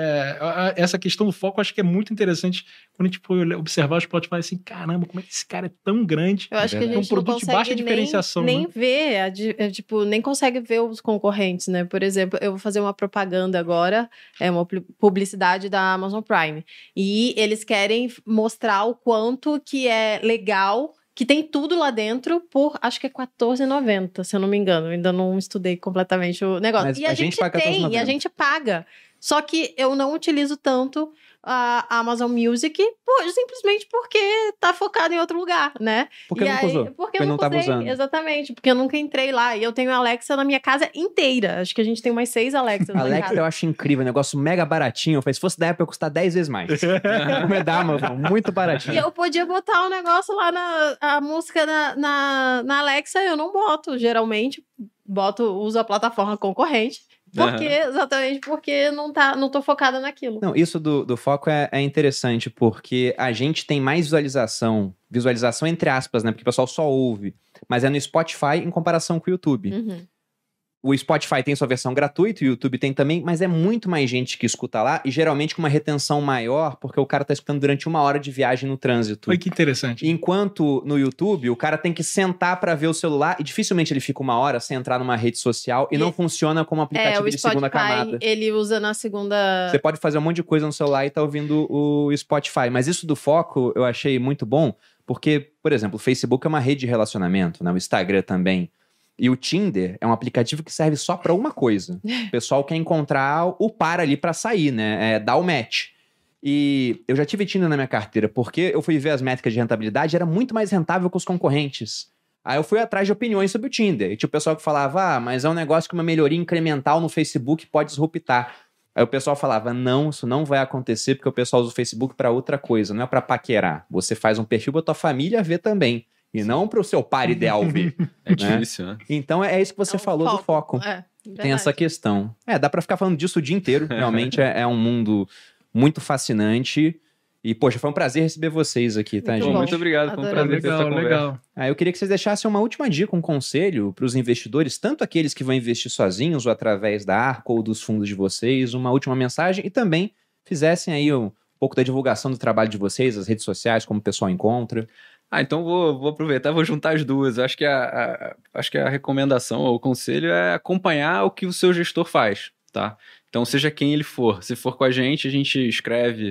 essa questão do foco, eu acho que é muito interessante quando a gente for observar o Spotify assim, caramba, como é que esse cara é tão grande? Eu acho que a gente um produto não de baixa consegue diferenciação, nem né? ver, nem consegue ver os concorrentes, né? Por exemplo, eu vou fazer uma propaganda agora, uma publicidade da Amazon Prime. E eles querem mostrar o quanto que é legal, que tem tudo lá dentro por, acho que é R$14,90, se eu não me engano. Eu ainda não estudei completamente o negócio. Mas e a gente paga tem, R$14,90. e a gente paga. Só que eu não utilizo tanto a Amazon Music, simplesmente porque tá focado em outro lugar, né? Porque nunca usou. Porque eu não nunca tava usei, usando. exatamente. Porque eu nunca entrei lá. E eu tenho a Alexa na minha casa inteira. Acho que a gente tem umas 6 Alexas na Alexa casa. eu acho incrível, negócio mega baratinho. Eu falei, se fosse da Apple, ia custar 10 vezes mais. Como é da Amazon, muito baratinho. E eu podia botar um negócio lá, a música na Alexa, eu não boto. Geralmente, uso a plataforma concorrente. Exatamente porque não tô focada naquilo. Não, isso do foco é interessante, porque a gente tem mais visualização entre aspas, né? Porque o pessoal só ouve, mas é no Spotify em comparação com o YouTube. Uhum. O Spotify tem sua versão gratuita, o YouTube tem também, mas é muito mais gente que escuta lá e geralmente com uma retenção maior, porque o cara tá escutando durante 1 hora de viagem no trânsito. Olha que interessante. Enquanto no YouTube, o cara tem que sentar pra ver o celular e dificilmente ele fica 1 hora sem entrar numa rede social e não funciona como aplicativo de segunda camada. Ele usa na segunda... Você pode fazer um monte de coisa no celular e tá ouvindo o Spotify. Mas isso do foco eu achei muito bom, porque, por exemplo, o Facebook é uma rede de relacionamento, né? O Instagram também. E o Tinder é um aplicativo que serve só pra uma coisa. O pessoal quer encontrar o par ali pra sair, né? Dar o match. E eu já tive Tinder na minha carteira, porque eu fui ver as métricas de rentabilidade, era muito mais rentável que os concorrentes. Aí eu fui atrás de opiniões sobre o Tinder. E tinha o pessoal que falava, mas é um negócio que uma melhoria incremental no Facebook pode disruptar. Aí o pessoal falava, não, isso não vai acontecer, porque o pessoal usa o Facebook pra outra coisa, não é pra paquerar. Você faz um perfil pra tua família ver também. E não para o seu par ideal ver. É difícil, né? Então é isso que você falou do foco. Tem essa questão. Dá para ficar falando disso o dia inteiro. Realmente é um mundo muito fascinante. E, poxa, foi um prazer receber vocês aqui, tá, gente? Muito obrigado, foi um prazer ter essa conversa. Legal. Eu queria que vocês deixassem uma última dica, um conselho para os investidores, tanto aqueles que vão investir sozinhos ou através da Arco ou dos fundos de vocês, uma última mensagem e também fizessem aí um pouco da divulgação do trabalho de vocês, as redes sociais, como o pessoal encontra. Então vou aproveitar, vou juntar as duas. Acho que a recomendação ou o conselho é acompanhar o que o seu gestor faz, tá? Então, seja quem ele for. Se for com a gente escreve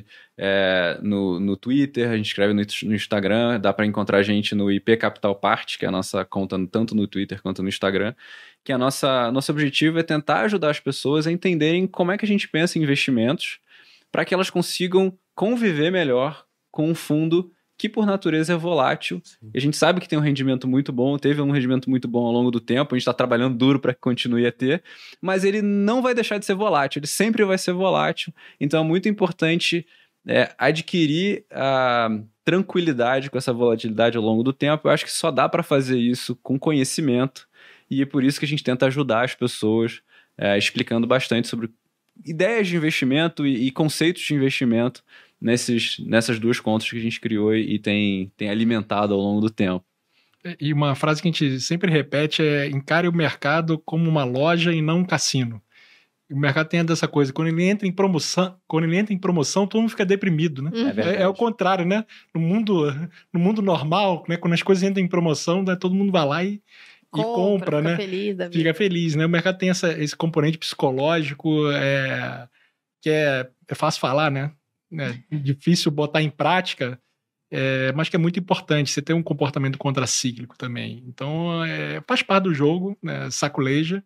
no Twitter, a gente escreve no Instagram, dá para encontrar a gente no IP Capital Part, que é a nossa conta tanto no Twitter quanto no Instagram, que nosso objetivo é tentar ajudar as pessoas a entenderem como é que a gente pensa em investimentos para que elas consigam conviver melhor com um fundo que por natureza é volátil. E a gente sabe que tem um rendimento muito bom, teve um rendimento muito bom ao longo do tempo, a gente está trabalhando duro para que continue a ter, mas ele não vai deixar de ser volátil, ele sempre vai ser volátil. Então é muito importante adquirir a tranquilidade com essa volatilidade ao longo do tempo. Eu acho que só dá para fazer isso com conhecimento, e é por isso que a gente tenta ajudar as pessoas, explicando bastante sobre ideias de investimento e conceitos de investimento nessas duas contas que a gente criou e tem alimentado ao longo do tempo. E uma frase que a gente sempre repete é: encare o mercado como uma loja e não um cassino. O mercado tem dessa coisa, quando ele entra em promoção, todo mundo fica deprimido, né? É o contrário, né? No mundo normal, né? Quando as coisas entram em promoção, né? Todo mundo vai lá e compra, né? Fica feliz, né? O mercado tem esse componente psicológico que é fácil falar, né? É difícil botar em prática, mas que é muito importante você ter um comportamento contracíclico também. Então, faz parte do jogo, né? Saculeja,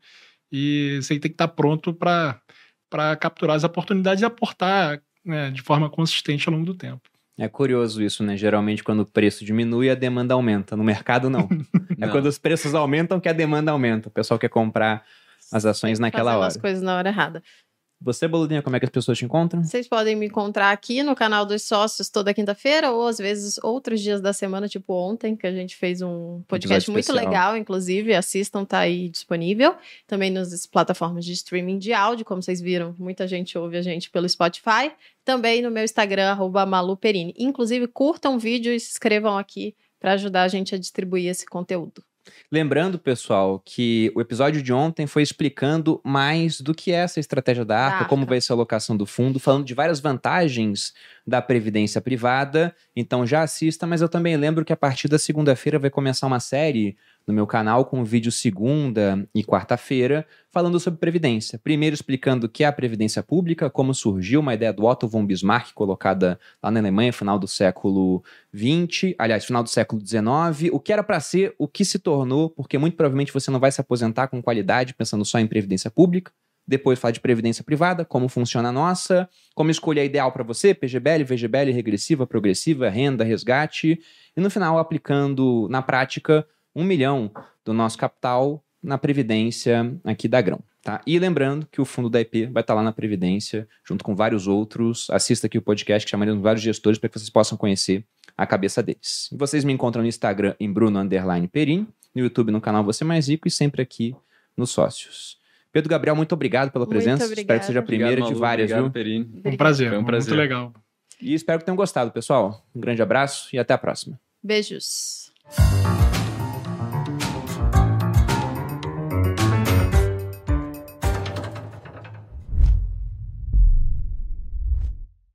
e você tem que estar pronto para capturar as oportunidades e aportar, né, de forma consistente ao longo do tempo. É curioso isso, né? Geralmente quando o preço diminui, a demanda aumenta. No mercado, não. É quando os preços aumentam que a demanda aumenta. O pessoal quer comprar as ações naquela hora. As coisas na hora errada. Você, Boludinha, como é que as pessoas te encontram? Vocês podem me encontrar aqui no canal dos sócios toda quinta-feira, ou às vezes outros dias da semana, tipo ontem, que a gente fez um podcast muito legal, inclusive, assistam, tá aí disponível. Também nas plataformas de streaming de áudio, como vocês viram, muita gente ouve a gente pelo Spotify. Também no meu Instagram, @maluperini. Inclusive, curtam o vídeo e se inscrevam aqui para ajudar a gente a distribuir esse conteúdo. Lembrando, pessoal, que o episódio de ontem foi explicando mais do que é essa estratégia da Arca, como vai ser a alocação do fundo, falando de várias vantagens da previdência privada. Então já assista, mas eu também lembro que a partir da segunda-feira vai começar uma série no meu canal com vídeo segunda e quarta-feira falando sobre previdência. Primeiro explicando o que é a previdência pública, como surgiu uma ideia do Otto von Bismarck colocada lá na Alemanha, final do século XX, aliás, final do século XIX, o que era para ser, o que se tornou, porque muito provavelmente você não vai se aposentar com qualidade pensando só em previdência pública. Depois falar de previdência privada, como funciona a nossa, como escolher a ideal para você, PGBL, VGBL, regressiva, progressiva, renda, resgate, e no final aplicando na prática 1 milhão do nosso capital na Previdência aqui da Grão, tá? E lembrando que o fundo da IP vai estar lá na Previdência, junto com vários outros. Assista aqui o podcast que chamaremos vários gestores para que vocês possam conhecer a cabeça deles. E vocês me encontram no Instagram em Bruno_Perini, no YouTube no canal Você Mais Rico e sempre aqui nos Sócios. Pedro Gabriel, muito obrigado pela presença. Espero que seja a primeira de várias, obrigado, viu? Perini. Foi um prazer, Foi um prazer. muito legal. E espero que tenham gostado, pessoal. Um grande abraço e até a próxima. Beijos.